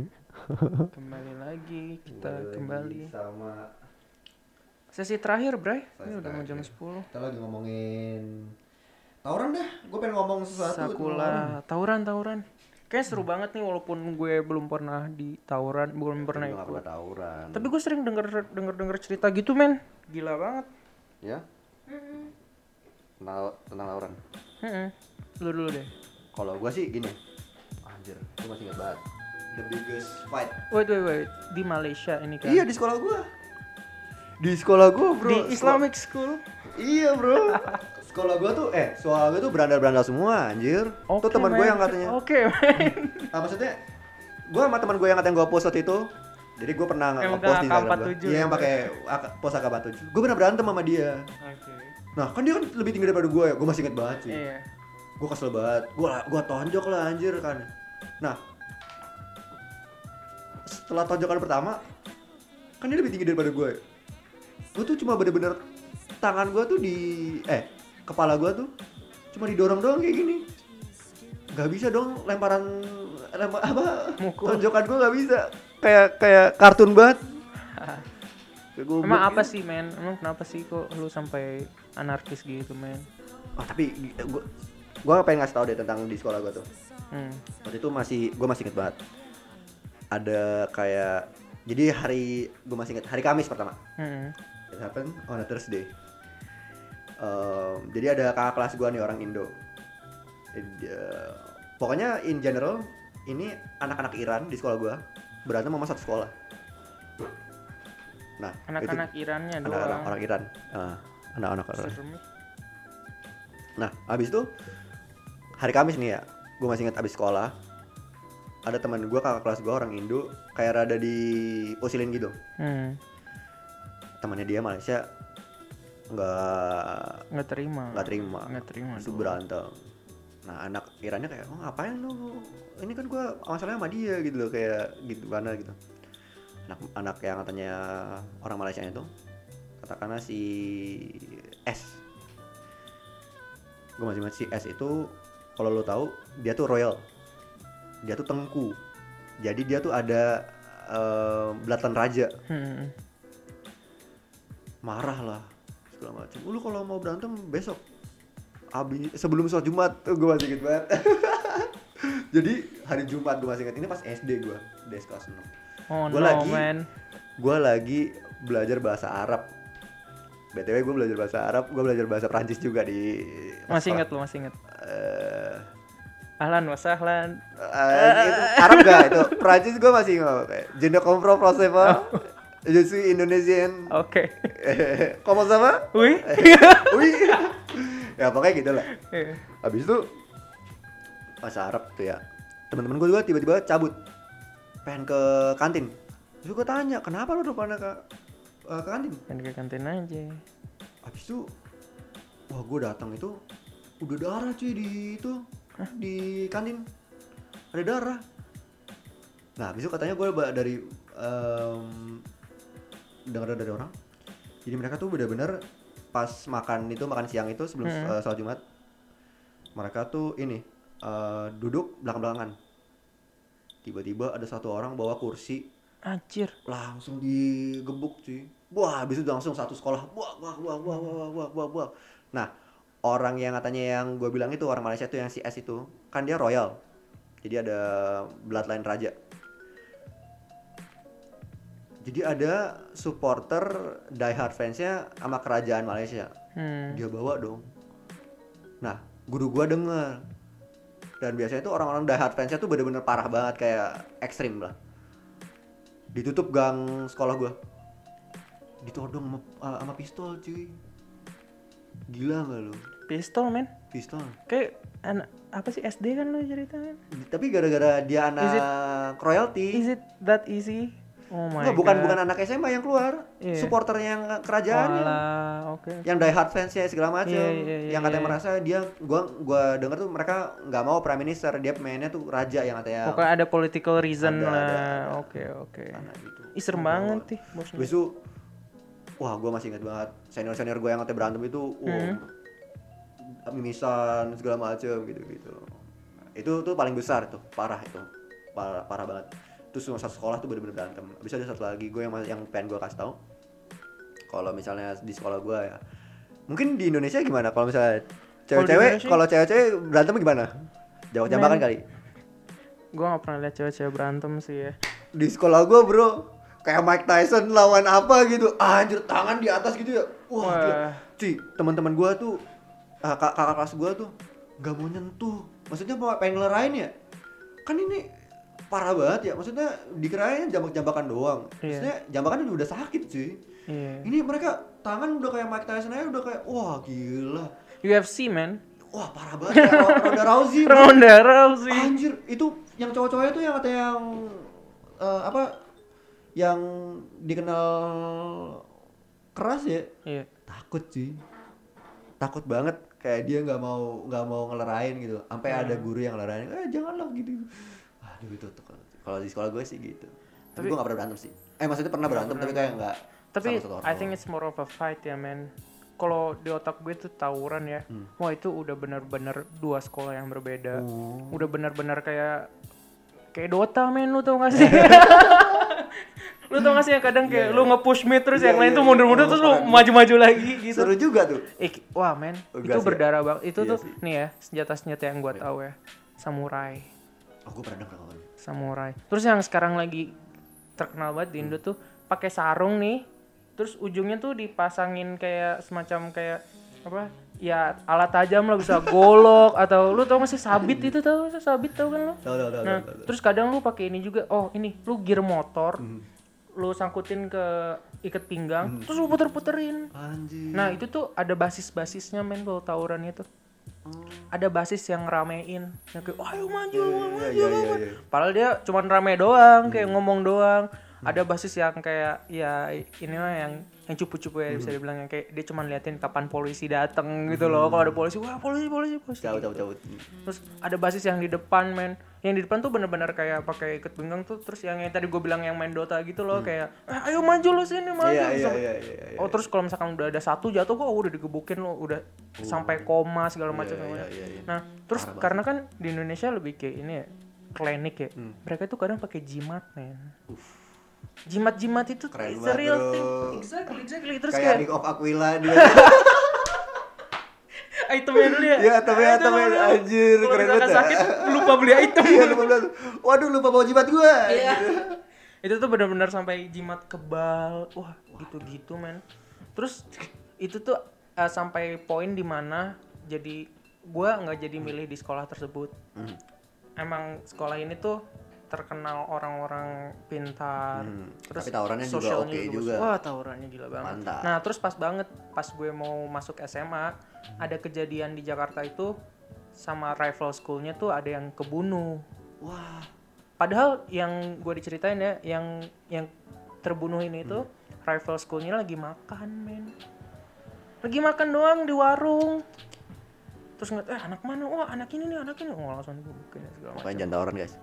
Kembali sama sesi terakhir, Bray. Ini udah mau jam 10. Kita lagi ngomongin tawuran dah. Gue pengen ngomong sesuatu. Sakula, tawuran. Kayaknya seru banget nih walaupun gue belum pernah di tawuran, belum pernah ikut. Tawuran. Tapi gue sering denger cerita gitu, men. Gila banget. Ya? Tentang tawuran. Lu dulu deh. Kalau gue sih gini. Anjir, gue masih ingat banget. The biggest fight. Wait. Di Malaysia ini kan? Iya, di sekolah gue. Di sekolah gue, bro. Di Islamic school? Iya, bro. Sekolah gue tuh berandal-berandal semua, anjir. Okay, tuh teman gue yang katanya. Oke, men. Maksudnya gue sama teman gue yang katanya gue post waktu itu. Jadi gue pernah nge-post di Instagram gue. Iya, yang pakai pos AK-47. Gue pernah berantem sama dia. Oke. Nah, kan dia kan lebih tinggi daripada gue ya. Gue masih inget banget sih. Iya. Gue kesel banget. Gue tonjok lah anjir kan. Nah, setelah tonjokan pertama, kan dia lebih tinggi daripada gue. Gue tuh cuma bener-bener tangan gue tuh kepala gue tuh cuma didorong doang kayak gini. Gak bisa dong tonjokan gue gak bisa. Kayak kartun banget. Emang apa sih, men? Emang kenapa sih kok lu sampai anarkis gitu, men? Oh, tapi gue pengen ngasih tau deh tentang di sekolah gue tuh. Waktu itu gue masih inget banget. Ada kayak, jadi gue masih inget hari Kamis pertama. It happened on a Thursday. Jadi ada kakak kelas gue nih orang Indo. Pokoknya in general ini anak-anak Iran di sekolah gue berantem sama satu sekolah. Nah, anak-anak Irannya doang. Anak-anak orang Iran. Anak-anak Iran. Nah, abis itu hari Kamis nih ya, gue masih ingat abis sekolah ada teman gue kakak kelas gue orang Indo kayak rada diusilin gitu. Temannya dia Malaysia nggak terima itu berantem. Nah, anak Irannya kayak ngapain lu, ini kan gue masalahnya sama dia gitu loh, kayak gitu mana gitu. Anak yang katanya orang Malaysia itu katakanlah si S, gue masih ingat si S itu, kalau lo tahu dia tuh royal, dia tuh tengku, jadi dia tuh ada belatan raja. Marah lah segala macam. Lu kalau mau berantem besok sebelum sholat Jumat, gue masih inget banget. Jadi hari Jumat gue masih inget, ini pas SD gue, kelas 6. Gue lagi belajar bahasa Arab. BTW gue belajar bahasa Arab, gue belajar bahasa Prancis juga di. Masih inget. Ahlan wa sahlan. Itu Arab gak itu? Prancis gue masih inget. Je ne comprends français pas. Je suis Indonesian. Oke. Comment ça va? Oui. Ya pokoknya gitu lah. Habis itu bahasa Arab tuh ya. Teman-teman gue juga tiba-tiba cabut pengen ke kantin. Terus gue tanya, kenapa lu udah pada ke kantin? Pengen ke kantin aja. Habis itu wah, gue datang itu udah darah cuy di kantin. Ada darah. Nah, habis itu katanya gue dari dengar dari orang. Jadi mereka tuh benar-benar pas makan siang itu sebelum sholat Jumat, mereka tuh duduk belakang-belakangan. Tiba-tiba ada satu orang bawa kursi, anjir, langsung digebuk cuy. Wah, habis itu langsung satu sekolah. Wah. Nah, orang yang katanya yang gue bilang itu orang Malaysia tuh yang si S itu, kan dia royal. Jadi ada bloodline raja. Jadi ada supporter diehard fansnya sama kerajaan Malaysia. Dia bawa dong. Nah, guru gua denger. Dan biasanya tuh orang-orang diehard fansnya tuh bener-bener parah banget, kayak ekstrim lah. Ditutup gang sekolah gua. Ditodong sama pistol cuy. Gila gak lu? Pistol, men? Pistol. Kayak apa sih, SD kan lu ceritain? Tapi gara-gara dia anak royalty. Is it that easy? Oh my God. Bukan anak SMA yang keluar, supporter yang kerajaan, yang die hard fans ya segala macam, yang katanya merasa dia, gua dengar tuh mereka nggak mau prime minister, dia pemainnya tuh raja yang katanya. Pokoknya ada political reason lah. Oke. Gitu. Serem banget sih bosnya. Besok, wah gua masih ingat banget senior gue yang katanya berantem itu, mimisan segala macam gitu. Itu tuh paling besar tuh, parah itu. parah banget. Terus cuma satu sekolah tuh bener-bener berantem. Abis ada satu lagi gue yang pengen gue kasih tahu. Kalau misalnya di sekolah gue ya, mungkin di Indonesia gimana? Kalau misalnya cewek-cewek berantem gimana? Jambakan kali. Gue gak pernah lihat cewek-cewek berantem sih ya. Di sekolah gue bro, kayak Mike Tyson lawan apa gitu, anjir tangan di atas gitu ya. Wah. Cuy, teman-teman gue tuh, kakak kelas gue tuh gak mau nyentuh. Maksudnya pengen ngelerain ya. Kan ini parah banget ya, maksudnya dikirain jambak-jambakan doang. Maksudnya jambakan udah sakit cuy. Ini mereka tangan udah kayak Mike Tyson aja udah kayak wah gila. UFC man. Wah parah banget ya, Ronda Rousey. Ronda Rousey. Anjir, itu yang cowok-cowoknya tuh yang kata yang dikenal keras ya. Iya. Takut sih. Takut banget kayak dia nggak mau ngelerain gitu. Sampai ada guru yang ngelerain, janganlah gitu. Aduh itu tuh kalau di sekolah gue sih gitu. Tapi gue nggak pernah berantem sih. Maksudnya pernah berantem tapi kayak nggak. Tapi I think it's more of a fight ya man. Kalau di otak gue tuh tawuran ya, wah itu udah benar-benar dua sekolah yang berbeda. Udah benar-benar kayak Dota men, lu tau gak sih? Lu tau gak sih yang kadang kayak lu nge-push mid terus yang lain tuh mundur-mundur terus lu maju-maju lagi gitu. Seru juga tuh. Wah men, itu berdarah banget. Itu tuh nih ya, senjata-senjata yang gue tahu ya. Samurai. Gue pernah dengar. Samurai. Terus yang sekarang lagi terkenal banget di Indo tuh pakai sarung nih. Terus ujungnya tuh dipasangin kayak semacam kayak apa? Ya alat tajam lah, bisa golok atau lu tau gak sih sabit itu tau kan lu? Tahu. Nah, terus kadang lu pakai ini juga. Oh, ini lu gear motor. Lu sangkutin ke ikat pinggang, terus lu puter-puterin. Anjir. Nah, itu tuh ada basis-basisnya men kalau tawuran itu. Ada basis yang ramein. Yang kayak ayo maju. Padahal dia cuma rame doang, kayak ngomong doang. Ada basis yang kayak ya inilah yang cupu-cupu ya bisa dibilang, yang kayak dia cuma liatin kapan polisi datang gitu loh. Kalau ada polisi, wah polisi. Jauh. Terus ada basis yang di depan men. Yang di depan tuh benar-benar kayak pakai ikat pinggang tuh, terus yang tadi gue bilang yang main Dota gitu loh, kayak ayo maju lo sini maju. Iya. Oh terus kalau misalkan udah ada satu jatuh kok udah digebukin lo, udah sampai koma segala macam. Iya. Nah terus karena kan di Indonesia lebih kayak ini ya, klinik ya. Mereka tuh kadang pakai jimat men. Jimat itu it's a real thing. Exactly. Terus kayak Nick of Aquila dia. Itemnya dulu ya. Iya, itemnya anjir keren banget. Kalau sakit lupa beli item. Iya, lupa beli. Waduh, lupa bawa jimat gua. Iya. Itu tuh benar-benar sampai jimat kebal. Wah, gitu-gitu men. Terus itu tuh sampai poin di mana jadi gua enggak jadi milih di sekolah tersebut. Emang sekolah ini tuh terkenal orang-orang pintar. Terus tapi tawurannya juga oke juga. Wah, tawurannya gila banget. Mantap. Nah, terus pas gue mau masuk SMA, ada kejadian di Jakarta itu sama rival school-nya tuh ada yang kebunuh. Wah. Padahal yang gue diceritain ya, yang terbunuh ini tuh rival school-nya lagi makan, men. Lagi makan doang di warung. Terus ngeliat, anak mana? Wah, anak ini. Oh, langsung digebukin segala macam. Makanya jangan tawuran, guys.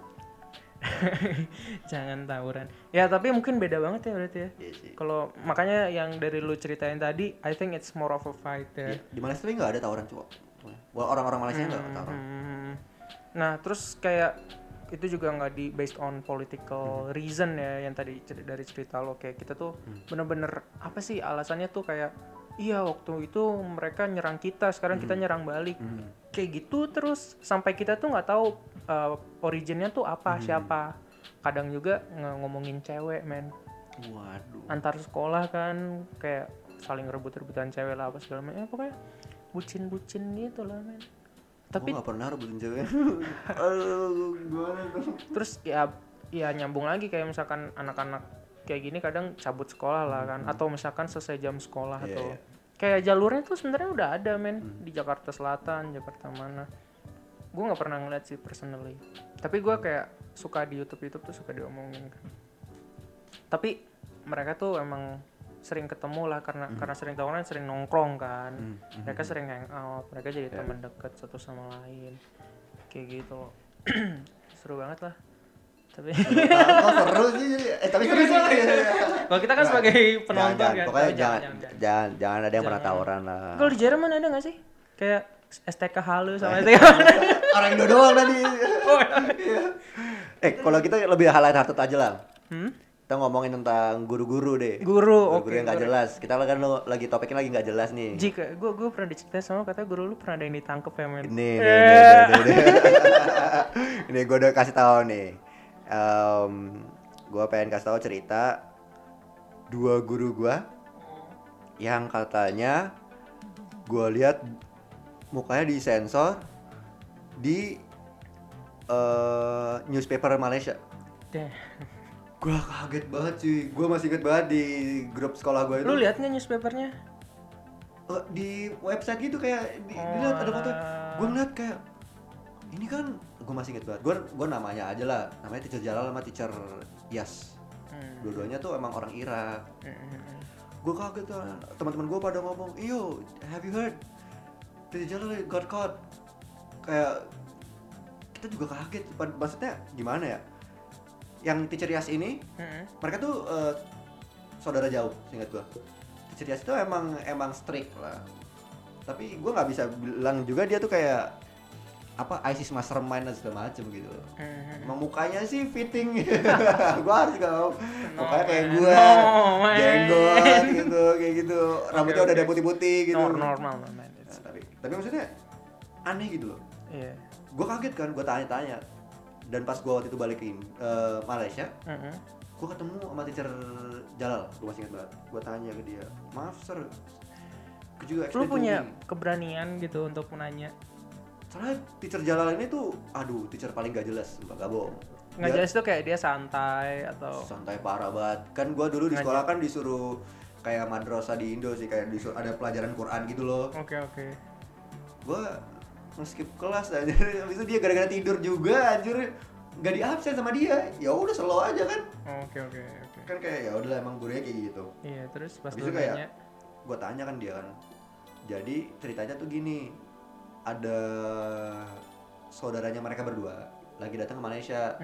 Jangan tawuran. Ya tapi mungkin beda banget ya berarti ya. Kalau makanya yang dari lu ceritain tadi, I think it's more of a fight ya. Di Malaysia tapi nggak ada tawuran cowok. Orang-orang Malaysia nggak tawuran. Nah terus kayak itu juga nggak di based on political reason ya, yang tadi dari cerita lo, kayak kita tuh bener-bener apa sih alasannya tuh kayak iya waktu itu mereka nyerang kita, sekarang kita nyerang balik. Kayak gitu terus sampai kita tuh nggak tahu originnya tuh apa, siapa. Kadang juga ngomongin cewek men. Waduh. Antar sekolah kan kayak saling rebut-rebutan cewek lah apa segala macam. Pokoknya bucin-bucin gitu lah men. Tapi gua gak pernah rebutin cewek. Terus ya nyambung lagi kayak misalkan anak-anak kayak gini kadang cabut sekolah lah kan, atau misalkan selesai jam sekolah atau kayak jalurnya tuh sebenarnya udah ada men di Jakarta Selatan, Jakarta mana. Gue nggak pernah ngeliat sih personally, tapi gue kayak suka di YouTube tuh suka diomongin kan. Tapi mereka tuh emang sering ketemu lah karena sering tawuran, sering nongkrong kan. Mereka sering hangout, mereka jadi teman dekat satu sama lain kayak gitu. Seru banget lah. Tapi seru sih. Tapi seru sih. Kalau kita kan sebagai penonton kan. Pokoknya jangan ada yang pernah tawuran lah. Kalau di Jerman ada nggak sih kayak STK Halu sama STK orang Indo doang tadi. Kalau kita lebih highlight aja lah. Kita ngomongin tentang guru-guru deh. Guru yang nggak jelas. Kita kan lagi topiknya lagi nggak jelas nih. Jika gue pernah diceritain sama katanya guru lu pernah ada yang ditangkep ya men. Nih. Ini gue udah kasih tahu nih. Gue pengen kasih tahu cerita 2 guru gue yang katanya gue lihat mukanya disensor di newspaper Malaysia. Gue kaget banget cuy. Gue masih inget banget di grup sekolah gue itu. Lu lihat nggak newspapernya? Di website gitu kayak dilihat ada foto. Gue ngeliat kayak ini kan, gue masih inget banget. Gue namanya aja lah, namanya Teacher Jalal sama Teacher Yas. Dua-duanya tuh emang orang Irak. Gue kaget tuh, teman-teman gue pada ngomong, "Yo, have you heard? Teacher Jalal got caught." Kayak kita juga kaget. Maksudnya gimana ya? Yang Teacher Yas ini, mereka tuh saudara jauh, seingat gue. Teacher Yas itu emang strict lah. Tapi gue nggak bisa bilang juga dia tuh kayak apa ISIS mastermind dan segala macem gitu. Emang mukanya sih fitting. Gue harus gak mukanya kayak gue, jenggot gitu, kayak gitu. Rambutnya udah ada putih-putih gitu. Normal man. Tapi maksudnya aneh gitu loh. Iya. Gue kaget kan, gue tanya-tanya. Dan pas gue waktu itu balik ke Malaysia, gue ketemu sama Teacher Jalal, gue masih ingat banget. Gue tanya ke dia, "Maaf sir, lu punya keberanian gitu untuk menanya?" Soalnya Teacher Jalal ini tuh, teacher paling gak jelas, gak bohong. Nggak jelas tuh kayak dia santai atau? Santai parah banget. Kan gue dulu di sekolah kan disuruh kayak madrasah di Indo sih, kayak disuruh ada pelajaran Quran gitu loh. Oke. Gue nge-skip kelas aja. Habis itu dia gara-gara tidur juga anjir. Gak di absen sama dia. Ya udah slow aja kan. Oke. Kan kayak ya udah emang gurunya kayak gitu. Iya, terus pas lu nanya, gue tanya kan dia kan. Jadi ceritanya tuh gini. Ada saudaranya mereka berdua lagi datang ke Malaysia.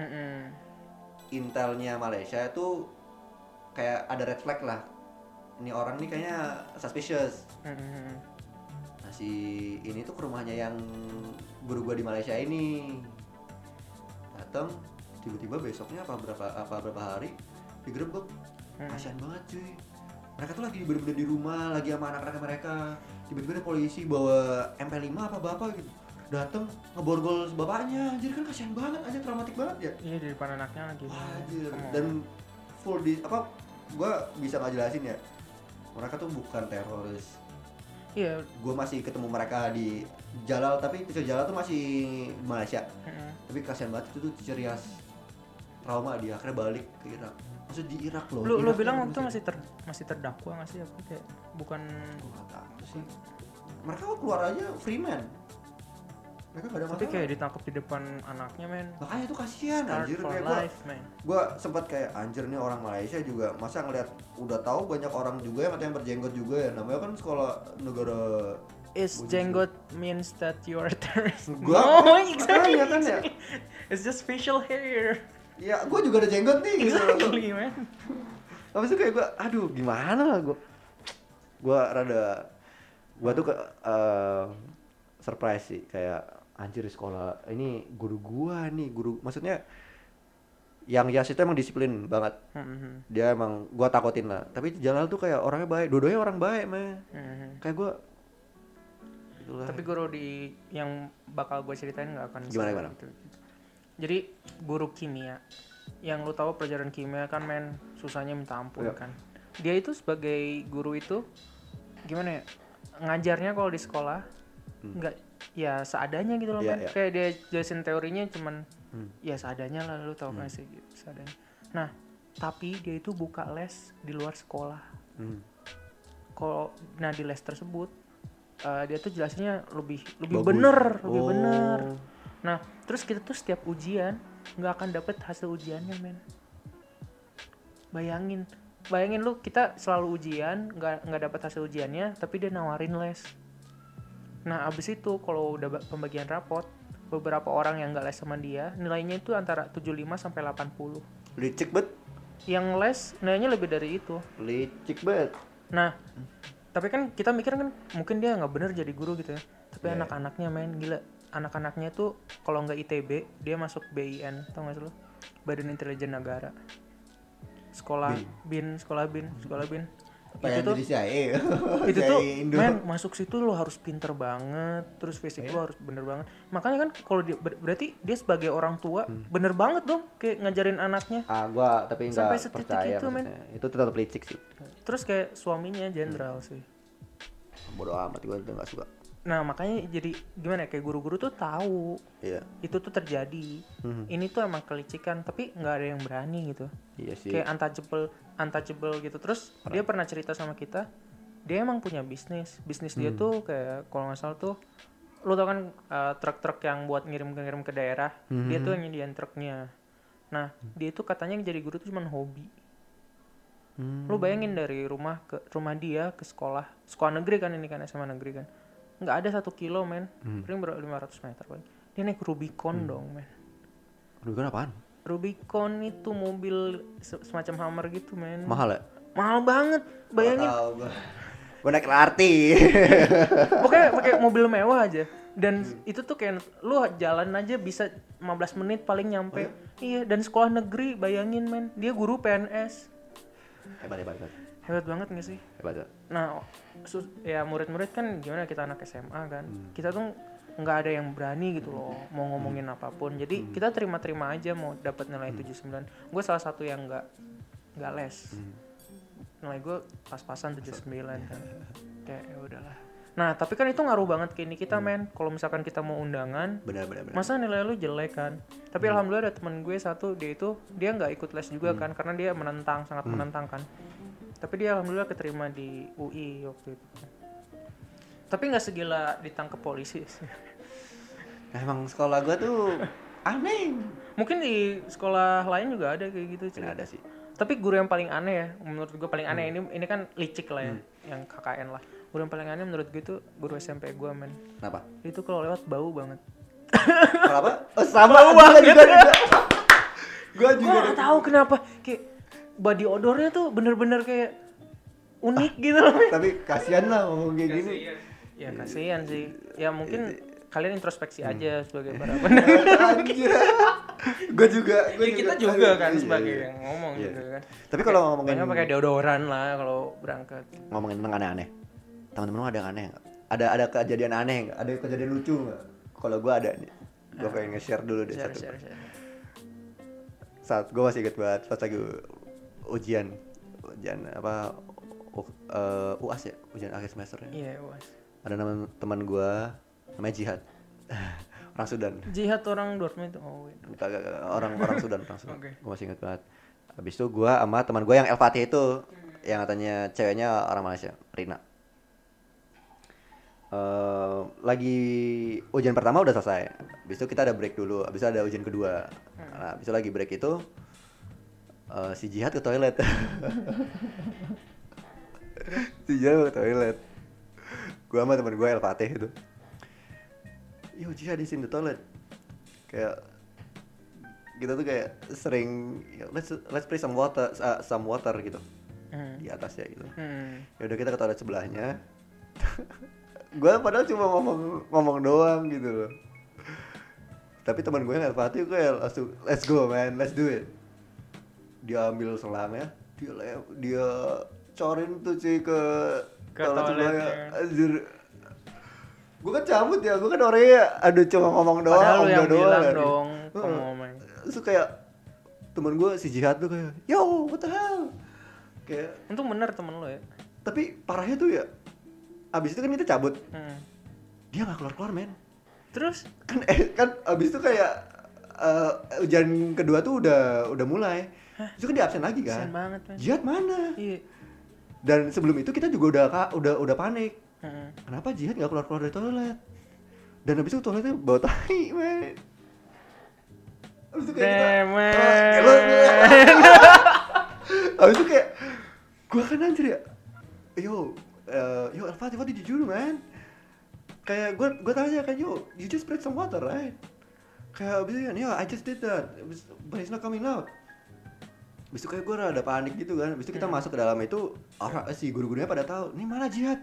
Intelnya Malaysia itu kayak ada red flag lah. Ini orang nih kayaknya suspicious. Nah si ini tuh ke rumahnya yang guru gua di Malaysia ini. Datang tiba-tiba besoknya berapa hari digerebek. Kasian banget cuy. Mereka tuh lagi bener-bener di rumah, lagi sama anak-anak mereka. Tiba-tiba ada polisi bawa MP5 apa gitu. Datang ngeborgol bapaknya. Anjir kan kasian banget, anjir traumatik banget ya. Iya, di depan anaknya lagi. Anjir. Dan full gua bisa ngejelasin ya. Mereka tuh bukan teroris. Iya. Gua masih ketemu mereka di Jalal, tapi Teacher Jalal tuh masih di Malaysia. Tapi kasian banget itu tuh Teacher Yas. Trauma dia akhirnya balik ke Irak. Maksud di Irak loh. Lu bilang waktu masih terdakwa nggak sih? Apa kayak bukan? Gua nggak tahu sih. Mereka kok keluar aja free man. Mereka gak ada masalah. Tapi kayak ditangkap di depan anaknya men. Makanya itu kasihan anjir kayak gua sempat kayak anjir nih orang Malaysia juga masa ngeliat udah tahu banyak orang juga yang katanya berjenggot juga ya. Namanya kan sekolah negara. Is jenggot means that you are terrorist? No, exactly. Kan ya. It's just facial hair. Ya, gue juga ada jenggot nih gitu. Exactly, man. Habis itu kayak gue, gimana lah gue tuh surprise sih, kayak anjir di sekolah ini guru maksudnya yang Yas itu emang disiplin banget. Dia emang gue takutin lah, tapi Jalal tuh kayak orangnya baik, dua-duanya orang baik mah. Kayak gue itulah. Tapi guru di yang bakal gue ceritain nggak akan gimana? Gitu. Jadi guru kimia, yang lu tahu pelajaran kimia kan men susahnya minta ampun kan. Dia itu sebagai guru itu gimana ya, ngajarnya kalau di sekolah nggak ya seadanya gitu loh men. Kayak dia jelasin teorinya cuman ya seadanya lah, lu tahu kan sih gitu, seadanya. Nah tapi dia itu buka les di luar sekolah. Di les tersebut dia tuh jelasinnya lebih bener. Nah, terus kita tuh setiap ujian nggak akan dapet hasil ujiannya, men. Bayangin lu kita selalu ujian nggak dapet hasil ujiannya, tapi dia nawarin les. Nah, abis itu kalau udah pembagian rapot, beberapa orang yang nggak les sama dia, nilainya itu antara 75 sampai 80. Licik bet. Yang les nilainya lebih dari itu. Licik bet. Nah, tapi kan kita mikir kan mungkin dia nggak bener jadi guru gitu ya. Tapi anak-anaknya main gila. Anak-anaknya tuh kalau nggak ITB dia masuk BIN, tau nggak sih lo? Badan Intelijen Negara. Sekolah BIN. Apa yang jadi CIA? Itu tuh Indo. men masuk situ lo harus pinter banget, terus fisik lo harus bener banget. Makanya kan kalau dia berarti dia sebagai orang tua bener banget dong kayak ngajarin anaknya. Gua tapi Sampai enggak sedetik percaya itu, men. maksudnya. Itu tetap licik sih. Terus kayak suaminya jenderal sih. Bodoh amat, gua udah enggak suka. Nah makanya jadi gimana ya, kayak guru-guru tuh tahu itu tuh terjadi. Ini tuh emang kelicikan tapi nggak ada yang berani gitu. Iya sih. Kayak untouchable gitu. Terus dia pernah cerita sama kita, dia emang punya bisnis dia tuh kayak kalau nggak salah tuh lu tau kan truk-truk yang buat ngirim ke daerah, dia tuh yang nyediain truknya. Nah dia itu katanya jadi guru tuh cuma hobi. Lu bayangin dari rumah dia ke sekolah negeri kan, ini kan SMA negeri kan, nggak ada 1 kilo men, paling 500 meter paling. Dia naik Rubicon dong men. Rubicon apaan? Rubicon itu mobil semacam Hummer gitu men. Mahal ya? Mahal banget, bayangin. Gue naik LRT. Pokoknya pakai mobil mewah aja. Dan itu tuh kayak lu jalan aja bisa 15 menit paling nyampe. Iya, dan sekolah negeri, bayangin men. Dia guru PNS. Hebat banget gak sih? Hebat. Nah, ya murid-murid kan gimana, kita anak SMA kan. Kita tuh nggak ada yang berani gitu loh mau ngomongin apapun. Jadi kita terima-terima aja mau dapat nilai 79. Gue salah satu yang nggak les. Nilai gue pas-pasan 79 kan. Kayak ya udahlah. Nah, tapi kan itu ngaruh banget ke ini kita men. Kalau misalkan kita mau undangan, Benar. masa nilai lu jelek kan. Tapi alhamdulillah ada teman gue satu, dia nggak ikut les juga kan karena dia sangat menentang kan. Tapi dia alhamdulillah keterima di UI waktu itu. Tapi nggak segila ditangkap polisi sih. Nah, emang sekolah gua tuh aneh. Mungkin di sekolah lain juga ada kayak gitu. Ada sih. Tapi guru yang paling aneh ya, menurut gue paling aneh ini kan licik lah ya, yang KKN lah. Guru yang paling aneh menurut gue itu guru SMP gue men. Kenapa? Itu kalau lewat bau banget. Kenapa? Sama banget. Gua juga nggak tahu kenapa, kayak body odornya tuh bener-bener kayak unik gitu loh. Tapi kasihan lah ngomong kayak gini. Ya kasihan sih. Ya mungkin kalian introspeksi aja sebagai para pendengar. Anjir. Gue juga. Kita juga kan sebagai yang ngomong gitu kan. Tapi kalau ngomongin pakai deodoran lah kalau berangkat. Ngomongin tentang aneh-aneh. Teman-teman lu ada yang aneh enggak? Ada kejadian aneh enggak? Ada kejadian lucu enggak? Kalau gue ada nih. Gue pengen nge-share dulu deh satu. Share. Saat gue masih inget banget pas lagi ujian apa UAS ya, ujian akhir semester ya. Iya, UAS. Ada teman gue namanya Jihad. Orang Sudan. Jihad orang Dortmund itu. Oh, Kagak orang Sudan. Okay. Gue masih inget banget. Habis itu gue sama teman gue yang El-Fatih itu, yang katanya ceweknya orang Malaysia, Rina. Lagi ujian pertama udah selesai. Habis itu kita ada break dulu. Habis itu ada ujian kedua. Nah, habis itu lagi break itu si Jihad ke toilet. Si Jihad ke toilet. Gua sama teman gue El-Fatih itu. Yo, Jihad is in the toilet. Kayak kita tuh kayak sering let's play some water gitu. Di atas ya gitu. Ya udah kita ke toilet sebelahnya. Gue padahal cuma ngomong doang gitu loh. Tapi teman gue yang El-Fatih kayak langsung let's go man, let's do it. Dia ambil selangnya, dia corin tuh cuy ke toilet sebelahnya. Anjir. Gue kan cabut ya, gue kan orangnya aduh cuma ngomong doang. Padahal lu yang bilang kan. dong, ngomong. Terus kayak temen gue si Jihad tuh kayak, yo what the hell. Kayak untung bener temen lu ya. Tapi parahnya tuh ya, abis itu kan kita cabut. Dia gak keluar-keluar men. Terus? Kan abis itu kayak ujian kedua tuh udah mulai. Itu kan dia absen lagi kan. Absen banget men. Jihad mana? Iya. Dan sebelum itu kita juga udah panik. Kenapa Jihad gak keluar-keluar dari toilet? Dan abis itu toiletnya bau tai men. Abis itu kayak abis itu kayak gua kan anjir ya. Yo El-Fatih, what did you do man? Kayak gue tanya kan, you just spread some water right? Kayak abis itu kan, I just did that, but it's not coming out. Abis itu kayak gue rada panik gitu kan. Abis itu kita masuk ke dalam itu, si guru-gurunya pada tahu, ini mana Jihad?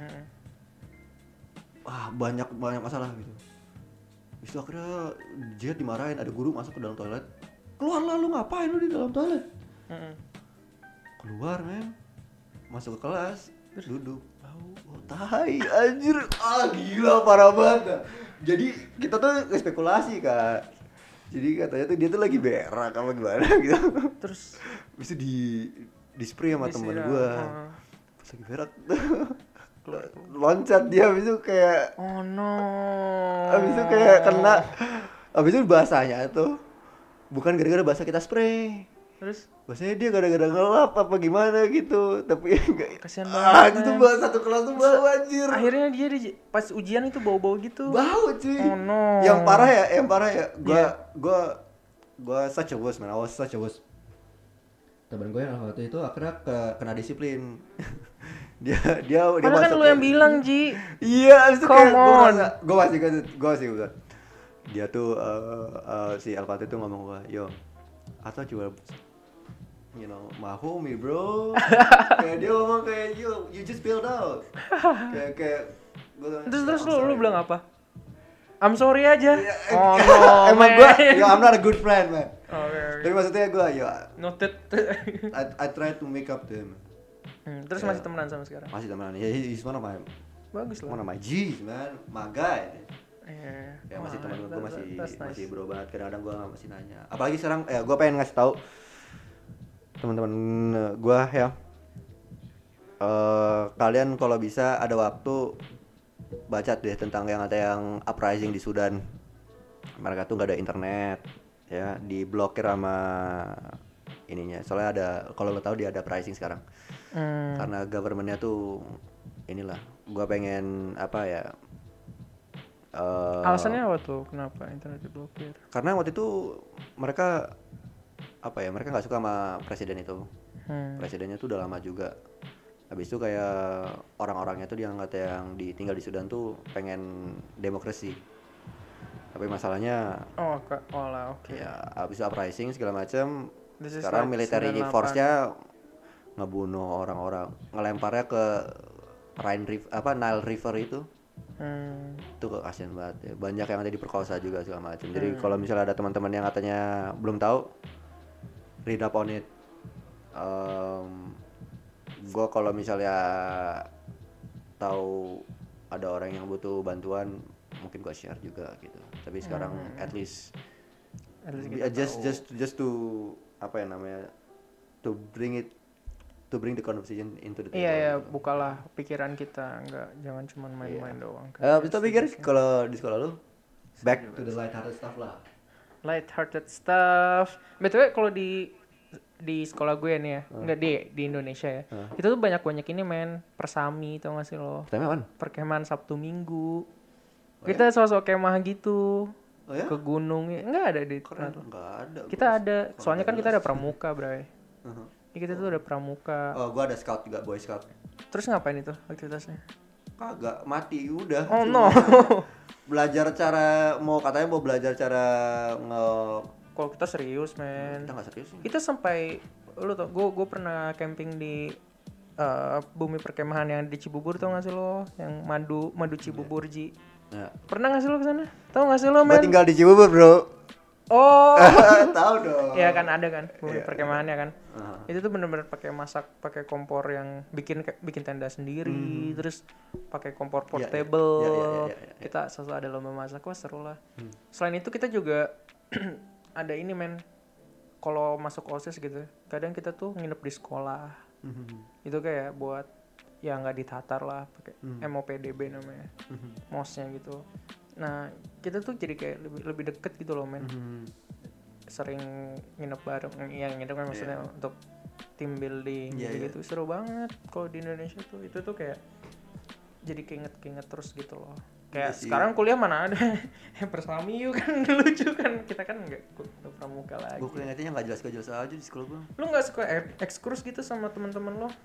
Wah banyak masalah gitu. Abis itu akhirnya Jihad dimarahin, ada guru masuk ke dalam toilet, keluar lah, lu ngapain lu di dalam toilet? Keluar men, masuk ke kelas, duduk, bau tai anjir, gila parah banget. Jadi kita tuh spekulasi Kak, jadi katanya tuh dia tuh lagi berak apa gimana gitu, Terus bisa di spray sama temen gua, pas lagi berak loncat dia, habis itu kayak oh no, habis itu kayak kena, habis itu bahasanya tuh bukan gara-gara bahasa kita spray, terus bahasanya dia gara-gara ngelap apa gimana gitu, tapi enggak. Kasian banget, itu bahasa satu kelas tuh bau anjir. Akhirnya dia pas ujian itu bau-bau gitu. Bau cuy. Oh no. Yang parah ya. Gua such a worst man. I was such a worst. Temen gue yang waktu itu akhirnya kena disiplin. dia padahal kan lu yang bilang Ji. Iya, itu kayak gue masih dia tuh si Alfati tuh ngomong gua, yo, I thought you were, you know, my homie bro. Kayak dia ngomong kayak you just bailed out. kayak terus lu bilang apa? I'm sorry aja. Oh no. Emang gua, I'm not a good friend man. Okay. Tapi maksudnya gua, noted. I try to make up to him. Terus masih temenan sama sekarang? Masih temenan. He's one of my, bagus lah. One of my G's man, my guy. Ya masih teman gue, masih nice. bro banget. Kadang-kadang gue masih nanya. Apalagi sekarang, gue pengen ngasih tahu teman-teman gue ya. Kalian kalau bisa ada waktu baca deh tentang yang ada yang uprising di Sudan. Mereka tuh nggak ada internet, ya, diblokir sama ininya. Soalnya ada, kalau lo tahu dia ada uprising sekarang. Karena governmentnya tuh inilah. Gue pengen apa ya? Alasannya apa tuh? Kenapa internet diblokir? Karena waktu itu mereka apa ya? Mereka nggak suka sama presiden itu. Presidennya tuh udah lama juga. Habis itu kayak orang-orangnya tuh yang tinggal di Sudan tuh pengen demokrasi. Tapi masalahnya oke. Ya, habis itu uprising segala macam. Sekarang military force-nya ngebunuh orang-orang, ngelemparnya ke Nile River itu. Itu kasihan banget ya. Banyak yang ada diperkosa juga segala macam. Jadi kalau misalnya ada teman-teman yang katanya belum tahu, read up on it. Gue kalau misalnya tahu ada orang yang butuh bantuan, mungkin gue share juga gitu. Tapi sekarang at least just to apa ya namanya, to bring the conversation into the table. Iya, bukalah pikiran kita, jangan cuma main-main doang. Kita pikir kalau di sekolah lu back to the light-hearted stuff lah. Light-hearted stuff. Betul kalau di sekolah gue nih ya, enggak di Indonesia ya. Itu tuh banyak ini men, persami, tau gak sih lo? Persami apaan? Perkemahan Sabtu Minggu. Kita sosok kemah gitu. Oh ya? Ke gunung. Enggak ada di Keren, enggak ada. Kita ada, soalnya kan kita ada pramuka, Bray. Kita tuh ada pramuka. Oh, gua ada scout juga, boy scout. Terus ngapain itu aktivitasnya? Kagak, mati udah. Oh no. Katanya mau belajar cara Kalau kita serius, men. Kita nggak serius. Kita sampai, lu tau, gue pernah camping di bumi perkemahan yang di Cibubur, tau gak sih lo? Yang madu Cibubur Ji. Ya. Pernah gak sih lo kesana? Tau gak sih lo, men? Gue tinggal di Cibubur, bro. Oh. Tahu dong. Iya kan, ada kan bumi perkemahannya kan. Itu tuh bener-bener pakai kompor yang bikin tenda sendiri, terus pakai kompor portable. Kita selalu ada lomba masak, wah seru lah. Selain itu kita juga ada ini men, kalau masuk OSIS gitu, kadang kita tuh nginep di sekolah. Itu kayak buat ya nggak ditatar lah, pakai MOPDB namanya, mosnya gitu. Nah kita tuh jadi kayak lebih deket gitu loh men. Sering nginep bareng, yang nginep kan maksudnya untuk team building gitu. Seru banget kalau di Indonesia tuh. Itu tuh kayak jadi keinget terus gitu loh. Kayak sekarang kuliah mana ada yang persami yuk kan lucu kan, kita kan nggak pramuka lagi. Gue kuliahnya nggak jelas aja di sekolah gue. Lu nggak suka ekskurs gitu sama teman-teman lo?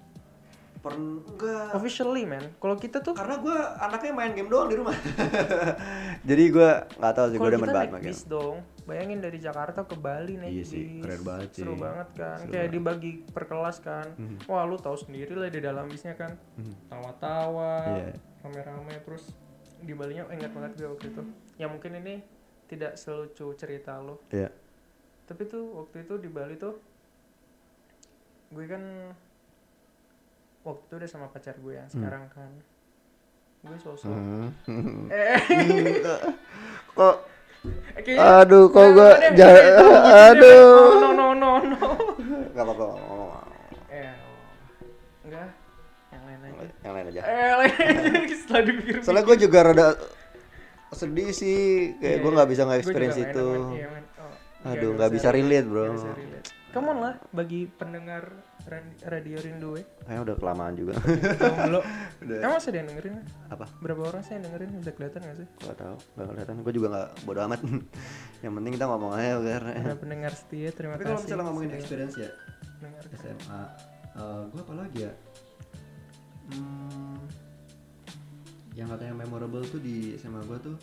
Enggak. Officially man, kalau kita tuh karena gue anaknya main game doang di rumah. Jadi gue nggak tahu sih, gue demen banget main game. Bis dong, bayangin dari Jakarta ke Bali naik bis. Iya sih, keren banget sih. Seru banget kan, kayak dibagi per kelas kan. Wah lu tahu sendiri lah di dalam bisnya kan, tawa-tawa, rame-rame, terus di Balinya ingat banget gue waktu itu. Ya mungkin ini tidak selucu cerita lo. Iya. Tapi tuh waktu itu di Bali tuh gue kan waktu itu udah sama pacar gue yang sekarang kan. Gue sosok Kok kayaknya, aduh kok gue aduh no Gak apa-apa. enggak yang lain aja setelah dipikir Soalnya gue juga rada sedih sih, kayak gue nggak bisa nge-experience itu. Aduh, nggak bisa relate bro. Come on lah, bagi pendengar Radio Rindu Kayaknya udah kelamaan juga. Belum. Emang masih ada yang dengerin? Apa? Berapa orang sih yang dengerin? Bisa kelihatan nggak sih? Gak tau, gak kelihatan. Gue juga nggak bodo amat. Yang penting kita ngomong aja karena. Ada pendengar setia, terima kasih. Tapi kalau misalnya ngomongin experience ya, SMA, gue apa lagi ya? Yang katanya memorable tuh di SMA gue tuh.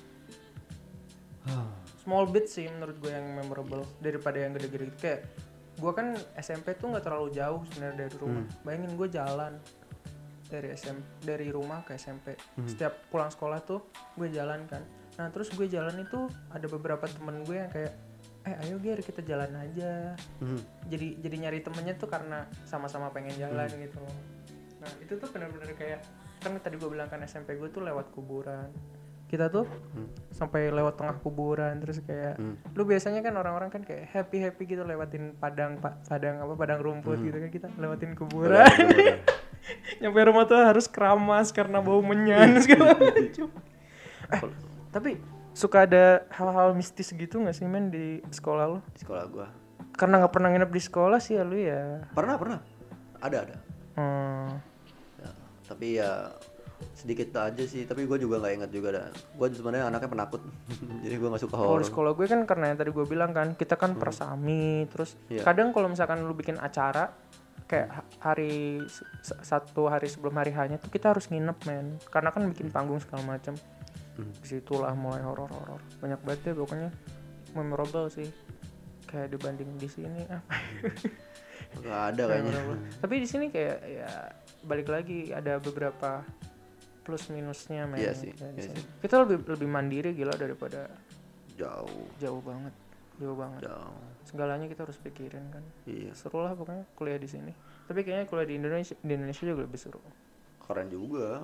Small bit sih menurut gue yang memorable daripada yang gede-gede. Kayak gue kan SMP tuh nggak terlalu jauh sebenarnya dari rumah. Bayangin gue jalan dari rumah ke SMP. Setiap pulang sekolah tuh gue jalan kan. Nah terus gue jalan itu ada beberapa temen gue yang kayak ayo Ger kita jalan aja. Jadi nyari temennya tuh karena sama-sama pengen jalan gitu loh. Nah itu tuh benar-benar kayak kan tadi gue bilang kan SMP gue tuh lewat kuburan. Kita tuh sampai lewat tengah kuburan terus kayak lu biasanya kan orang-orang kan kayak happy gitu lewatin padang rumput gitu kan, kita lewatin kuburan. Nyampe rumah tuh harus keramas karena bau menyan segala macam. Tapi suka ada hal-hal mistis gitu nggak sih men di sekolah lu? Di sekolah gua. Karena nggak pernah nginep di sekolah sih ya lu ya. Pernah. Ada. Ya, tapi ya sedikit aja sih, tapi gue juga nggak ingat juga dah. Gue sebenarnya anaknya penakut. Jadi gue nggak suka horor. Kalau di sekolah gue kan karena yang tadi gue bilang kan kita kan persami, terus kadang kalau misalkan lu bikin acara kayak satu hari sebelum hari hanya tuh kita harus nginep men, karena kan bikin panggung segala macam. Disitulah mulai horor banyak banget deh pokoknya, memorable sih kayak dibanding di sini nggak ada kayaknya. Tapi di sini kayak ya balik lagi ada beberapa plus minusnya men. Iya sih. Kita lebih mandiri gila daripada jauh banget. Segalanya kita harus pikirin kan. Iya. Seru lah pokoknya kuliah di sini. Tapi kayaknya kuliah di Indonesia juga lebih seru. Keren juga.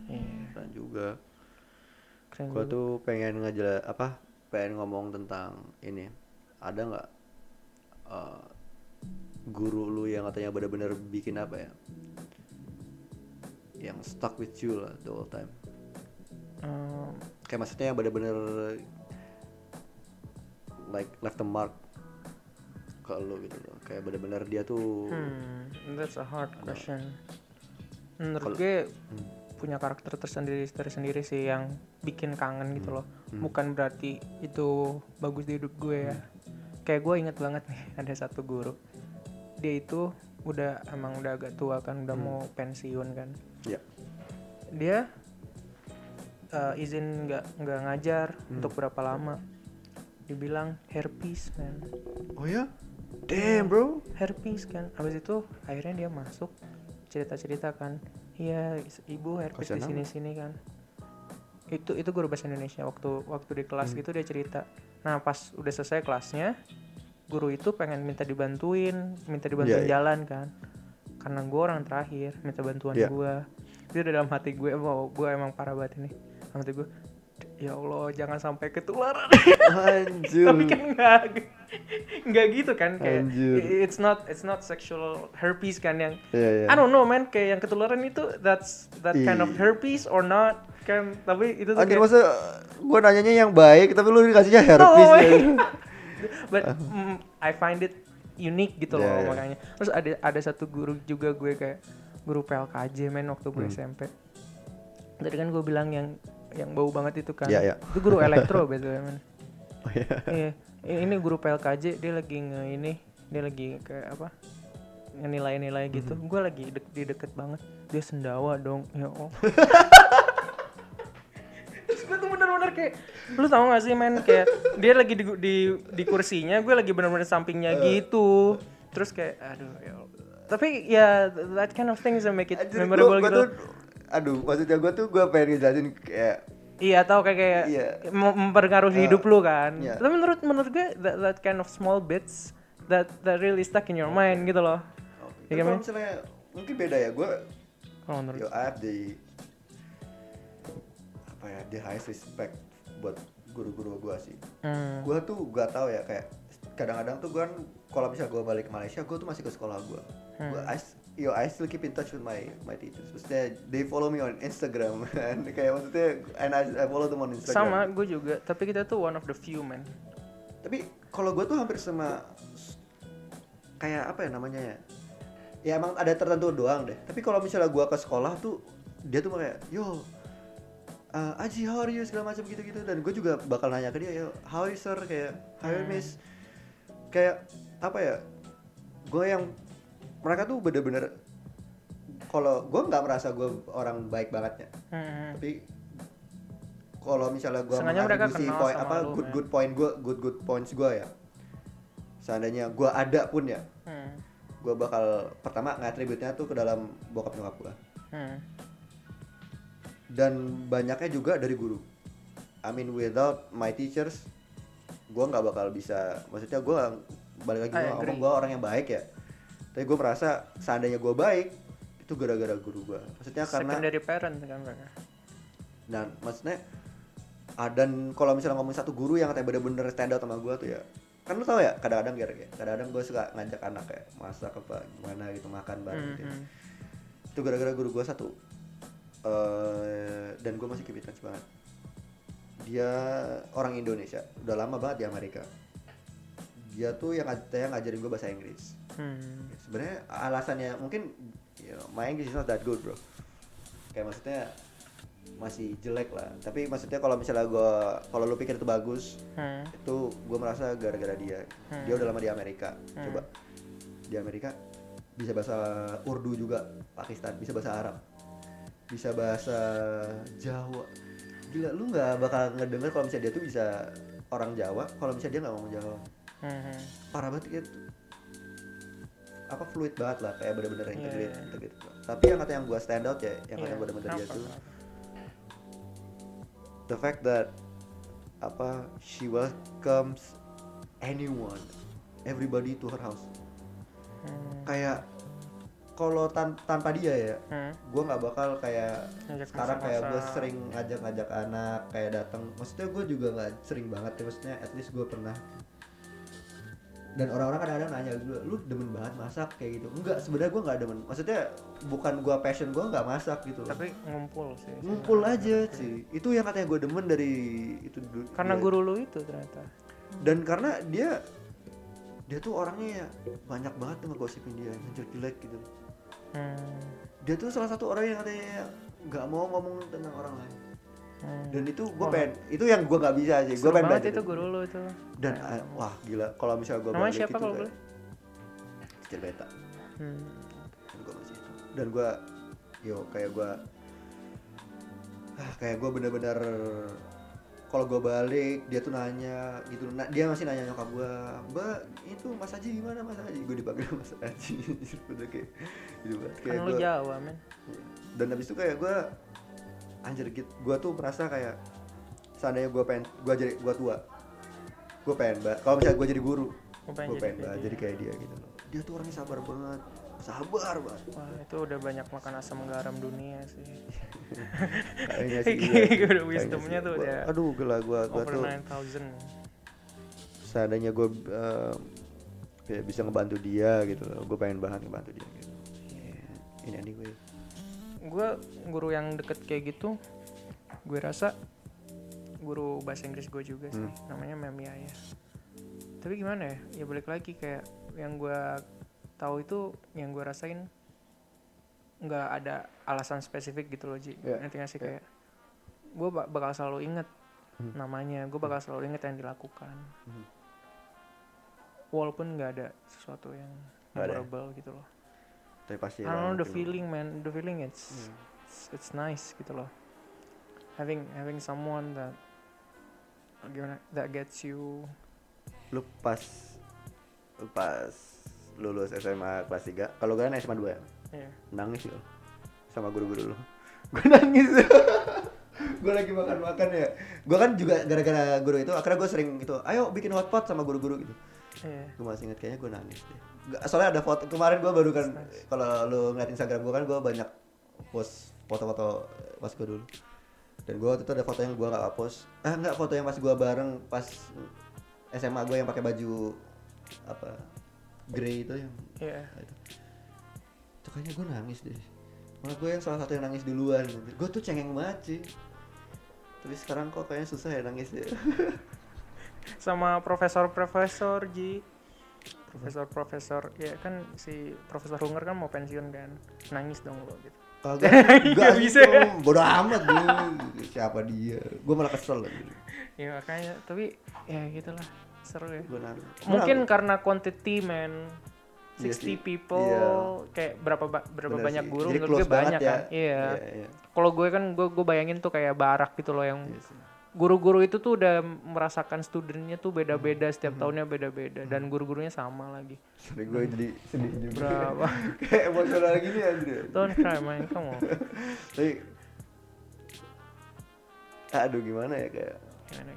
Keren Gua tuh pengen pengen ngomong tentang ini. Ada nggak guru lu yang katanya benar-benar bikin apa ya? Yang stuck with you lah the whole time. Kayak maksudnya yang benar-benar like left a mark ke lu gitu loh. Kayak benar-benar dia tuh. That's a hard question. Menurut gue punya karakter tersendiri sih yang bikin kangen gitu loh. Bukan berarti itu bagus di hidup gue ya. Kayak gue inget banget nih ada satu guru. Dia itu udah agak tua kan, udah mau pensiun kan. Iya. Dia izin nggak ngajar untuk berapa lama. Dibilang herpes man. Oh ya? Damn bro. Herpes kan. Habis itu akhirnya dia masuk cerita kan. Iya ibu herpes di sini kan. Itu guru bahasa Indonesia waktu di kelas gitu dia cerita. Nah pas udah selesai kelasnya, guru itu pengen minta dibantuin jalan kan. Karena gue orang terakhir minta bantuan gue. Itu udah dalam hati gue, gue emang parah banget ini. Dalam hati gue, ya Allah jangan sampai ketularan. Anjir. Tapi kan nggak gitu kan, kayak it's not sexual herpes kan yang I don't know man, kayak yang ketularan itu that kind of herpes or not kan. Tapi itu tuh anjir, masa gue nanyanya yang baik tapi lu dikasihnya herpes ya. But I find it unique gitu loh makanya. Terus ada satu guru juga gue kayak guru PLKJ men waktu gue SMP. Tadi kan gue bilang yang bau banget itu kan. Itu guru elektro betul men. Oh iya. Iya. Ini guru PLKJ, dia lagi kayak apa? Nilai-nilai gitu. Gue lagi di deket banget. Dia sendawa dong. Ya Allah. Terus gue tuh bener-bener kayak, lu tau gak sih men, kayak dia lagi di kursinya, gue lagi bener-bener sampingnya gitu. Terus kayak aduh ya Allah. Tapi ya that kind of things that make it memorable gitu. Maksudnya gue pengen ngejelasin kayak Iya, tahu kayak mempengaruhi hidup lu kan. Iya. Tapi menurut gue that kind of small bits that really stuck in your mind gitu loh. Tapi kalau misalnya mungkin beda ya, gue menurut I have the highest respect buat guru-guru gue sih. Gue tuh gak tahu ya, kayak kadang-kadang tuh gue kan kalau misalnya gue balik ke Malaysia, gue tuh masih ke sekolah gue. I still keep in touch with my teachers. Maksudnya they follow me on Instagram and kayak maksudnya and I follow them on Instagram. Sama, gue juga. Tapi kita tuh one of the few, man. Tapi kalau gue tuh hampir sama kayak apa ya namanya ya? Ya emang ada tertentu doang deh. Tapi kalau misalnya gue ke sekolah tuh dia tuh kayak Aji, how are you, segala macam gitu-gitu. Dan gue juga bakal nanya ke dia, yo, how are you sir, kayak how are you miss. Kayak apa ya, gue yang mereka tuh bener-bener, kalau gue nggak merasa gue orang baik banget ya, tapi kalau misalnya gue mengatribusi poin apa good points gue ya, seandainya gue ada pun ya, gue bakal pertama ngatributnya tuh ke dalam bokap nyokap gue, dan banyaknya juga dari guru. I mean without my teachers, gue nggak bakal bisa, maksudnya gue balik lagi ngomong gue orang yang baik ya. Tapi gue merasa seandainya gue baik itu gara-gara guru gue. Maksudnya karena secondary parent kan mereka. Dan maksudnya dan kalau misalnya ngomong satu guru yang katanya bener-bener stand out sama gue tuh ya, kan lu tau ya kadang-kadang kadang-kadang gue suka ngajak anak kayak masak apa gimana gitu, makan bareng gitu. Itu gara-gara guru gue satu. Dan gue masih keep in touch banget. Dia orang Indonesia, udah lama banget di Amerika. Dia tuh yang ngajarin gue bahasa Inggris. Sebenarnya alasannya mungkin my English is not that good bro, kayak maksudnya masih jelek lah. Tapi maksudnya kalau misalnya kalau lu pikir itu bagus, itu gue merasa gara-gara dia. Dia udah lama di Amerika. Coba di Amerika bisa bahasa Urdu juga, Pakistan bisa bahasa Arab, bisa bahasa Jawa. Gila, lu nggak bakal ngedenger kalau misalnya dia tuh bisa orang Jawa kalau misalnya dia nggak ngomong Jawa. Parah banget gitu. Apa fluid banget lah, kayak bener-bener integrate. Tapi yang kata yang gue stand out ya, yang kata bener-bener dia tuh the fact that she welcomes everybody to her house. Kayak kalau tanpa dia ya, gue nggak bakal kayak sekarang kayak gue sering ngajak anak kayak datang. Maksudnya gue juga nggak sering banget ya, maksudnya at least gue pernah. Dan orang-orang kadang-kadang nanya gue, lu demen banget masak kayak gitu. Enggak, sebenarnya gue nggak demen. Maksudnya bukan gue passion gue nggak masak gitu. Tapi ngumpul sih. Ngumpul aja sih. Itu yang katanya gue demen dari itu. Karena guru lu itu ternyata. Dan karena dia tuh orangnya ya banyak banget tuh ngegosipin dia, jelek gitu. Dia tuh salah satu orang yang katanya nggak mau ngomong tentang orang lain. Dan itu gue pengen, itu yang gue nggak bisa sih. Gue pengen banget itu guru lo itu. Dan wah gila, kalau misalnya gue balik siapa itu Teacher Beta. Dan gue masih itu. Dan gue kayak gue bener-bener kalau gue balik dia tuh nanya gitu. Dia masih nanya nyokap gue, Mbak itu Mas Haji gimana Mas Haji? Gue dipanggil Mas Haji. Udah kayak gitu banget. Kan lu Jawa men. Dan habis itu kayak gue anjir gitu, gue tuh merasa kayak seandainya gue tua, gue pengen banget kalau misalnya gue jadi guru, gue pengen banget jadi kayak dia gitu loh. Dia tuh orangnya sabar banget. Wah itu udah banyak makan asam garam dunia sih. Kayaknya sih udah wisdomnya tuh udah aduh gila gue tuh 9,000. Seandainya gue bisa ngebantu dia gitu loh, gue pengen banget ngebantu dia gitu. Ini anyway, gue guru yang deket kayak gitu, gue rasa guru bahasa Inggris gue juga sih, namanya Mami Ayah. Tapi gimana ya balik lagi kayak yang gue tahu itu, yang gue rasain nggak ada alasan spesifik gitu loh Ji. Nanti nggak sih kayak gue bakal selalu inget namanya, gue bakal selalu inget yang dilakukan, walaupun nggak ada sesuatu yang memorable gitu loh. Tapi pasti I don't know, the feeling it's nice gitu loh, having someone that gets you. Lu pas lulus SMA kelas 3, kalau gue kan SMA 2 ya, nangis loh sama guru-guru lu. Gue nangis Gue lagi makan ya. Gue kan juga gara-gara guru itu akhirnya gue sering itu, ayo bikin hotpot sama guru-guru gitu. Gue masih inget kayaknya gue nangis deh. Soalnya ada foto kemarin gue baru kan, kalau lu ngeliat Instagram gue kan gue banyak post foto-foto pas gue dulu. Dan gue waktu itu ada foto yang gue nggak post. Enggak, foto yang pas gue bareng pas SMA gue yang pakai baju apa grey itu yang. Itu kayaknya gue nangis deh. Malah gue yang salah satu yang nangis duluan. Gue tuh cengeng banget sih. Tapi sekarang kok kayaknya susah ya nangis ya. Sama profesor Ji. Profesor ya kan si Profesor Hunger kan mau pensiun kan. Nangis dong lo gitu. Enggak bisa. Bodoh amat gue. Siapa dia? Gue malah kesel lagi. Ya makanya, tapi ya gitulah. Seru ya. Nangis. Mungkin karena quantity man. 60 people kayak berapa banyak sih. guru Jadi menurut gue banyak ya. kan. Iya. Kalau gue kan gue bayangin tuh kayak barak gitu loh yang guru-guru itu tuh udah merasakan studennya tuh beda-beda setiap tahunnya beda-beda dan guru-gurunya sama lagi. Sorry gue jadi sedih juga. Berapa? Kayak emosional gini Andre. Don't cry man, come on. Tapi aduh gimana ya kayak Gimana?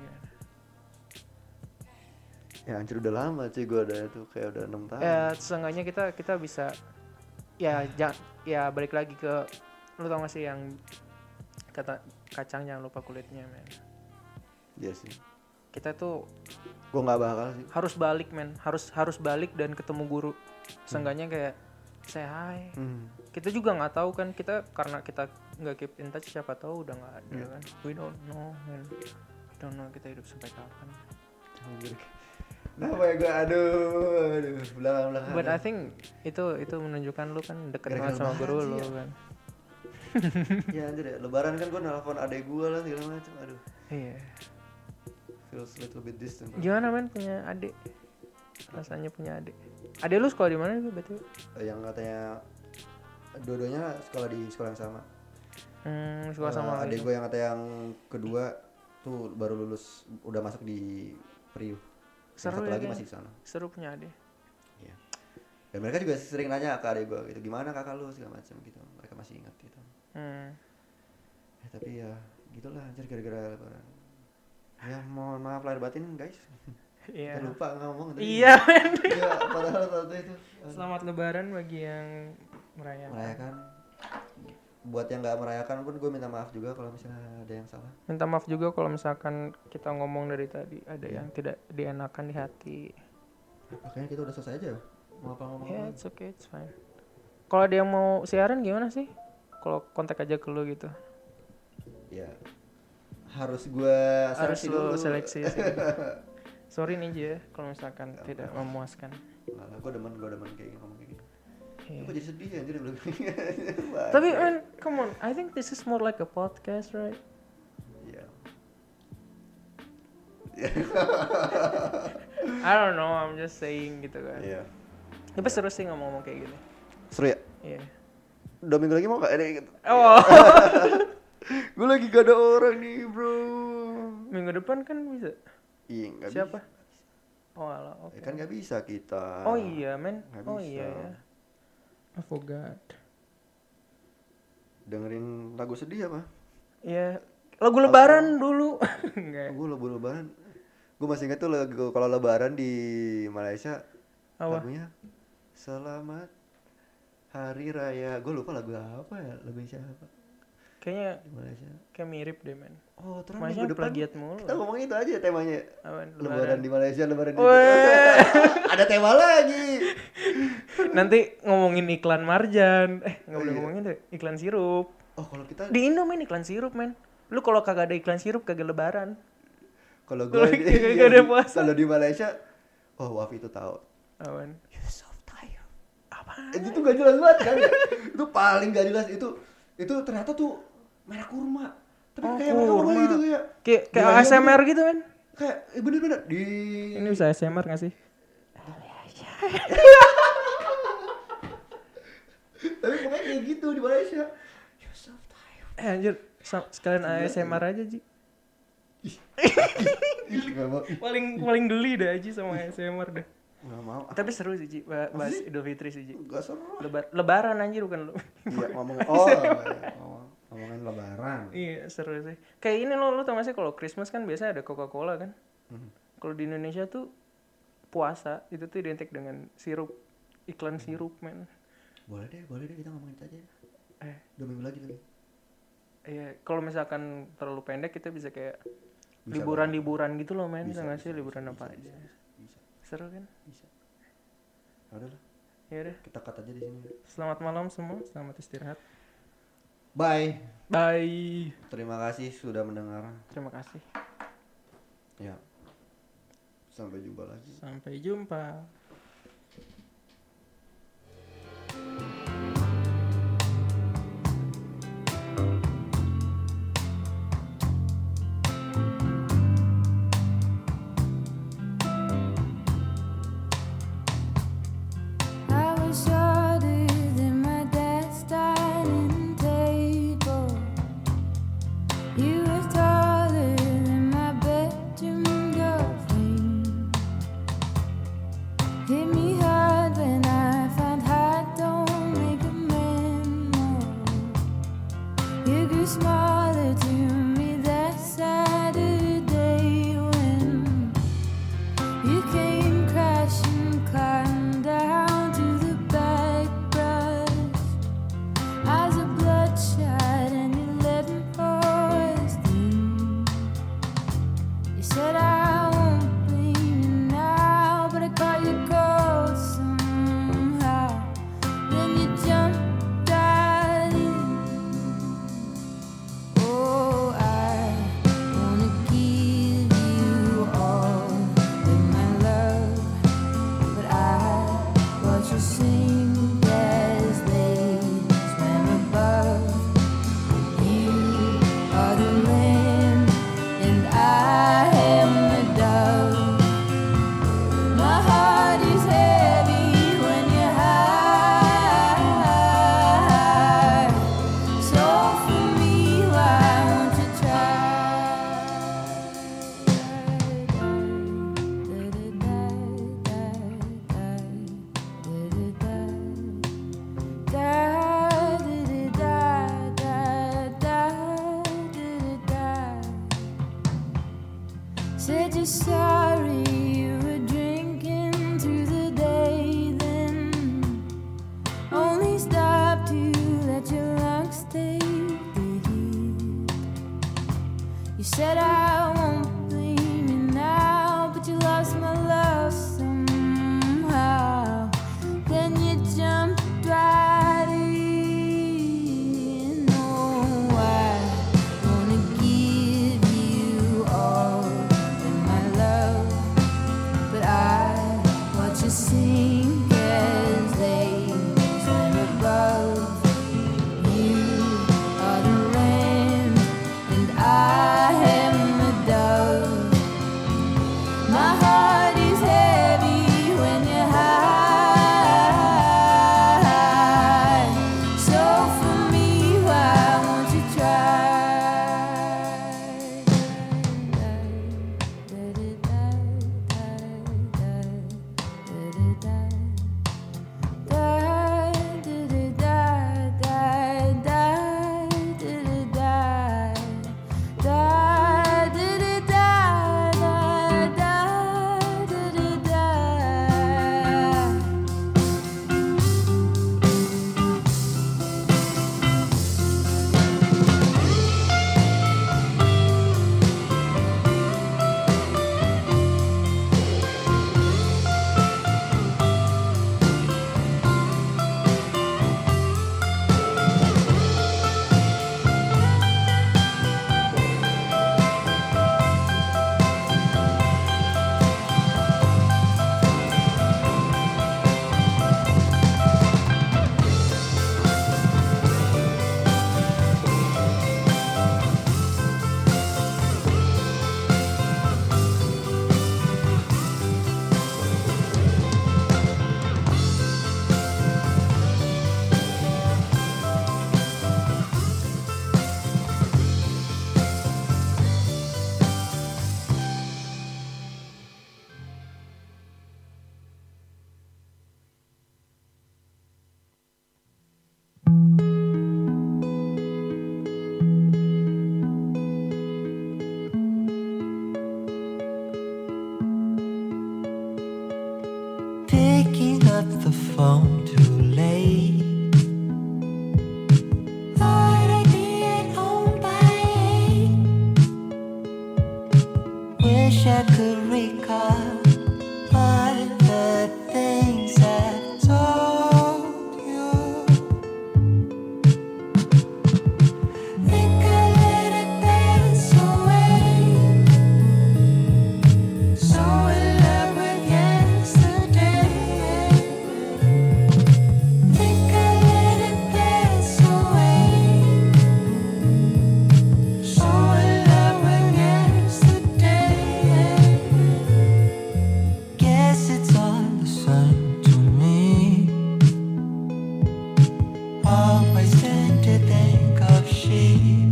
ya anjir udah lama sih gue ada tuh kayak udah 6 tahun. Ya seenggaknya kita bisa ya balik lagi ke lu tau gak sih yang kata kacang jangan lupa kulitnya men. Iya sih. Kita tuh gue nggak bakal sih. Harus balik men, harus balik dan ketemu guru. Seenggaknya kayak say hi. Kita juga nggak tahu kan kita karena kita nggak keep in touch siapa tahu udah nggak ada kan. We don't know man. Don't know kita hidup sampai kapan. Kenapa ya gue aduh belakang. But I think itu menunjukkan lu kan deket banget sama guru lu kan. Ya anjir ya, lebaran kan gue nelfon adek gue lah segala macam. Aduh. Iya. Feels a little bit distant. Gimana men punya adik? Rasanya punya adik. Adik lu sekolah di mana gue betul? Yang katanya dua-duanya sekolah di sekolah yang sama. Sekolah sama. Adik gue yang katanya yang kedua tuh baru lulus udah masuk di Priu. Seru satu ya lagi kan? masih di sana. Seru punya adik. Iya. Dan mereka juga sering nanya ke adik gue gitu, gimana kakak lu segala macam gitu. Mereka masih ingat gitu. Ya, tapi ya gitulah anjir gara-gara lebaran. Ya mohon maaf lahir batin guys. Iya. Lupa ngomong tadi. Iya. Iya, padahal waktu itu. Selamat lebaran bagi yang merayakan. Buat yang nggak merayakan pun gue minta maaf juga kalau misalnya ada yang salah. Minta maaf juga kalau misalkan kita ngomong dari tadi ada yang tidak dienakan di hati. Makanya kita udah selesai aja. Mau apa ngomong? Ya, it's okay, it's fine. Kalau ada yang mau siaran gimana sih? Kalau kontak aja ke lu gitu. Ya. Harus gue seleksi dulu. Seleksi sih. Sorry nih ya kalau misalkan tidak memuaskan. Malah gue demen kayak ngomong kayak gitu. Yeah. Gue jadi sedih anjir belum. Tapi man, come on, I think this is more like a podcast, right? Yeah. I don't know, I'm just saying gitu kan. Iya. Tapi seru sih ngomong-ngomong kayak gitu. Seru ya? Iya. 2 minggu lagi mau gak ada gitu? Oh. Gue lagi gak ada orang nih bro. Minggu depan kan bisa. Iya gak Siapa? Bisa. Oh alah, oke. Kan gak bisa kita. Oh iya men. Gak Oh bisa. iya ya. I forgot. Dengerin lagu sedih apa? Iya. Lagu lebaran dulu. Enggak. Gue lagu lebaran. Gue masih ingat tuh lagu kalau lebaran di Malaysia. Apa? Lagunya Selamat Hari Raya. Gue lupa lagu apa ya, lagunya siapa? Kayaknya Di Malaysia. kayak mirip deh men. Oh, terus Malaysia minggu depan plagiat mulu. kita ngomong itu aja temanya. Apaan? Lebaran di Malaysia, lebaran di Weh. ada tema lagi. Nanti ngomongin iklan Marjan. Nggak boleh ngomongin deh. Iklan sirup. Oh, kalau kita Di Indo men iklan sirup men. Lu kalau kagak ada iklan sirup kagak lebaran. kalau gue Kagak ada puasa. kalau di Malaysia, oh Wafi itu tahu. Apaan? You so tired. Apaan? Itu gak jelas banget kan? Itu paling gak jelas itu ternyata tuh merah kurma. Tapi kayak merah kurma gitu kayak ASMR gitu men. Kayak bener-bener di Ini bisa ASMR gak sih? Tapi pokoknya kayak gitu di Malaysia. You so tired. Anjir, sekalian ASMR aja Ji. Gak mau. Paling geli dah Ji sama ASMR dah. Gak mau. Tapi seru sih Ji, bahas Idul Fitri sih Ji. Gak seru. Lebaran anjir bukan lu. Iya ngomongin. Oh, ngomongin Lebaran. Iya seru sih. Kayak ini lo tau gak sih kalau Christmas kan biasanya ada Coca-Cola kan. Kalau di Indonesia tuh puasa itu tuh identik dengan sirup, iklan sirup men. Boleh deh kita ngomongin itu aja. 2 minggu lagi. Iya, kalau misalkan terlalu pendek kita bisa kayak Bisa liburan gitu loh men. Bisa nggak sih bisa, liburan bisa, apa bisa, aja? Bisa. Seru kan? Bisa. Udah lah. Ya udah. Kita cut aja di sini. Selamat malam semua, selamat istirahat. Bye. Bye. Terima kasih sudah mendengar. Terima kasih. Ya. Sampai jumpa lagi. Sampai jumpa. I was shorter than my dad's dining table. You were taller than my bedroom door frame. Hit me hard when I find heart don't make a man more. You grew smaller to me that Saturday when you came crashing, climbed down to the back brush. Eyes are bloodshot and you let me poison. You said I won't blame you now, but I caught you cold somehow. Then you jumped right in. Oh, I wanna give you all of my love, but I watch you sink as they swam above. You are the land, and I am the dove. My heart is heavy when you're high. So for me, why won't you Said you're sorry you were drinking through the day, then only stopped to let your lungs take the heat. You said I won't blame you now, but you lost my love somehow. Then you jumped right in. Oh, I wanna give you all of my love, but I watch you sink as they swim above. You are the land, and I am the dove. always tend to think of sheep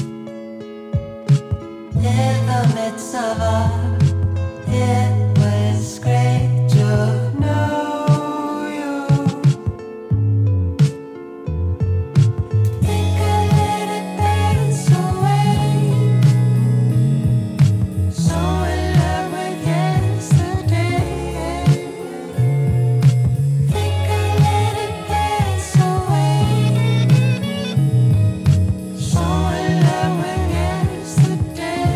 in the midst of all. It was great to know you. Think I let it pass away. So in love with yesterday. Think I let it pass away. So in love with yesterday.